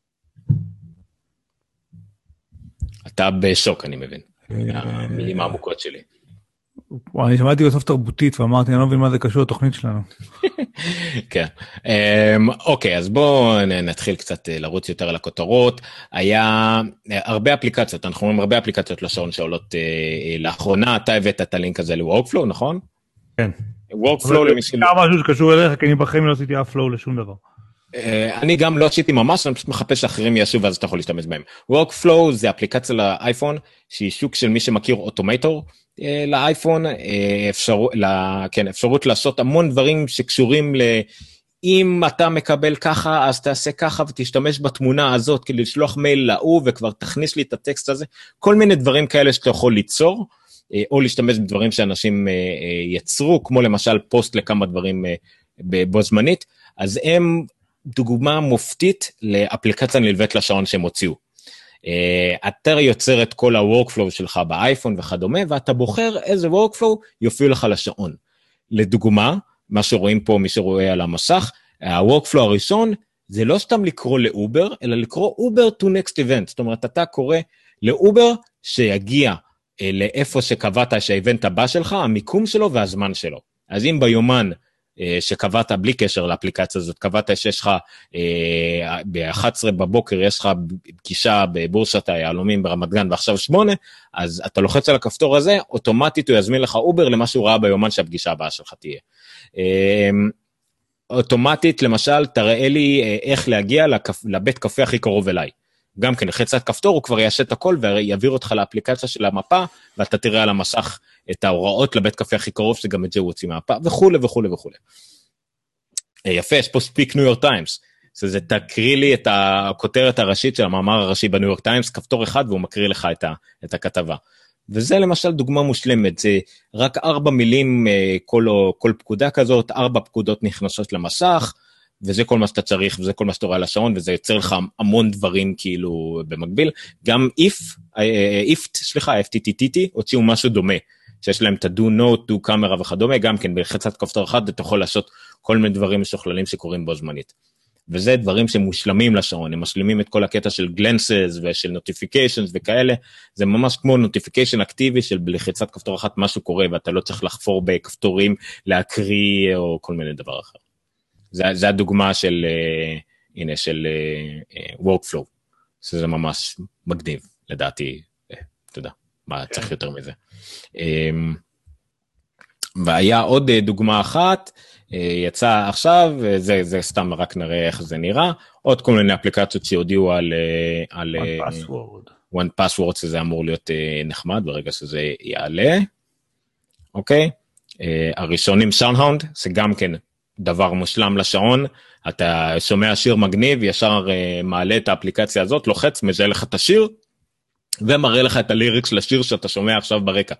אתה בשוק, אני מבין, מהמילים העמוקות שלי. אני שמעתי בסוף תרבותית ואמרתי, אני לא מבין מה זה קשור לתוכנית שלנו. כן. אוקיי, אז בואו נתחיל קצת לרוץ יותר על הכותרות. היה הרבה אפליקציות, אנחנו רואים הרבה אפליקציות לשעון שעולות לאחרונה, אתה הבאת את הלינק הזה ל-Workflow, נכון? כן. Workflow למישהו... משהו שקשור אליך, כי אני בחיים לא עשיתי אף פלואו לשום דבר. אני גם לא עשיתי ממש, אני פשוט מחפש שאחרים יעשו ואז אתה יכול להשתמש בהם. Workflow זה אפליקציה לאייפון, שהיא שוק של מי שמכיר אוטומטור לאייפון, אפשרות לעשות המון דברים שקשורים אם אתה מקבל ככה, אז תעשה ככה ותשתמש בתמונה הזאת כדי לשלוח מייל להוא וכבר תכניס לי את הטקסט הזה, כל מיני דברים כאלה שאתה יכול ליצור, או להשתמש בדברים שאנשים יצרו, כמו למשל פוסט לכמה דברים בו זמנית, אז הם דוגמה מופתית לאפליקציה נלווית לשעון שהם הוציאו. אתה יוצר את כל ה-workflow שלך באייפון וכדומה, ואתה בוחר איזה workflow יופיע לך לשעון. לדוגמה, מה שרואים פה, מי שרואה על המסך, ה-workflow הראשון, זה לא סתם לקרוא לאובר, אלא לקרוא אובר to next event. זאת אומרת, אתה קורא לאובר שיגיע לאיפה שקבעת שהאיבנט הבא שלך, המיקום שלו והזמן שלו. אז אם ביומן שקבעת בלי קשר לאפליקציה הזאת, קבעת שיש לך ב-11 בבוקר, יש לך פגישה בבורסת היהלומים ברמת גן, ועכשיו 8, אז אתה לוחץ על הכפתור הזה, אוטומטית הוא יזמין לך אובר למה שהוא ראה ביומן שהפגישה הבאה שלך תהיה. אוטומטית, למשל, תראה לי איך להגיע לבית קפה הכי קרוב אליי. גם כן, לחצת כפתור, הוא כבר יעשה את הכל, ויעביר אותך לאפליקציה של המפה, ואתה תראה על המסך את ההוראות לבית קפה הכי קרוב, שגם את זה הוא הוציא מהמפה, וכו' וכו' וכו'. יפה, יש פה ספיק ניו יורק טיימס, זה תקריא לי את הכותרת הראשית של המאמר הראשי בניו יורק טיימס, כפתור אחד, והוא מקריא לך את הכתבה. וזה למשל דוגמה מושלמת, זה רק 4 מילים כל פקודה כזאת, 4 פקודות נכנסות למסך, וזה כל מה שאתה צריך, וזה כל מה שאתה רואה על השעון, וזה יוצר לך המון דברים כאילו במקביל. גם FTTT, הוציאו משהו דומה, שיש להם את ה-Do Note, Do Camera וכדומה, גם כן בלחצת כפתור אחד, אתה יכול לעשות כל מיני דברים משוכללים שקורים בו זמנית. וזה דברים שמושלמים לשעון, הם משלימים את כל הקטע של גלנסס ושל נוטיפיקיישנס וכאלה, זה ממש כמו נוטיפיקיישן אקטיבי של בלחיצת כפתור אחת משהו קורה, ואתה לא צריך לחפור בכפתורים להקריא או כל מיני דבר אחר. זה הדוגמה של, הנה, של workflow, שזה ממש מגניב, לדעתי, אתה יודע, מה צריך יותר מזה. והיה עוד דוגמה אחת, יצא עכשיו, זה סתם רק נראה איך זה נראה, עוד כל מיני אפליקציות שהודיעו על One Password, שזה אמור להיות נחמד, ברגע שזה יעלה, אוקיי, הראשונים Soundhound, זה גם כן דבר מושלם לשעון, אתה שומע שיר מגניב, ישר מעלה את האפליקציה הזאת, לוחץ, מזהה לך את השיר, ומראה לך את הליריקס לשיר שאתה שומע עכשיו ברקע.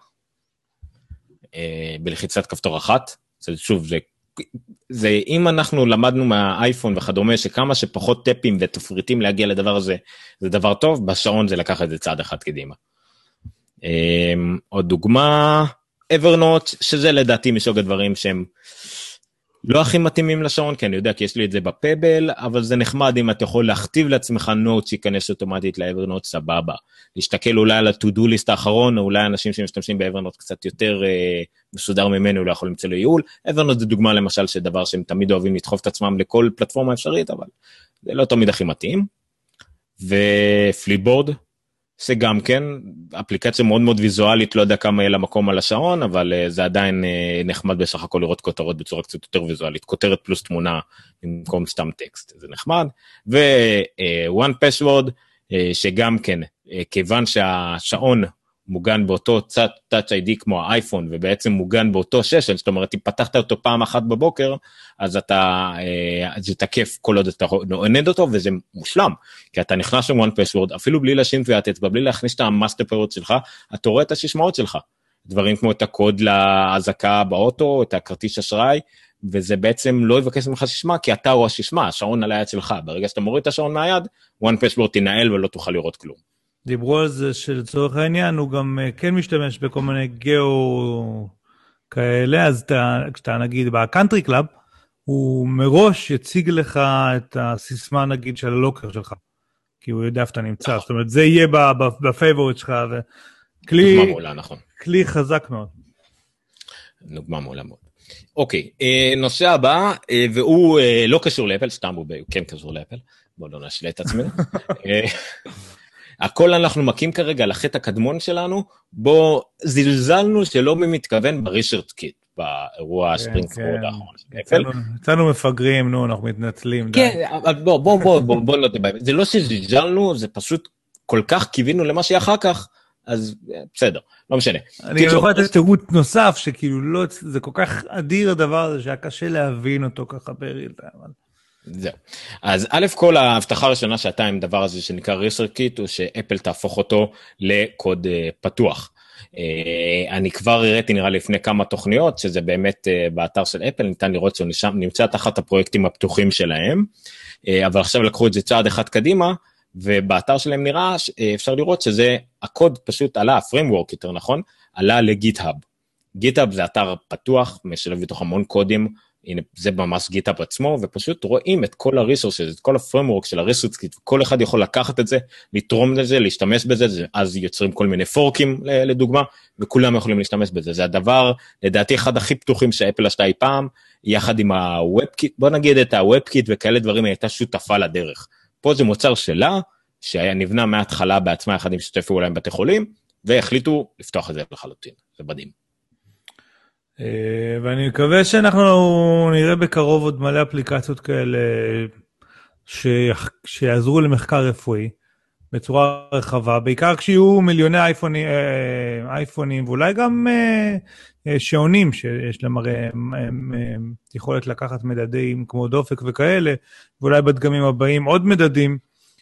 בלחיצת כפתור אחת, שוב, זה אם אנחנו למדנו מהאייפון וכדומה, שכמה שפחות טפים ותפריטים להגיע לדבר הזה, זה דבר טוב, בשעון זה לקח את זה צעד אחד קדימה. עוד דוגמה, Evernote, שזה לדעתי מסוג הדברים שהם לא הכי מתאימים לשעון, כי אני יודע, כי יש לי את זה בפבל, אבל זה נחמד אם אתה יכול להכתיב לעצמך נוט שיכנס אוטומטית לאברנוט, סבבה. להשתכל אולי על ה-to-do list האחרון, או אולי אנשים שמשתמשים באברנוט קצת יותר מסודר ממנו, לא יכול למצוא לו ייעול. אברנוט זה דוגמה למשל של דבר שהם תמיד אוהבים לדחוף את עצמם לכל פלטפורמה אפשרית, אבל זה לא תמיד הכי מתאים. ופליפבורד, זה גם כן, אפליקציה מאוד מאוד ויזואלית, לא יודע כמה יהיה למקום על השעון, אבל זה עדיין נחמד בסך הכל לראות כותרות בצורה קצת יותר ויזואלית, כותרת פלוס תמונה במקום סתם טקסט, זה נחמד. ו-One Password, שגם כן, כיוון שהשעון מוגן באותו Touch ID כמו האייפון, ובעצם מוגן באותו ששן, זאת אומרת, אם פתחת אותו פעם אחת בבוקר, אז זה תקף כל עוד אתה נוענד אותו, וזה מושלם, כי אתה נכנס ל-One Password, אפילו בלי להשאיר טביעת אצבע, בלי להכניס את המאסטר פירוט שלך, אתה רואה את הששמעות שלך, דברים כמו את הקוד להזקה באוטו, את הכרטיס אשראי, וזה בעצם לא יבקש ממך ששמה, כי אתה הוא הששמה, השעון על היד שלך, ברגע שאתה מוריד את השעון מהיד, One Password תנהל ולא תוכל לראות כלום. דיברו על זה שלצורך העניין הוא גם כן משתמש בכל מיני גאו כאלה, אז כשאתה נגיד בקאנטרי קלאב, הוא מראש יציג לך את הסיסמה נגיד של הלוקר שלך, כי הוא יודע איפה אתה נמצא, זאת אומרת זה יהיה בפייבורית שלך, דוגמה מעולה, נכון. כלי חזק מאוד. דוגמה מעולה מאוד. אוקיי, נושא הבא, והוא לא קשור לאפל, סתם הוא כן קשור לאפל, בואו לא נשלה את עצמנו. הכל אנחנו מקים כרגע על החטא הקדמון שלנו, בו זלזלנו שלא במתכוון ברישרד קיט, באירוע הספרינג פורוד האחרון. יצאנו מפגרים, נו, אנחנו מתנצלים. כן, אבל בוא נודה בהם. זה לא שזלזלנו, זה פשוט כל כך קיווינו למה שיהיה אחר כך, אז בסדר, לא משנה. אני יכול לתת תירוץ נוסף, שכאילו לא, זה כל כך אדיר הדבר הזה, שהיה קשה להבין אותו ככה בריל טיים. זהו. אז א' כל ההבטחה הראשונה שהייתה עם דבר הזה שנקרא ריסר קיט, הוא שאפל תהפוך אותו לקוד פתוח. אני כבר הראיתי נראה לפני כמה תוכניות, שזה באמת באתר של אפל, ניתן לראות שהוא נמצא תחת הפרויקטים הפתוחים שלהם, אבל עכשיו לקחו את זה צעד אחד קדימה, ובאתר שלהם נראה, אפשר לראות שזה, הקוד פשוט עלה, הפריימוורק יותר נכון, עלה לגיט-האב. גיט-האב זה אתר פתוח, משלב בתוך המון קודים, הנה, זה ממש גיט-האב עצמו, ופשוט רואים את כל הריסורסס, את כל הפריימוורק של הריסורסקיט, כל אחד יכול לקחת את זה, לתרום לזה, להשתמש בזה, אז יוצרים כל מיני פורקים לדוגמה, וכולם יכולים להשתמש בזה. זה הדבר, לדעתי, אחד הכי פתוחים שאפל עשתה אי פעם, יחד עם הוובקיט, בוא נגיד את הוובקיט וכאלה דברים, הייתה שותפה לדרך. פה זה מוצר שלה, שהיה נבנה מההתחלה בעצמה, אחד עם שותפי אולי עם בתי חולים, והחליטו לפתוח את זה לחלוטין. זה מדהים. ואני מקווה שאנחנו נראה בקרוב עוד מלא אפליקציות כאלה שיעזרו למחקר רפואי בצורה רחבה, בעיקר כשיהיו מיליוני אייפונים ואולי גם שעונים שיש להם הרי יכולת לקחת מדדים כמו דופק וכאלה, ואולי בדגמים הבאים עוד מדדים,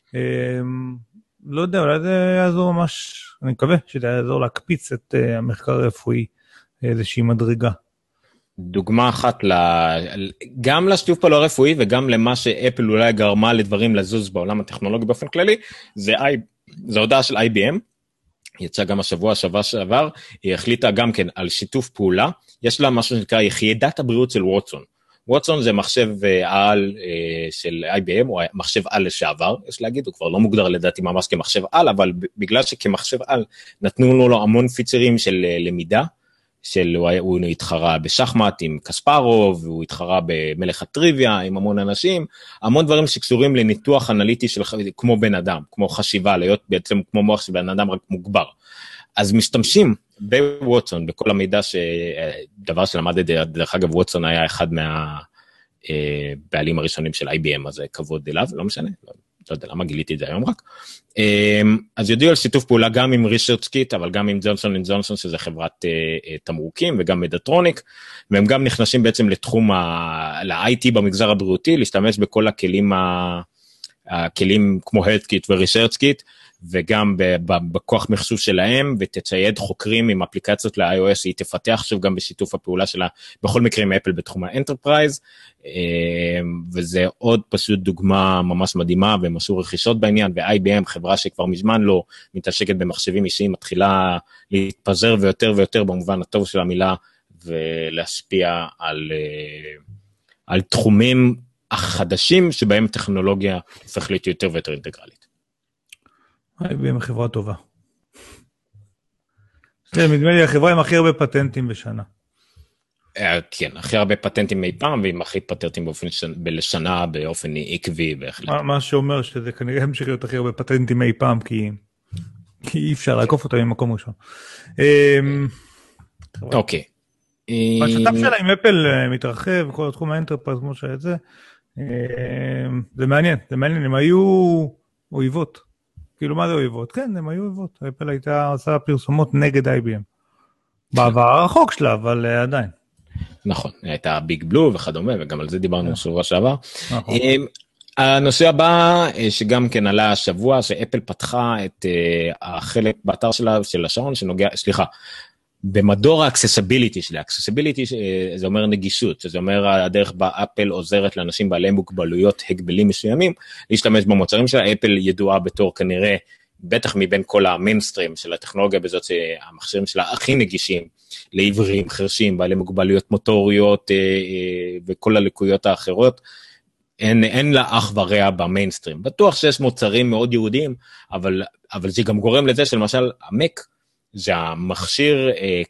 לא יודע, אולי זה יעזור ממש, אני מקווה שזה יעזור להקפיץ את המחקר הרפואי איזושהי מדרגה. דוגמה אחת, גם לשיתוף פעולה רפואי וגם למה שאפל אולי גרמה לדברים לזוז בעולם הטכנולוגי באופן כללי, זה הודעה של IBM, יצא גם השבוע שעבר, היא החליטה גם כן על שיתוף פעולה, יש לה משהו שנקרא יחידת הבריאות של ווטסון. ווטסון זה מחשב על של IBM, הוא מחשב על לשעבר, יש להגיד, הוא כבר לא מוגדר לדעתי ממש כמחשב על, אבל בגלל שכמחשב על נתנו לו המון פיצרים של למידה, הוא התחרה בשחמט עם קספרוב, והוא התחרה במלך הטריוויה עם המון אנשים, המון דברים שקשורים לניתוח אנליטי של כמו בן אדם, כמו חשיבה, להיות בעצם כמו מוח של בן אדם רק מוגבר. אז משתמשים בווטסון, בכל המידע דבר שלמדתי, דרך אגב ווטסון היה אחד מהבעלים הראשונים של IBM, אז כבוד אליו, לא משנה, לא יודע למה גיליתי את זה היום רק. אז יודיעו על שיתוף פעולה גם עם ResearchKit, אבל גם עם ג'ונסון אנד ג'ונסון, שזה חברת תמרוקים, וגם מדטרוניק, והם גם נכנסים בעצם לתחום ל-IT במגזר הבריאותי, להשתמש בכל הכלים כמו HealthKit ו-ResearchKit, וגם בכוח מחשוב שלהם, ותצייד חוקרים עם אפליקציות ל-iOS, היא תפתח שוב גם בשיתוף הפעולה שלה, בכל מקרה עם אפל בתחום האנטרפרייז, וזה עוד פשוט דוגמה ממש מדהימה, והם עשו רכישות בעניין, ו-IBM, חברה שכבר מזמן לא מתעסקת במחשבים אישיים, מתחילה להתפזר ויותר ויותר במובן הטוב של המילה, ולהשפיע על תחומים החדשים, שבהם טכנולוגיה הופך להיות יותר ויותר אינטגרלית. IBM חברה טובה. נדמה לי החברה עם הכי הרבה פטנטים בשנה. כן, הכי הרבה פטנטים אי פעם, ועם הכי פטנטים לשנה באופן עקבי בהחלט. מה שאומר שזה כנראה המשיך להיות הכי הרבה פטנטים אי פעם, כי אי אפשר לעקוף אותם ממקום ראשון. אוקיי. השת"פ שלה עם אפל מתרחב, כל התחום האנטרפרייז כמו שהיה את זה, זה מעניין, הם היו אויבות. כאילו מה זה אויבות? כן, הם היו אויבות. אפל הייתה עושה פרסומות נגד IBM. בעבר הרחוק שלה, אבל עדיין. נכון, הייתה ביג בלו וכדומה, וגם על זה דיברנו שבוע שעבר. הנושא הבא, שגם כן עלה השבוע, שאפל פתחה את החלק באתר שלה, של השעון, שנוגע, סליחה, במדור האקססיביליטי שלה, אקססיביליטי זה אומר נגישות, שזה אומר הדרך בה אפל עוזרת לאנשים בעלי מוגבלויות הגבלים מסוימים, להשתמש במוצרים שלה, אפל ידועה בתור כנראה, בטח מבין כל המיינסטרים של הטכנולוגיה בזאת, שהמכשירים שלה הכי נגישים, לעיוורים, חרשים, בעלי מוגבלויות מוטוריות, וכל הלקויות האחרות, אין לה אח ורע במיינסטרים, בטוח שיש מוצרים מאוד יהודיים, אבל זה גם גורם לזה שלמשל המק, זה המכשיר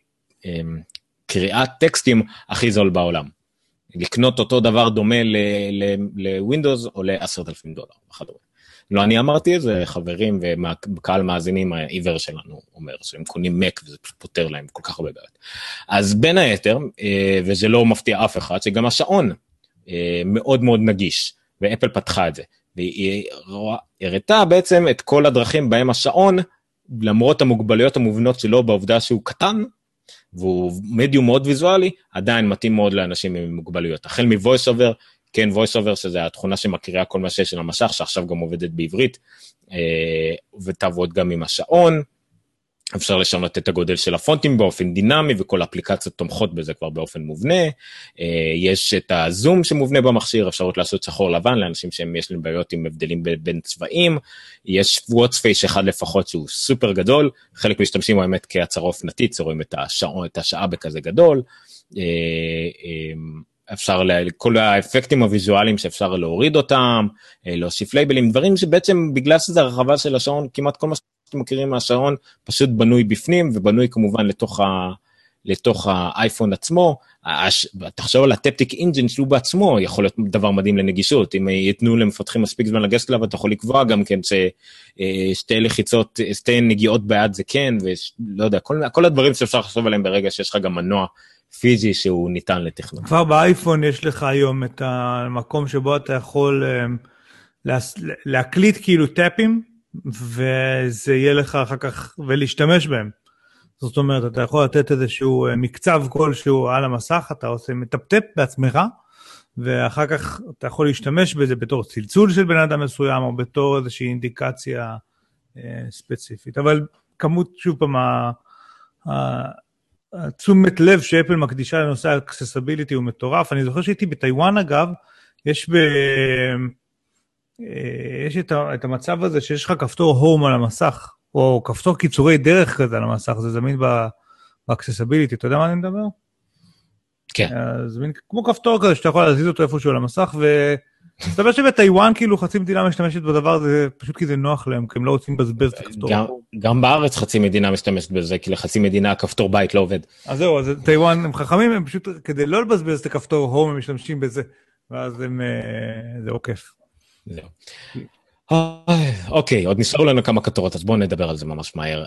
קריאת טקסטים הכי זול בעולם. לקנות אותו דבר דומה לווינדוס או $10,000 וכדומה. לא אני אמרתי את זה, חברים ובקהל מאזינים העיוור שלנו אומר שהם קונים מק וזה פותר להם כל כך הרבה בעיות. אז בין היתר, וזה לא מפתיע אף אחד, שגם השעון מאוד מאוד נגיש, ואפל פתחה את זה. והיא הראתה בעצם את כל הדרכים בהם השעון, למרות המוגבלויות המובנות שלו בעובדה שהוא קטן, והוא מדיום מאוד ויזואלי, עדיין מתאים מאוד לאנשים עם מוגבלויות. החל מ-voice over, כן, voice over, שזה התכונה שמקריאה כל מה שיש של המשך, שעכשיו גם עובדת בעברית, ותעבוד גם עם השעון, אפשר לשנות את הגודל של הפונטים באופן דינמי, וכל האפליקציות תומכות בזה כבר באופן מובנה, יש את הזום שמובנה במכשיר, אפשרות לעשות שחור לבן, לאנשים שיש להם בעיות עם הבדלים בין צבעים, יש וואטספייס אחד לפחות שהוא סופר גדול, חלק משתמשים באמת כהצהרה אופנתית, רואים את השעה בכזה גדול, אפשר כל האפקטים הוויזואליים שאפשר להוריד אותם, להוסיף לייבלים, דברים שבעצם בגלל שזה הרחבה של השעון, כמעט כל מה שאתם מכירים מהשעון, פשוט בנוי בפנים, ובנוי כמובן לתוך האייפון עצמו, תחשוב על הטפטיק אינג'ין שהוא בעצמו, יכול להיות דבר מדהים לנגישות, אם ייתנו למפתחים מספיק זמן לגשת אליו, אתה יכול לקבוע גם כן ששתי לחיצות, שתי נגיעות ביד זה כן, ולא יודע, כל הדברים שאפשר לחשוב עליהם ברגע שיש לך גם מנוע, פיזי שהוא ניתן לתכנון. כבר באייפון יש לך היום את המקום שבו אתה יכול להקליט כאילו טאפים, וזה יהיה לך אחר כך, ולהשתמש בהם. זאת אומרת, אתה יכול לתת איזשהו מקצב כלשהו על המסך, אתה עושה מטפטפ בעצמך, ואחר כך אתה יכול להשתמש בזה בתור צלצול של בן אדם מסוים, או בתור איזושהי אינדיקציה ספציפית. אבל כמות, שוב פעם, תשומת לב שאפל מקדישה לנושא האקססיביליטי הוא מטורף. אני זוכר שהייתי בטיואן אגב, יש את המצב הזה שיש לך כפתור הום על המסך, או כפתור קיצורי דרך כזה על המסך, זה זמין באקססיביליטי, אתה יודע מה אני מדבר? כן. אז מין כמו כפתור כזה שאתה יכול להזיז אותו איפשהו על המסך, ומסתבר שבטיואן כאילו חצי מדינה משתמשת בדבר הזה, פשוט כי זה נוח להם, כי הם לא רוצים לבזבז את הכפתור. גם בארץ חצי מדינה משתמשת בזה, כי לחצי מדינה הכפתור בית לא עובד. אז זהו, אז טיואן הם חכמים, הם פשוט כדי לא לבזבז את הכפתור הום, הם משתמשים בזה, ואז הם, זה עוקף. זהו. אוקיי, עוד נשארו לנו כמה כתורות, אז בואו נדבר על זה ממש מהר.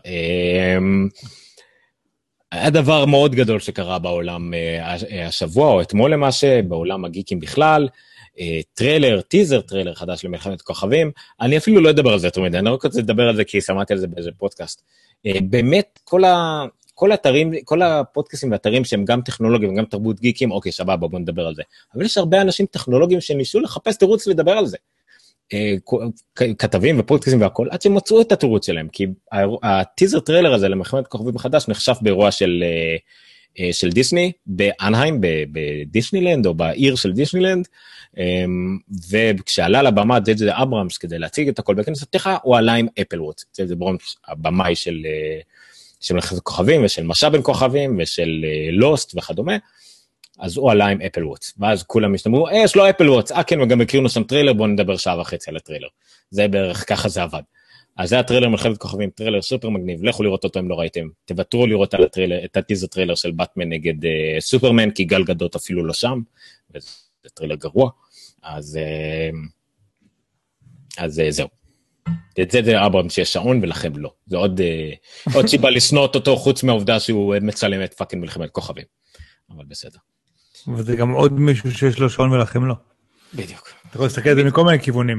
היה דבר מאוד גדול שקרה בעולם השבוע, או אתמול למעשה, בעולם הגיקים בכלל, טיזר טריילר חדש למלחמת כוכבים, אני אפילו לא אדבר על זה יותר מדי, אני רק רוצה לדבר על זה כי שמעתי על זה באיזה פודקאסט. באמת, כל האתרים, כל הפודקאסטים והאתרים שהם גם טכנולוגיים וגם תרבות גיקים, אוקיי, סבבה, בואו נדבר על זה. אבל יש הרבה אנשים טכנולוגיים שניסו לחפש תירוץ לדבר על זה. כתבים ופודקאסטים והכל, עד שהם מצאו את התירוץ שלהם, כי הטיזר טריילר הזה למלחמת כוכבים מחדש נחשף באירוע של דיסני, באנהיים, בדיסנילנד, או בעיר של דיסנילנד, וכשעלה לבמה ג'יי אברמס כדי להציג את הכל בכנס הפתיחה, הוא עלה עם אפל וואץ', ג'יי אברמס, הבמאי של מלחמת כוכבים, ושל משאב בין כוכבים, ושל לוסט וכדומה, אז הוא עלה עם אפל וואץ', ואז כולם משתמרו, יש לו אפל וואץ', כן, וגם הכירנו שם טריילר, בואו נדבר שעה וחצי על הטריילר, זה בערך ככה זה עבד. אז זה הטריילר מלחמת כוכבים, טריילר סופר מגניב, לכו לראות אותו אם לא ראיתם, תוותרו לראות על הטריילר, את הטיזר טריילר של באטמן נגד סופרמן, כי גל גדות אפילו לא שם, וזה טריילר גרוע, אז זהו. את זה אברהם שיש שעון ולכם לא, זה עוד סיבה לסנות אותו, חוץ מהעובדה שהוא מצלם את פאקינג מלחמת כוכבים, אבל בסדר. וזה גם עוד מישהו שיש לו שעון ולכם לא. בדיוק. אתה יכול להסתכל על זה מכל מיני כיוונים.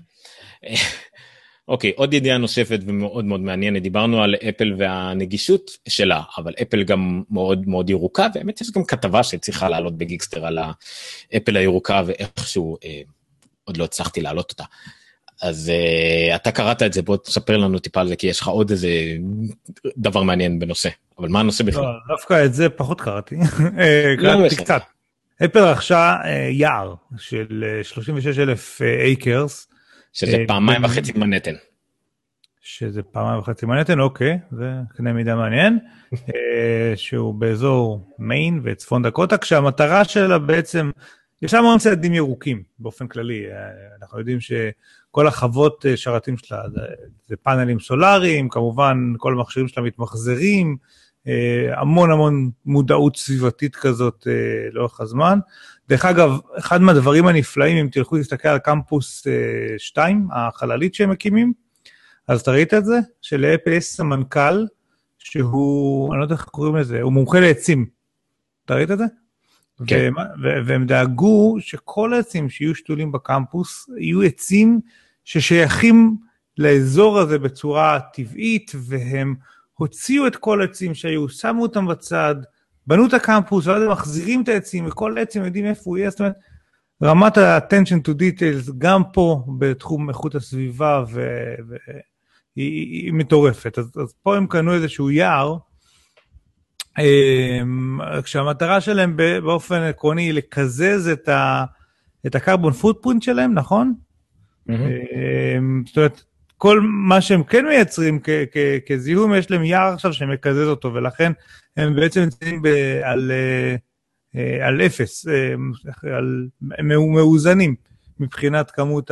אוקיי, עוד ידיעה נוספת ומאוד מאוד מעניינת, דיברנו על אפל והנגישות שלה, אבל אפל גם מאוד מאוד ירוקה, והאמת יש גם כתבה שצריכה לעלות בגיקסטר על האפל הירוקה, ואיכשהו עוד לא הצלחתי לעלות אותה. אז אתה קראת את זה, בוא תספר לנו טיפה על זה, כי יש לך עוד איזה דבר מעניין בנושא, אבל מה הנושא בכלל? לא, דווקא את זה פחות קראתי, קראתי קצת. אפל רכשה יער של 36,000 אייקרס, שזה 2.5 מנהטן. שזה 2.5 מנהטן, אוקיי, זה קנה מידה מעניין, שהוא באזור מיין וצפון דקוטה, כשהמטרה שלה בעצם, יש לה המון צעדים ירוקים באופן כללי, אנחנו יודעים שכל החוות שרתים שלה זה פאנלים סולאריים, כמובן כל המכשירים שלה מתמחזרים, המון מודעות סביבתית כזאת לאורך הזמן. דרך אגב, אחד מהדברים הנפלאים, אם תלכו להסתכל על קמפוס 2, החללית שהם מקימים, אז אתה ראית את זה? שלאפל יש סמנכ"ל, שהוא, אני לא יודע איך קוראים לזה, הוא מומחה לעצים. אתה ראית את זה? כן. והם דאגו שכל העצים שיהיו שתולים בקמפוס, יהיו עצים ששייכים לאזור הזה בצורה טבעית, והם הוציאו את כל העצים שהיו, שמו אותם בצד, בנו את הקמפוס, ואז הם מחזירים את העצים, וכל העצים יודעים איפה הוא יהיה, זאת אומרת, רמת ה-attention to details, גם פה בתחום איכות הסביבה, היא מטורפת. אז פה הם קנו איזשהו יער, כשהמטרה שלהם באופן עקרוני היא לקזז את הקרבון פוטפרינט שלהם, נכון? זאת אומרת, כל מה שהם כן מייצרים כזיהום, יש להם יער עכשיו שמקזז אותו, ולכן הם בעצם נמצאים על אפס, מאוזנים מבחינת כמות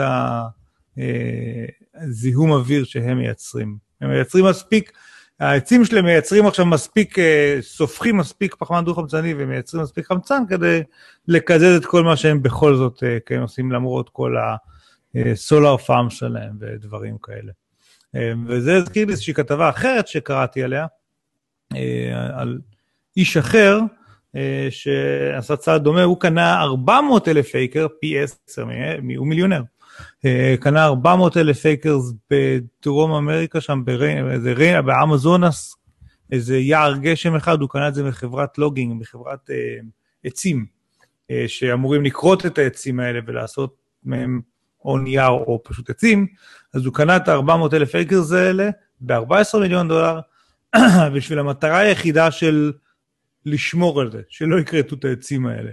הזיהום אוויר שהם מייצרים. הם מייצרים מספיק, העצים שלהם מייצרים עכשיו מספיק, סופחים מספיק פחמן דו-חמצני, ומייצרים מספיק חמצן כדי לקזז את כל מה שהם בכל זאת כן עושים למרות כל הסולר פארם שלהם ודברים כאלה. וזה הזכיר לי איזושהי כתבה אחרת שקראתי עליה, על איש אחר שעשה צעד דומה, הוא קנה 400,000 אייקר, פי 10, הוא מיליונר, קנה 400,000 אייקרס בדרום אמריקה, שם באמזונס, איזה יער גשם אחד, הוא קנה את זה מחברת לוגינג, מחברת עצים, שאמורים לקרות את העצים האלה ולעשות מהם או נייר או פשוט עצים, אז הוא קנה את 400,000 אייקרס האלה ב$14 מיליון, בשביל המטרה היחידה של לשמור על זה, שלא יקרטו את העצים האלה.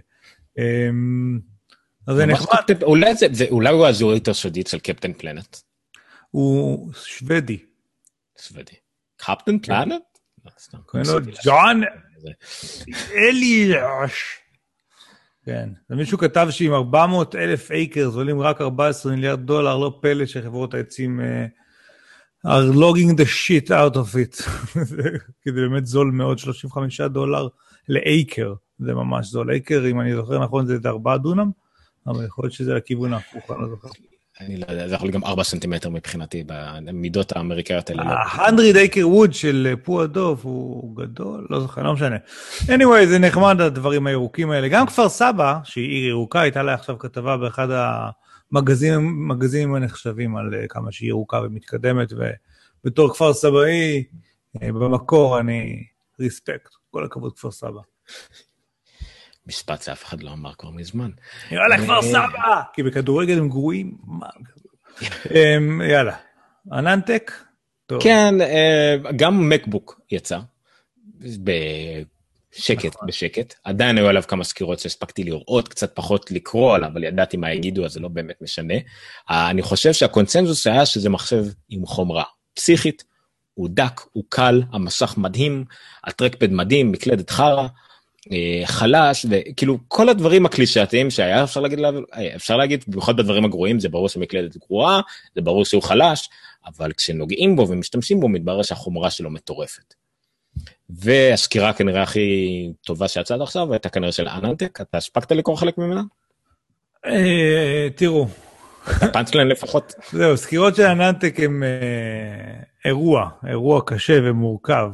אז זה נחמד. אולי הוא הזורית הסודית של קפטן פלנט? הוא שוודי. שוודי. קפטן פלנט? קוראים לו ג'ון אליאש. כן. ומישהו כתב שעם 400,000 אייקרס עולים רק 14 מיליארד דולר, לא פלא שחברות העצים are logging the shit out of it. כי זה באמת זול מאוד, $35 לאייקר. זה ממש זול. אייקר, אם אני זוכר נכון, זה 4 דונם, אבל יכול להיות שזה לכיוון ההפוך, אני לא זוכר. אני לא יודע, זה יכול להיות גם 4 סנטימטר מבחינתי, במידות האמריקאיות האלה. 100 אייקר ווד של פו הדוב הוא גדול, לא זוכר, לא משנה. anyway, זה נחמד הדברים הירוקים האלה. גם כפר סבא, שהיא עיר ירוקה, הייתה לה עכשיו כתבה באחד המגזינים הנחשבים על כמה שהיא ירוקה ומתקדמת, ובתור כפר סבאי, במקור אני ריספקט, כל הכבוד כפר סבא. משפט שאף אחד לא אמר כבר מזמן. יאללה, כפר סבא! כי בכדורגל הם גרועים. יאללה. אננטק? כן, גם מקבוק יצא. בשקט. עדיין היו עליו כמה סקירות שהספקתי לראות, קצת פחות לקרוא עליו, אבל ידעתי מה יגידו, אז זה לא באמת משנה. אני חושב שהקונצנזוס היה שזה מחשב עם חומרה פסיכית, הוא דק, הוא קל, המסך מדהים, הטרקפד מדהים, מקלדת חרה, חלש, וכאילו כל הדברים הקלישאתיים שהיה אפשר להגיד, במיוחד בדברים הגרועים, זה ברור שמקלדת גרועה, זה ברור שהוא חלש, אבל כשנוגעים בו ומשתמשים בו, מתברר שהחומרה שלו מטורפת. והסקירה כנראה הכי טובה שיצאת עכשיו, הייתה כנראה של אננטק, אתה הספקת לקרוא חלק ממנה? תראו. פאנצליין לפחות. זהו, סקירות של אננטק הם אירוע קשה ומורכב,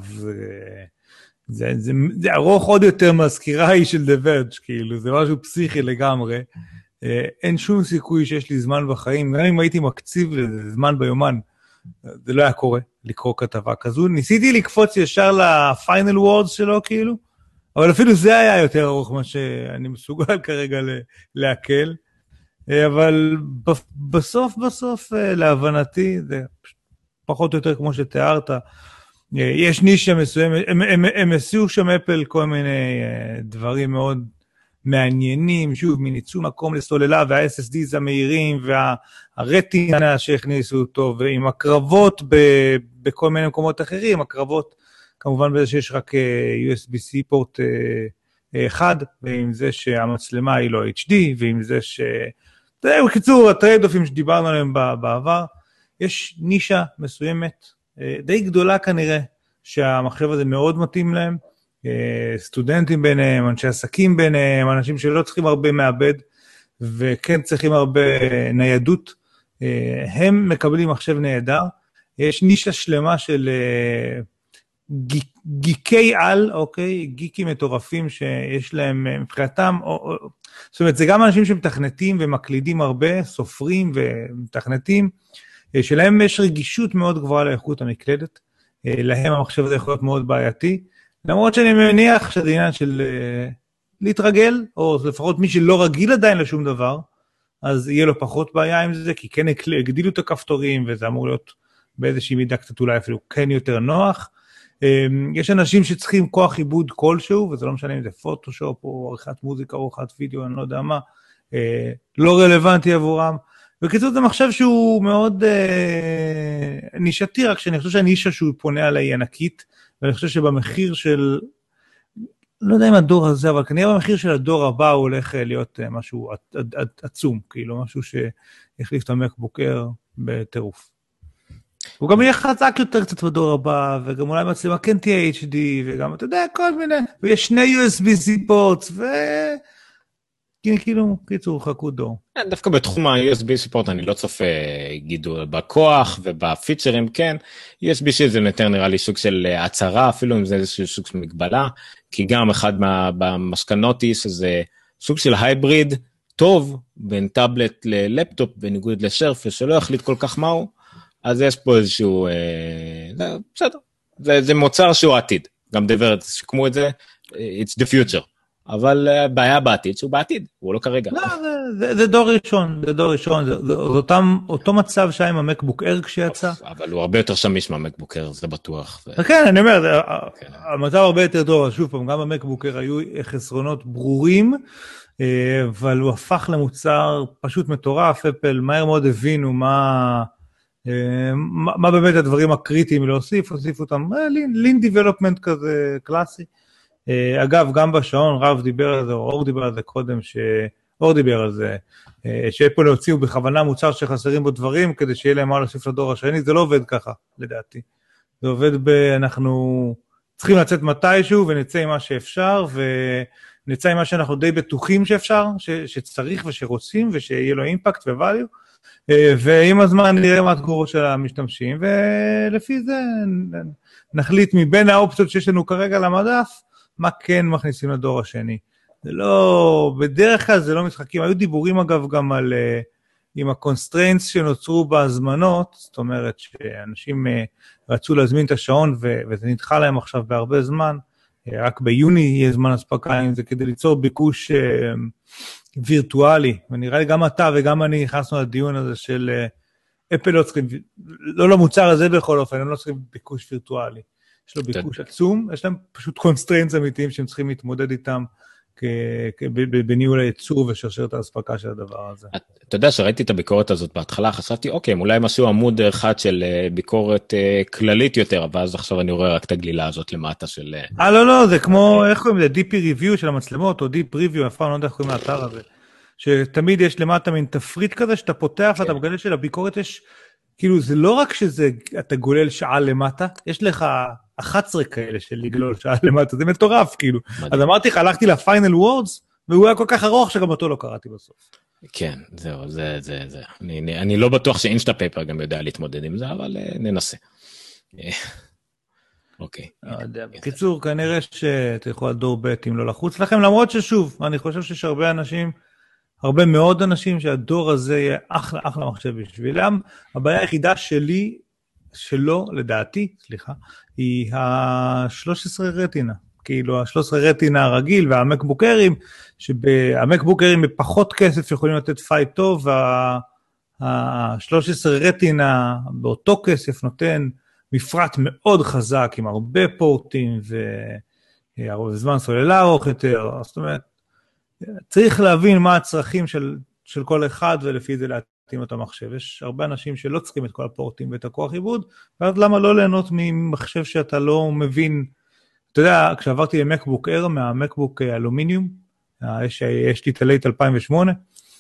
זה ארוך עוד יותר מהסקירה היא של The Verge, כאילו, זה משהו פסיכי לגמרי. אין שום סיכוי שיש לי זמן בחיים, גם אם הייתי מקציב לזמן ביומן, זה לא היה קורה לקרוא כתבה כזו. ניסיתי לקפוץ ישר לפיינל וורדס שלו, כאילו, אבל אפילו זה היה יותר ארוך מה שאני מסוגל כרגע להקל. אבל בסוף, להבנתי, זה פחות או יותר כמו שתיארת, יש נישה מסוימת, הם עשו שם אפל כל מיני דברים מאוד מעניינים, שוב, מניצול מקום לסוללה, וה-SSDs המהירים, והרטינה שהכניסו אותו, ועם הקרבות בכל מיני מקומות אחרים, הקרבות, כמובן בזה שיש רק USB-C פורט אחד, ועם זה שהמצלמה היא לא HD, ועם זה בקיצור, הטרייד-אופים שדיברנו עליהם בעבר, יש נישה מסוימת, די גדולה כנראה, שהמחשב הזה מאוד מתאים להם, סטודנטים ביניהם, אנשי עסקים ביניהם, אנשים שלא צריכים הרבה מעבד, וכן צריכים הרבה ניידות, הם מקבלים מחשב נהדר, יש נישה שלמה של גיקי על, אוקיי, גיקים מטורפים שיש להם מבחינתם, זאת אומרת, זה גם אנשים שמתכנתים ומקלידים הרבה, סופרים ומתכנתים, שלהם יש רגישות מאוד גבוהה לאיכות המקלדת, להם המחשב הזה יכול להיות מאוד בעייתי, למרות שאני מניח שזה עניין של להתרגל, או לפחות מי שלא רגיל עדיין לשום דבר, אז יהיה לו פחות בעיה עם זה, כי כן הגדילו את הכפתורים, וזה אמור להיות באיזושהי מידה קצת אולי אפילו כן יותר נוח. יש אנשים שצריכים כוח עיבוד כלשהו, וזה לא משנה אם זה פוטושופ, או עריכת מוזיקה, או עריכת וידאו, אני לא יודע מה, לא רלוונטי עבורם. בקיצור, זה מחשב שהוא מאוד נישתי, רק שאני חושב שהנישה שהוא פונה עליי היא ענקית, ואני חושב שבמחיר של, לא יודע אם הדור הזה, אבל כנראה במחיר של הדור הבא הוא הולך להיות משהו עצום, כאילו משהו שיחליף את המקבוק אייר בטירוף. הוא גם יהיה חזק יותר קצת בדור הבא, וגם אולי מצלמה כן תהיה HD, וגם, אתה יודע, כל מיני, ויש 2 USB-C פורטס, כאילו, קיצור, חכו דור. דווקא בתחום ה-USB פורט אני לא צופה גידול בכוח ובפיצ'רים, כן. USB-C זה יותר נראה לי סוג של הצהרה, אפילו אם זה איזשהו סוג של מגבלה, כי גם אחד במסקנות היא שזה סוג של הייבריד טוב בין טאבלט ללפטופ, בניגוד לשרפס, שלא יחליט כל כך מהו, אז יש פה איזשהו, בסדר, זה מוצר שהוא עתיד, גם דבר, שיקמו את זה, it's the future. אבל בעיה בעתיד, שהוא בעתיד, הוא לא כרגע. לא, זה דור ראשון, זה אותו מצב שהיה עם המקבוק אייר כשיצא. אבל הוא הרבה יותר שמיש מהמקבוק אייר, זה בטוח. כן, אני אומר, המצב הרבה יותר טוב, שוב פעם, גם במקבוק אייר היו חסרונות ברורים, אבל הוא הפך למוצר פשוט מטורף, אפל מהר מאוד הבינו מה באמת הדברים הקריטיים להוסיף, הוסיפו אותם, לין דיבלופמנט כזה קלאסי, אגב, גם בשעון, רב דיבר על זה, או אור דיבר על זה קודם, אור דיבר על זה, שאפל הוציאו בכוונה מוצר שחסרים בו דברים, כדי שיהיה להם מה להוסיף לדור השני, זה לא עובד ככה, לדעתי. זה עובד אנחנו צריכים לצאת מתישהו, ונצא עם מה שאפשר, ונצא עם מה שאנחנו די בטוחים שאפשר, שצריך ושרוצים, ושיהיה לו אימפקט וואליו, ועם הזמן נראה מה התגובות של המשתמשים, ולפי זה נחליט מבין האופציות שיש לנו כרגע למדף, מה כן מכניסים לדור השני. זה לא, בדרך כלל זה לא משחקים, היו דיבורים אגב גם על, עם הקונסטריינס שנוצרו בהזמנות, זאת אומרת שאנשים רצו להזמין את השעון, וזה נדחה להם עכשיו בהרבה זמן, רק ביוני יהיה זמן הספקה עם זה, כדי ליצור ביקוש וירטואלי, ונראה לי גם אתה וגם אני נכנסנו לדיון הזה של אפל לא צריכים, לא למוצר הזה בכל אופן, הם לא צריכים ביקוש וירטואלי, יש לו ביקוש עצום, יש להם פשוט קונסטריינס אמיתיים שהם צריכים להתמודד איתם, בניהול הייצור ושרשרת ההספקה של הדבר הזה. אתה יודע שראיתי את הביקורת הזאת בהתחלה, חשבתי, אוקיי, אולי הם עשו עמוד אחד של ביקורת כללית יותר, ואז עכשיו אני רואה רק את הגלילה הזאת למטה של... לא, זה כמו, איך קוראים לזה, DP Review של המצלמות, או DP Review, אף פעם לא יודע איך קוראים לאתר הזה, שתמיד יש למטה מין תפריט כזה, שאתה פותח ואתה מגלה שלביקורת יש, כאילו זה לא רק שזה, אתה גולל שעה למטה, יש לך 11 כאלה של לגלול שעה למטה, זה מטורף כאילו. אז אמרתי לך, הלכתי לפיינל וורדס, והוא היה כל כך ארוך שגם אותו לא קראתי בסוף. כן, זהו, זה. אני לא בטוח שאינסטה פייפר גם יודע להתמודד עם זה, אבל ננסה. אוקיי. בקיצור, כנראה שתלכו על דור ב' אם לא לחוץ לכם, למרות ששוב, אני חושב שיש הרבה אנשים, הרבה מאוד אנשים שהדור הזה יהיה אחלה מחשב בשבילם. הבעיה היחידה שלו, לדעתי, היא ה-13 רטינה. כאילו ה-13 רטינה הרגיל והמקבוקרים, שהמקבוקרים בפחות כסף יכולים לתת פייט טוב, וה-13 רטינה באותו כסף נותן מפרט מאוד חזק, עם הרבה פורטים והרבה זמן סוללה ארוך יותר. זאת אומרת, צריך להבין מה הצרכים של כל אחד, ולפי זה להתאים את המחשב. יש הרבה אנשים שלא צריכים את כל הפורטים ואת הכוח עיבוד, ואז למה לא ליהנות ממחשב שאתה לא מבין? אתה יודע, כשעברתי למקבוק אייר, מהמקבוק אלומיניום, יש לי את הלייט 2008,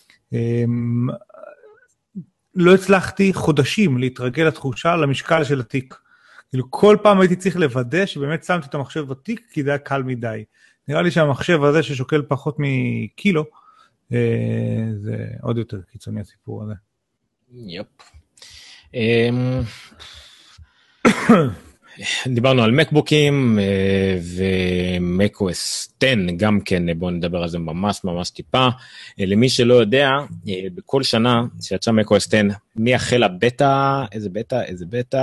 לא הצלחתי חודשים להתרגל לתחושה למשקל של התיק. כאילו כל פעם הייתי צריך לוודא שבאמת שמתי את המחשב בתיק, כי זה היה קל מדי. נראה לי שהמחשב הזה ששוקל פחות מקילו, זה עוד יותר קיצוני הסיפור הזה. יופ. דיברנו על מקבוקים ומקOS 10, גם כן בואו נדבר על זה ממש טיפה. למי שלא יודע, בכל שנה שיצא מקOS 10, מי החל הבטא, איזה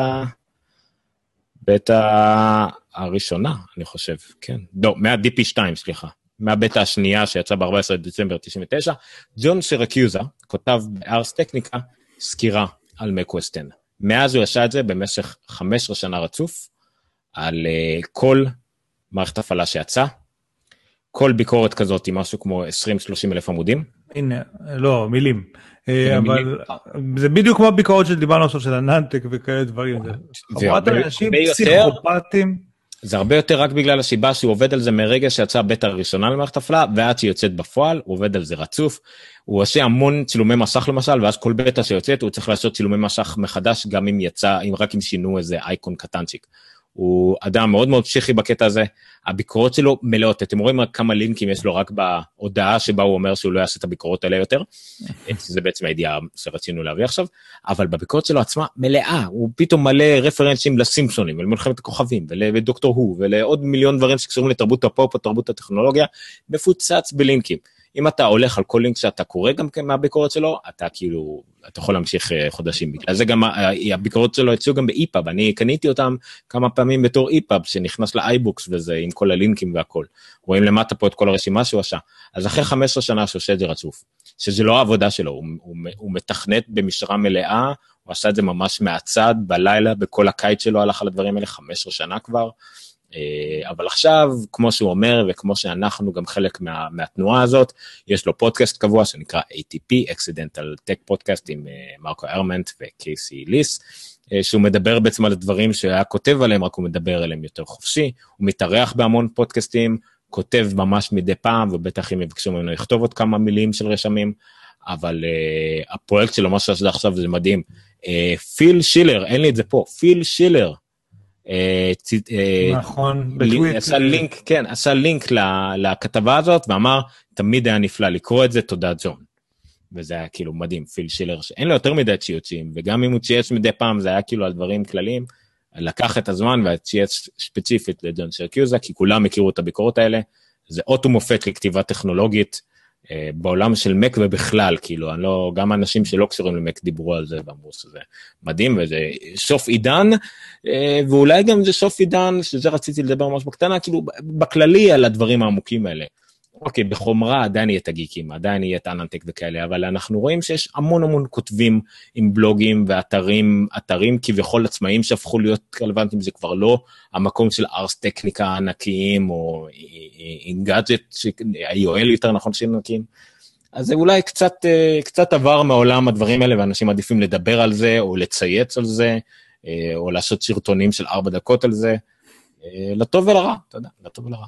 בטא הראשונה, אני חושב, כן. לא, מה-DP2, סליחה. מהבטא השנייה שיצא ב-14 דצמבר 99, ג'ון סרקיוזה כותב בארס טכניקה סקירה על מקOS 10. מאז הוא עשה את זה במשך 15 שנה רצוף, על כל מערכת הפעלה שיצא, כל ביקורת כזאת עם משהו כמו 20-30 אלף עמודים. הנה, לא, מילים. אבל זה בדיוק כמו ביקורת שדיברנו עכשיו של הננטק וכאלה דברים. חבורת אנשים פסיכופטים. זה הרבה יותר רק בגלל הסיבה שהוא עובד על זה מרגע שיצא הבטא הראשונה למערכת הפעלה, ועד שהיא יוצאת בפועל, הוא עובד על זה רצוף, הוא עושה המון צילומי מסך למשל, ואז כל בטא שיוצאת, הוא צריך לעשות צילומי מסך מחדש, גם אם יצא, רק אם שינו איזה אייקון קטנצ'יק. הוא אדם מאוד מאוד פסיכי בקטע הזה, הביקורות שלו מלאות, אתם רואים כמה לינקים יש לו רק בהודעה שבה הוא אומר שהוא לא יעשה את הביקורות האלה יותר, זה בעצם הידיעה שרצינו להביא עכשיו, אבל בביקורת שלו עצמה מלאה, הוא פתאום מלא רפרנסים לסימפסונים, ולמלחמת הכוכבים, ולדוקטור הו, ולעוד מיליון דברים שקשורים לתרבות הפופ או תרבות הטכנולוגיה, מפוצץ בלינקים. אם אתה הולך על כל לינק שאתה קורא גם מהביקורת שלו, אתה כאילו, אתה יכול להמשיך חודשים. אז זה גם, הביקורות שלו יצאו גם באיפאב, אני קניתי אותם כמה פעמים בתור איפאב, שנכנס לאייבוקס וזה, עם כל הלינקים והכל. רואים למטה פה את כל הרשימה שהוא עשה. אז אחרי 15 שנה שעושה את זה רצוף, שזה לא העבודה שלו, הוא מתכנת במשרה מלאה, הוא עשה את זה ממש מהצד, בלילה, בכל הקיץ שלו הלך על הדברים האלה, 15 שנה כבר, אבל עכשיו, כמו שהוא אומר, וכמו שאנחנו גם חלק מהתנועה הזאת, יש לו פודקאסט קבוע שנקרא ATP, Accidental Tech Podcast, עם מרקו ארמנט וקייסי ליס, שהוא מדבר בעצם על הדברים שהיה כותב עליהם, רק הוא מדבר עליהם יותר חופשי, הוא מתארח בהמון פודקאסטים, כותב ממש מדי פעם, ובטח אם יבקשו ממנו לכתוב עוד כמה מילים של רשמים, אבל הפרויקט שלו, מה שעשה עכשיו זה מדהים. פיל שילר, אין לי את זה פה, פיל שילר, נכון, בטוויט. עשה לינק לכתבה הזאת, ואמר, תמיד היה נפלא לקרוא את זה, תודה ג'ון. וזה היה כאילו מדהים, פיל שילר, שאין לו יותר מדי ציוצים, וגם אם הוא צייץ מדי פעם, זה היה כאילו על דברים כלליים, לקח את הזמן והצייץ ספציפית לג'ון סרקיוזה, כי כולם הכירו את הביקורות האלה, זה אוטו מופת לכתיבה טכנולוגית, בעולם של מק ובכלל, כאילו, גם האנשים שלא קשורים למק דיברו על זה, ואמרו שזה מדהים, וזה סוף עידן, ואולי גם זה סוף עידן, שזה רציתי לדבר ממש בקטנה, כאילו, בכללי על הדברים העמוקים האלה. אוקיי, בחומרה עדיין יהיה את הגיקים, עדיין יהיה את אננטק וכאלה, אבל אנחנו רואים שיש המון כותבים עם בלוגים ואתרים כביכול עצמאיים שהפכו להיות רלוונטיים, זה כבר לא המקום של ארס טכניקה ענקיים, או אינגאדג'ט, IOL יותר נכון שהם ענקיים, אז זה אולי קצת עבר מעולם הדברים האלה, ואנשים עדיפים לדבר על זה, או לצייץ על זה, או לעשות סרטונים של 4 דקות על זה, לטוב ולרע, אתה יודע, לטוב ולרע.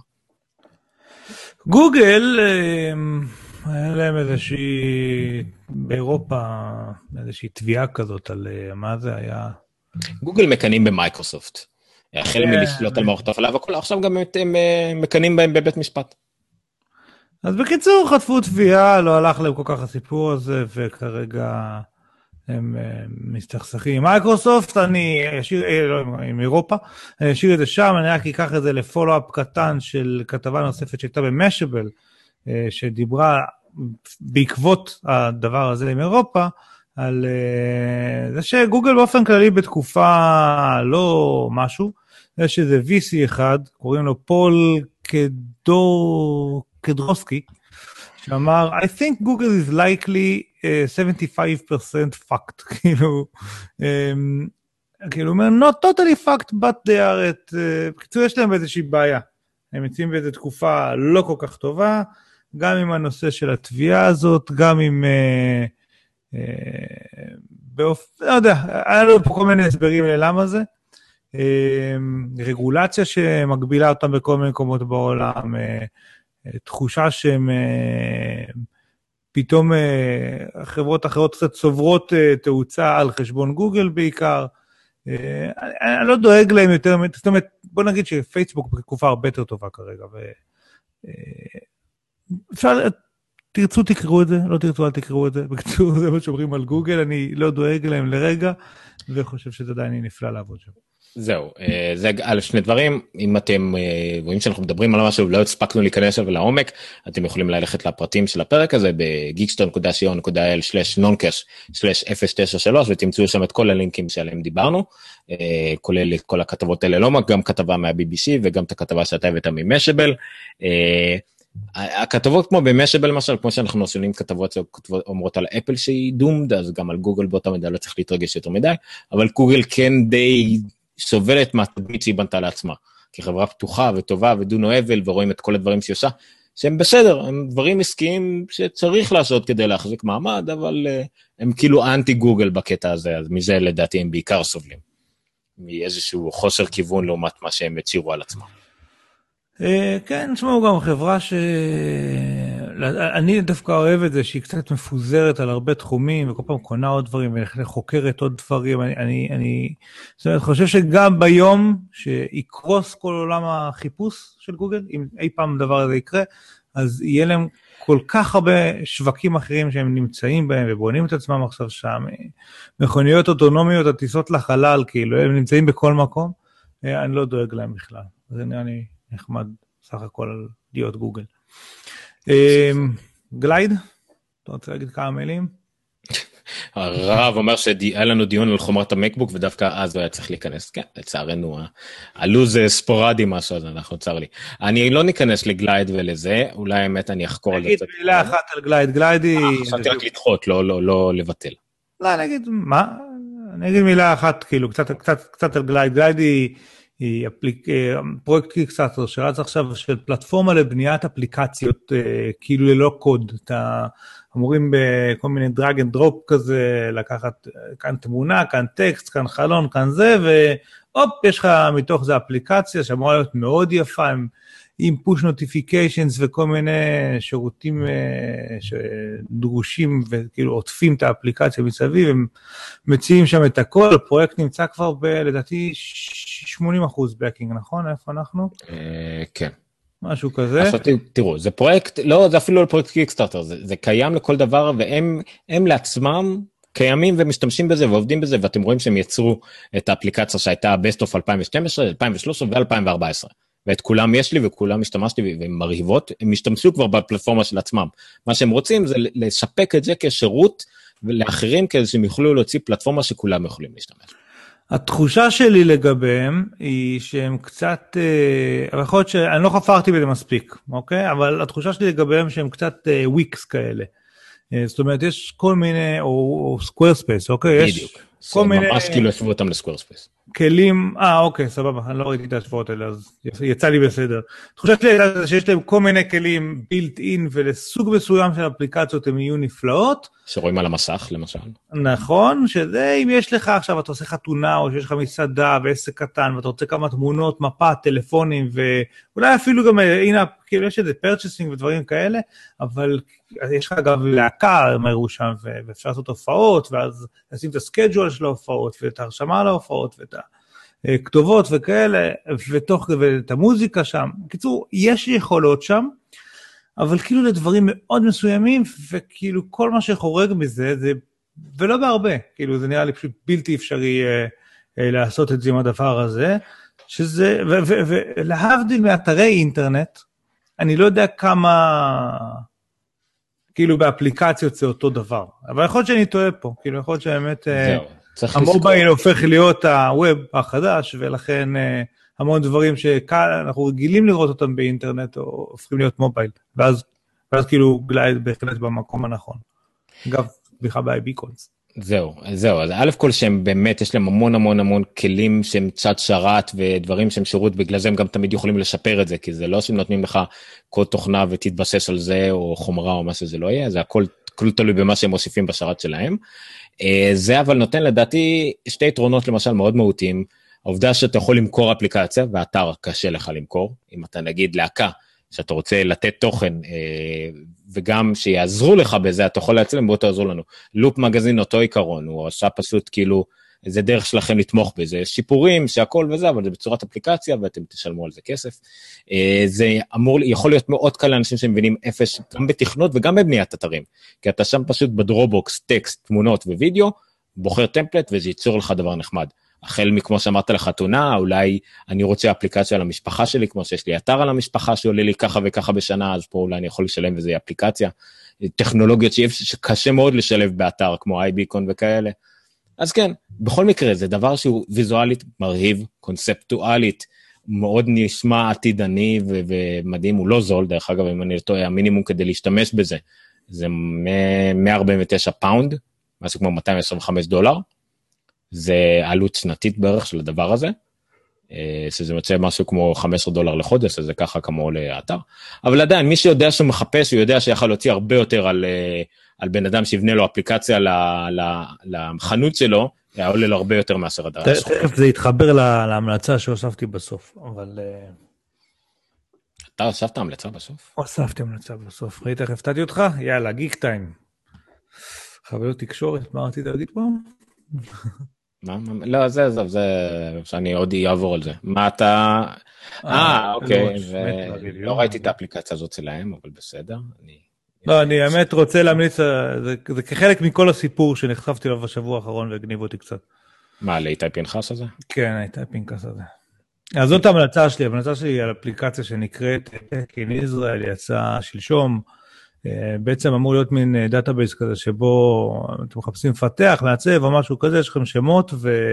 גוגל, היה להם באירופה, איזושהי תביעה כזאת על מה זה היה. גוגל מקנים במייקרוסופט. החל מלשלוט על מערכות הפעלה וכל, עכשיו גם הם מקנים בהם בבית משפט. אז בקיצור, חטפו תביעה, לא הלך להם כל כך הסיפור הזה, וכרגע הם מסתכסכים עם מייקרוסופט, עם אירופה, אני אשאיר את זה שם, אני רק אקח את זה לפולו-אפ קטן של כתבה נוספת שהייתה במשאבל, שדיברה בעקבות הדבר הזה עם אירופה, על זה שגוגל באופן כללי בתקופה לא משהו, יש איזה VC אחד, קוראים לו פול קדרוסקי, שאמר, I think Google is likely 75% fucked, כאילו, אומר, not totally fucked, but they are at, בקיצור, יש להם איזושהי בעיה, הם יוצאים באיזו תקופה לא כל כך טובה, גם עם הנושא של התביעה הזאת, גם עם, לא יודע, היה לו פה כל מיני הסברים ללמה זה, רגולציה שמגבילה אותם בכל מיני מקומות בעולם, תחושה שהם פתאום חברות אחרות קצת צוברות תאוצה על חשבון גוגל בעיקר. אני לא דואג להם יותר, זאת אומרת, בוא נגיד שפייסבוק בתקופה הרבה יותר טובה כרגע, אפשר, תרצו תקראו את זה, לא תרצו אל תקראו את זה, בקצור זה מה שאומרים על גוגל, אני לא דואג להם לרגע, וחושב שזה עדיין נפלא לעבוד שם. זהו, זה על שני דברים, אם אתם רואים שאנחנו מדברים על משהו, לא הספקנו להיכנס אליו לעומק, אתם יכולים ללכת לפרטים של הפרק הזה, ב-geekstone.co.il/noncast/093, ותמצאו שם את כל הלינקים שעליהם דיברנו, כולל את כל הכתבות האלה, לא גם כתבה מה-BBC, וגם את הכתבה שאתה הבאת ממשאבל, הכתבות כמו במשאבל למשל, כמו שאנחנו עושים כתבות שאומרות על אפל שהיא דומד, אז גם על גוגל באותה מידה לא צריך להתרגש יותר מדי, אבל גוגל כן די סובלת מהתדמית שהיא בנתה לעצמה, כחברה פתוחה וטובה ודונו אבל, ורואים את כל הדברים שהיא עושה, שהם בסדר, הם דברים עסקיים שצריך לעשות כדי להחזיק מעמד, אבל הם כאילו אנטי גוגל בקטע הזה, אז מזה לדעתי הם בעיקר סובלים, מאיזשהו חוסר כיוון לעומת מה שהם הצהירו על עצמם. כן, תשמעו גם חברה אני דווקא אוהב את זה, שהיא קצת מפוזרת על הרבה תחומים, וכל פעם קונה עוד דברים, וחוקרת עוד דברים, אני חושב שגם ביום שיקרוס כל עולם החיפוש של גוגל, אם אי פעם דבר הזה יקרה, אז יהיה להם כל כך הרבה שווקים אחרים שהם נמצאים בהם, ובונים את עצמם עכשיו שם, מכוניות אוטונומיות, הטיסות לחלל, כאילו, הם נמצאים בכל מקום, אני לא דואג להם בכלל, זה נראה לי נחמד סך הכל על להיות גוגל. גלייד, אתה רוצה להגיד כמה מילים? הרב אומר שהיה לנו דיון על חומרת המקבוק, ודווקא אז הוא היה צריך להיכנס, כן, לצערנו, הלוז ספורדי משהו, אז אנחנו צר לי. אני לא ניכנס לגלייד ולזה, אולי האמת אני אחקור על זה. נגיד מילה אחת על גלייד, גלייד היא... חשבתי רק לדחות, לא לבטל. לא, אני אגיד, מה? אני אגיד מילה אחת, כאילו, קצת על גלייד, גלייד היא פרויקט קיקסטארטר שרץ עכשיו של פלטפורמה לבניית אפליקציות כאילו ללא קוד, אתה אמורים בכל מיני דרג אנד דרופ כזה, לקחת כאן תמונה, כאן טקסט, כאן חלון, כאן זה, והופ, יש לך מתוך זה אפליקציה שאמורה להיות מאוד יפה, עם push notifications וכל מיני שירותים שדרושים וכאילו עוטפים את האפליקציה מסביב, הם מציעים שם את הכל, הפרויקט נמצא כבר לדעתי 80% בקינג, נכון? איפה אנחנו? כן. משהו כזה. עכשיו תראו, זה פרויקט, לא, זה אפילו לא פרויקט קיקסטארטר, זה קיים לכל דבר, והם לעצמם קיימים ומשתמשים בזה ועובדים בזה, ואתם רואים שהם יצרו את האפליקציה שהייתה Best of 2012, 2013 ו-2014. ואת כולם יש לי וכולם השתמשתי והן מרהיבות, הם השתמשו כבר בפלטפורמה של עצמם. מה שהם רוצים זה לספק את זה כשירות ולאחרים כדי שהם יוכלו להוציא פלטפורמה שכולם יכולים להשתמש. התחושה שלי לגביהם היא שהם קצת, אבל יכול להיות שאני לא חפרתי בזה מספיק, אוקיי? אבל התחושה שלי לגביהם שהם קצת וויקס כאלה. זאת אומרת, יש כל מיני, או סקוורספייס, אוקיי? בדיוק. זה ממש כאילו השוו אותם לסקוורספייס. כלים, אוקיי, סבבה, אני לא ראיתי את ההשוואות האלה, אז יצא לי בסדר. תחושה שלי זה שיש להם כל מיני כלים built in, ולסוג מסוים של אפליקציות הם יהיו נפלאות. שרואים על המסך, למשל. נכון, שזה אם יש לך עכשיו, אתה עושה חתונה, או שיש לך מסעדה ועסק קטן, ואתה רוצה כמה תמונות, מפה, טלפונים, ואולי אפילו גם, הנה, כאילו יש איזה פרצ'סינג ודברים כאלה, אבל יש לך גם להקה, הם הראו שם, ואפשר לעשות הופעות, ואז לשים את הסקייג'ול של ההופעות, ואת ההרשמה להופעות, ואת הכתובות וכאלה, ואת המוזיקה שם. בקיצור, יש יכולות שם, אבל כאילו לדברים מאוד מסוימים, וכאילו כל מה שחורג מזה, זה, ולא בהרבה, כאילו זה נראה לי פשוט בלתי אפשרי לעשות את זה עם הדבר הזה, שזה, ולהבדיל מאתרי אינטרנט, אני לא יודע כמה, כאילו באפליקציות זה אותו דבר, אבל יכול להיות שאני טועה פה, כאילו יכול להיות שבאמת, המובייל הופך להיות הווב החדש, ולכן המון דברים שאנחנו רגילים לראות אותם באינטרנט, או הופכים להיות מובייל, ואז כאילו גלייד בהחלט במקום הנכון. אגב, בכלל באייביקונס. זהו, אז א' כל שהם באמת, יש להם המון כלים שהם צד שרת ודברים שהם שירות, בגלל זה הם גם תמיד יכולים לשפר את זה, כי זה לא שהם נותנים לך קוד תוכנה ותתבסס על זה, או חומרה או מה שזה לא יהיה, זה הכל תלוי במה שהם מוסיפים בשרת שלהם. זה אבל נותן לדעתי שתי יתרונות למשל מאוד מהותיים, העובדה שאתה יכול למכור אפליקציה, ואתר קשה לך למכור, אם אתה נגיד להקה, שאתה רוצה לתת תוכן, וגם שיעזרו לך בזה, אתה יכול להצלם, בוא תעזור לנו. לופ מגזין אותו עיקרון, הוא עשה פשוט כאילו, זה דרך שלכם לתמוך בזה, שיפורים שהכל וזה, אבל זה בצורת אפליקציה, ואתם תשלמו על זה כסף. זה יכול להיות מאוד קל לאנשים שמבינים אפס, גם בתכנות וגם בבניית אתרים, כי אתה שם פשוט בדרובוקס, טקסט, תמונות ווידאו, בוחר טמפלט וזה ייצור לך דבר נחמד. החל מכמו שאמרת לחתונה, אולי אני רוצה אפליקציה על המשפחה שלי, כמו שיש לי אתר על המשפחה שעולה לי ככה וככה בשנה, אז פה אולי אני יכול לשלם וזה יהיה אפליקציה. טכנולוגיות שקשה מאוד לשלב באתר, כמו איי-ביקון וכאלה. אז כן, בכל מקרה, זה דבר שהוא ויזואלית מרהיב, קונספטואלית, מאוד נשמע עתידני ומדהים, הוא לא זול, דרך אגב, אם אני טועה, המינימום כדי להשתמש בזה, זה 149 פאונד, משהו כמו $225, זה עלות שנתית בערך של הדבר הזה, שזה מצא משהו כמו $15 לחודש, אז זה ככה כמו עולה האתר, אבל עדיין, מי שיודע שהוא מחפש, הוא יודע שיכול להוציא הרבה יותר על בן אדם שיבנה לו אפליקציה לחנות שלו, היה עולה לו הרבה יותר מאשר הדבר. תכף זה יתחבר להמלצה שהוספתי בסוף, אבל... אתה הוספת המלצה בסוף? הוספתי המלצה בסוף, ראית איך הפתעתי אותך? יאללה, גיק טיים. חוויות תקשורת, מה רצית להגיד פה? לא, זה שאני עוד אעבור על זה. מה אתה... אוקיי, לא ראיתי את האפליקציה הזאת שלהם, אבל בסדר. לא, אני האמת רוצה להמליץ, זה כחלק מכל הסיפור שנחשפתי לו בשבוע האחרון והגניב אותי קצת. מה, לאיתי פנחס הזה? כן, איתי פנחס הזה. אז זאת ההמלצה שלי, ההמלצה שלי היא על אפליקציה שנקראת Tech in Israel, יצאה שלשום, בעצם אמור להיות מין דאטאבייס כזה, שבו אתם מחפשים מפתח, מעצב או משהו כזה, יש לכם שמות,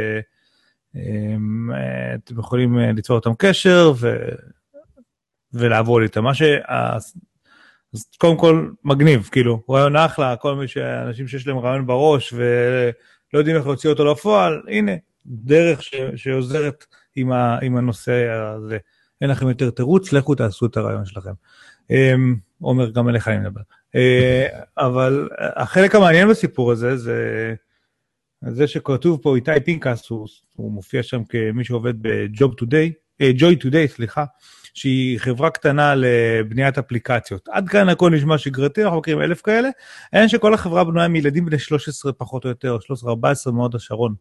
ואתם יכולים ליצור אותם קשר, ולעבור איתם. אז קודם כל מגניב, כאילו, רעיון אחלה, כל מי שאנשים שיש להם רעיון בראש, ולא יודעים איך להוציא אותו לפועל, הנה, דרך שעוזרת עם הנושא הזה. אין לכם יותר תירוץ, לכו תעשו את הרעיון שלכם. עומר, גם אליך אני מדבר. אבל החלק המעניין בסיפור הזה, זה שכתוב פה איתי פנחס, הוא מופיע שם כמי שעובד ב-Joy Today, סליחה, שהיא חברה קטנה לבניית אפליקציות. עד כאן הכל נשמע שגרתי, אנחנו מכירים 1,000 כאלה, אין שכל החברה בנויה מילדים בני 13 פחות או יותר, 13-14 מאוד השרון.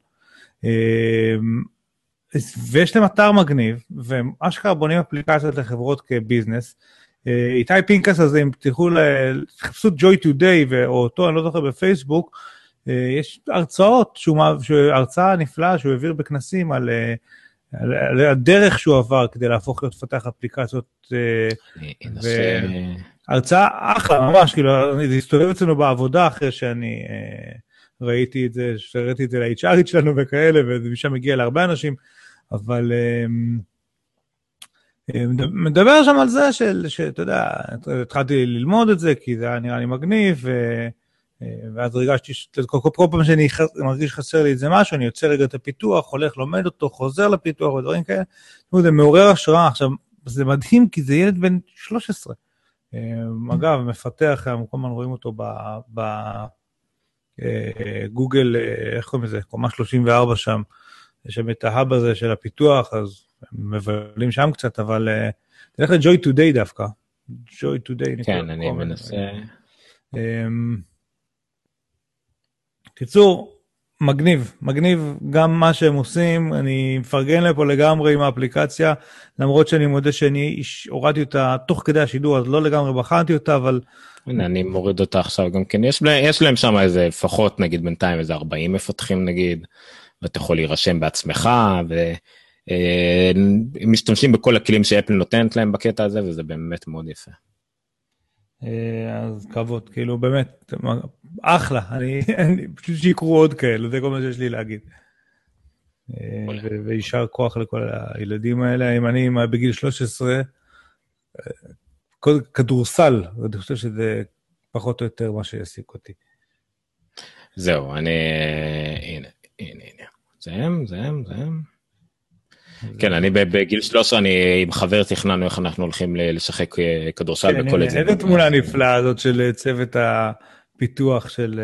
ויש להם אתר מגניב, והם אשכרה בונים אפליקציות לחברות כביזנס. איתי פינקס הזה, אם תחפשו Joy Today, או אותו, אני לא זוכר בפייסבוק, יש הרצאות, הרצאה נפלאה שהוא העביר בכנסים על הדרך שהוא עבר כדי להפוך להיות פתח אפליקציות. הרצאה אחלה, ממש, כאילו, זה הסתובב אצלנו בעבודה אחרי שאני ראיתי את זה, שראיתי את זה ל-HRית שלנו וכאלה, ומשם מגיע להרבה אנשים, אבל מדבר שם על זה שאתה יודע, התחלתי ללמוד את זה, כי זה היה נראה לי מגניב, ואז הרגשתי, כל פעם שאני מרגיש חסר לי את זה משהו, אני יוצא רגע את הפיתוח, הולך, לומד אותו, חוזר לפיתוח ודברים כאלה, זה מעורר השראה. עכשיו, זה מדהים, כי זה ילד בן 13. אגב, מפתח, כל הזמן רואים אותו בגוגל, איך קוראים לזה? קומה 34 שם, יש שם את ההאב הזה של הפיתוח, אז הם מבלים שם קצת, אבל תלך ל-Joy Today דווקא. Joy Today. כן, אני מנסה. קיצור, מגניב גם מה שהם עושים, אני מפרגן לפה לגמרי עם האפליקציה, למרות שאני מודה שאני הורדתי אותה תוך כדי השידור, אז לא לגמרי בחנתי אותה, אבל... הנה, אני מוריד אותה עכשיו גם כן, יש להם שם איזה, לפחות נגיד בינתיים איזה 40 מפתחים נגיד, ואתה יכול להירשם בעצמך, ומשתמשים בכל הכלים שאפל נותנת להם בקטע הזה, וזה באמת מאוד יפה. אז כבוד, כאילו באמת, אחלה, אני פשוט שיקרו עוד כאלה, זה כל מה שיש לי להגיד. וישר כוח לכל הילדים האלה, אם אני בגיל 13, כדורסל, אני חושב שזה פחות או יותר מה שיעסיק אותי. זהו, הנה. זה הם. כן, אני בגיל 13, אני עם חבר תכננו איך אנחנו הולכים לשחק כדורסל בכל איזה. איזה תמונה נפלאה הזאת של צוות הפיתוח של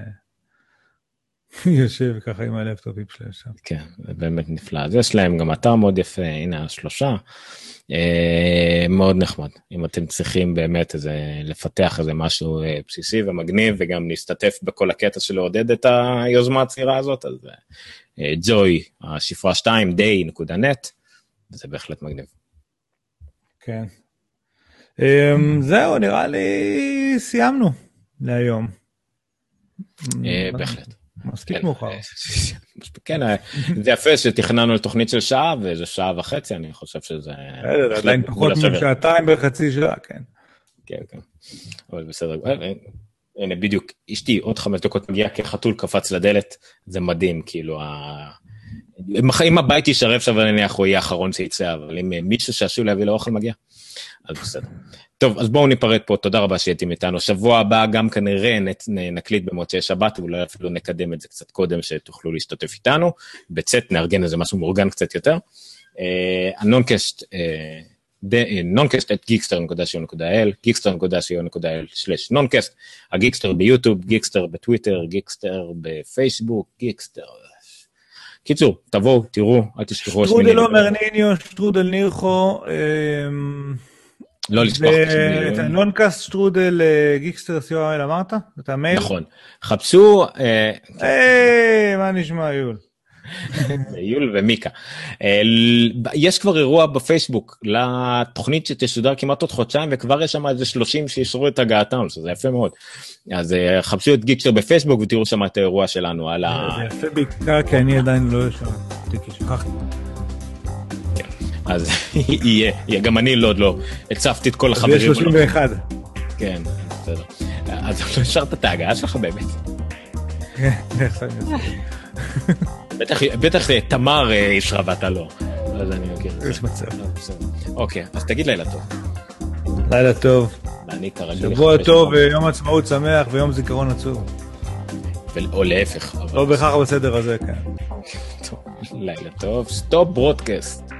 יושב ככה עם הלפטופים שלהם שם. כן, זה באמת נפלא. אז יש להם גם אתר מאוד יפה, הנה 3, מאוד נחמד. אם אתם צריכים באמת לפתח איזה משהו בסיסי ומגניב, וגם להשתתף בכל הקטע של לעודד את היוזמה הצעירה הזאת, אז Joy, השפרה 2, day.net, וזה בהחלט מגניב. כן. זהו, נראה לי סיימנו להיום. בהחלט. מספיק מאוחר. כן, זה יפה שתכננו לתוכנית של שעה, וזה שעה וחצי, אני חושב שזה... עדיין פחות משעתיים בחצי שעה, כן. כן. אבל בסדר. הנה, בדיוק, אשתי עוד 5 דקות מגיעה, כי חתול קפץ לדלת, זה מדהים, כאילו, אם הבית יישרף שווה נניח, הוא יהיה האחרון שיצא, אבל אם מישהו שעשוי להביא לאוכל מגיע, אז בסדר. טוב, אז בואו ניפרד פה, תודה רבה שהייתם איתנו. שבוע הבא גם כנראה נקליט במוצאי שבת, ואולי אפילו נקדם את זה קצת קודם, שתוכלו להשתתף איתנו. בצאת נארגן איזה משהו מאורגן קצת יותר. הנונקאסט, noncast@geekster.co.il, geekster.co.il/noncast, הגיקסטר ביוטיוב, גיקסטר בטוויטר, גיקסטר בפייסבוק, גיקסטר. קיצור, תבואו, תראו, אל תשכחו. שטרודל עומר ניניו, שטרודל נירחו, לא לשכוח. את הנונקאסט שטרודל גיקסטר co.il אמרת? את המייל? נכון. חפשו... מה נשמע יול? יול ומיקה. יש כבר אירוע בפייסבוק לתוכנית שתשודר כמעט עוד חודשיים, וכבר יש שם איזה 30 שישרו את הגעתם, שזה יפה מאוד. אז חפשו את גיקסטר בפייסבוק ותראו שם את האירוע שלנו על ה... זה יפה בעיקר, כי אני עדיין לא יושב. שכחתי. אז יהיה, גם אני לא הצפתי את כל החברים. זה 31. כן, בסדר. אז לא השארת את ההגעה שלך באמת. כן, עכשיו בטח תמר ישרה ואתה לא. אז אני מכיר. יש מצב. אוקיי, אז תגיד לילה טוב. לילה טוב. שבוע טוב ויום עצמאות שמח ויום זיכרון עצוב. או להפך. לא בכך בסדר הזה, כן. לילה טוב, סטופ ברודקאסט.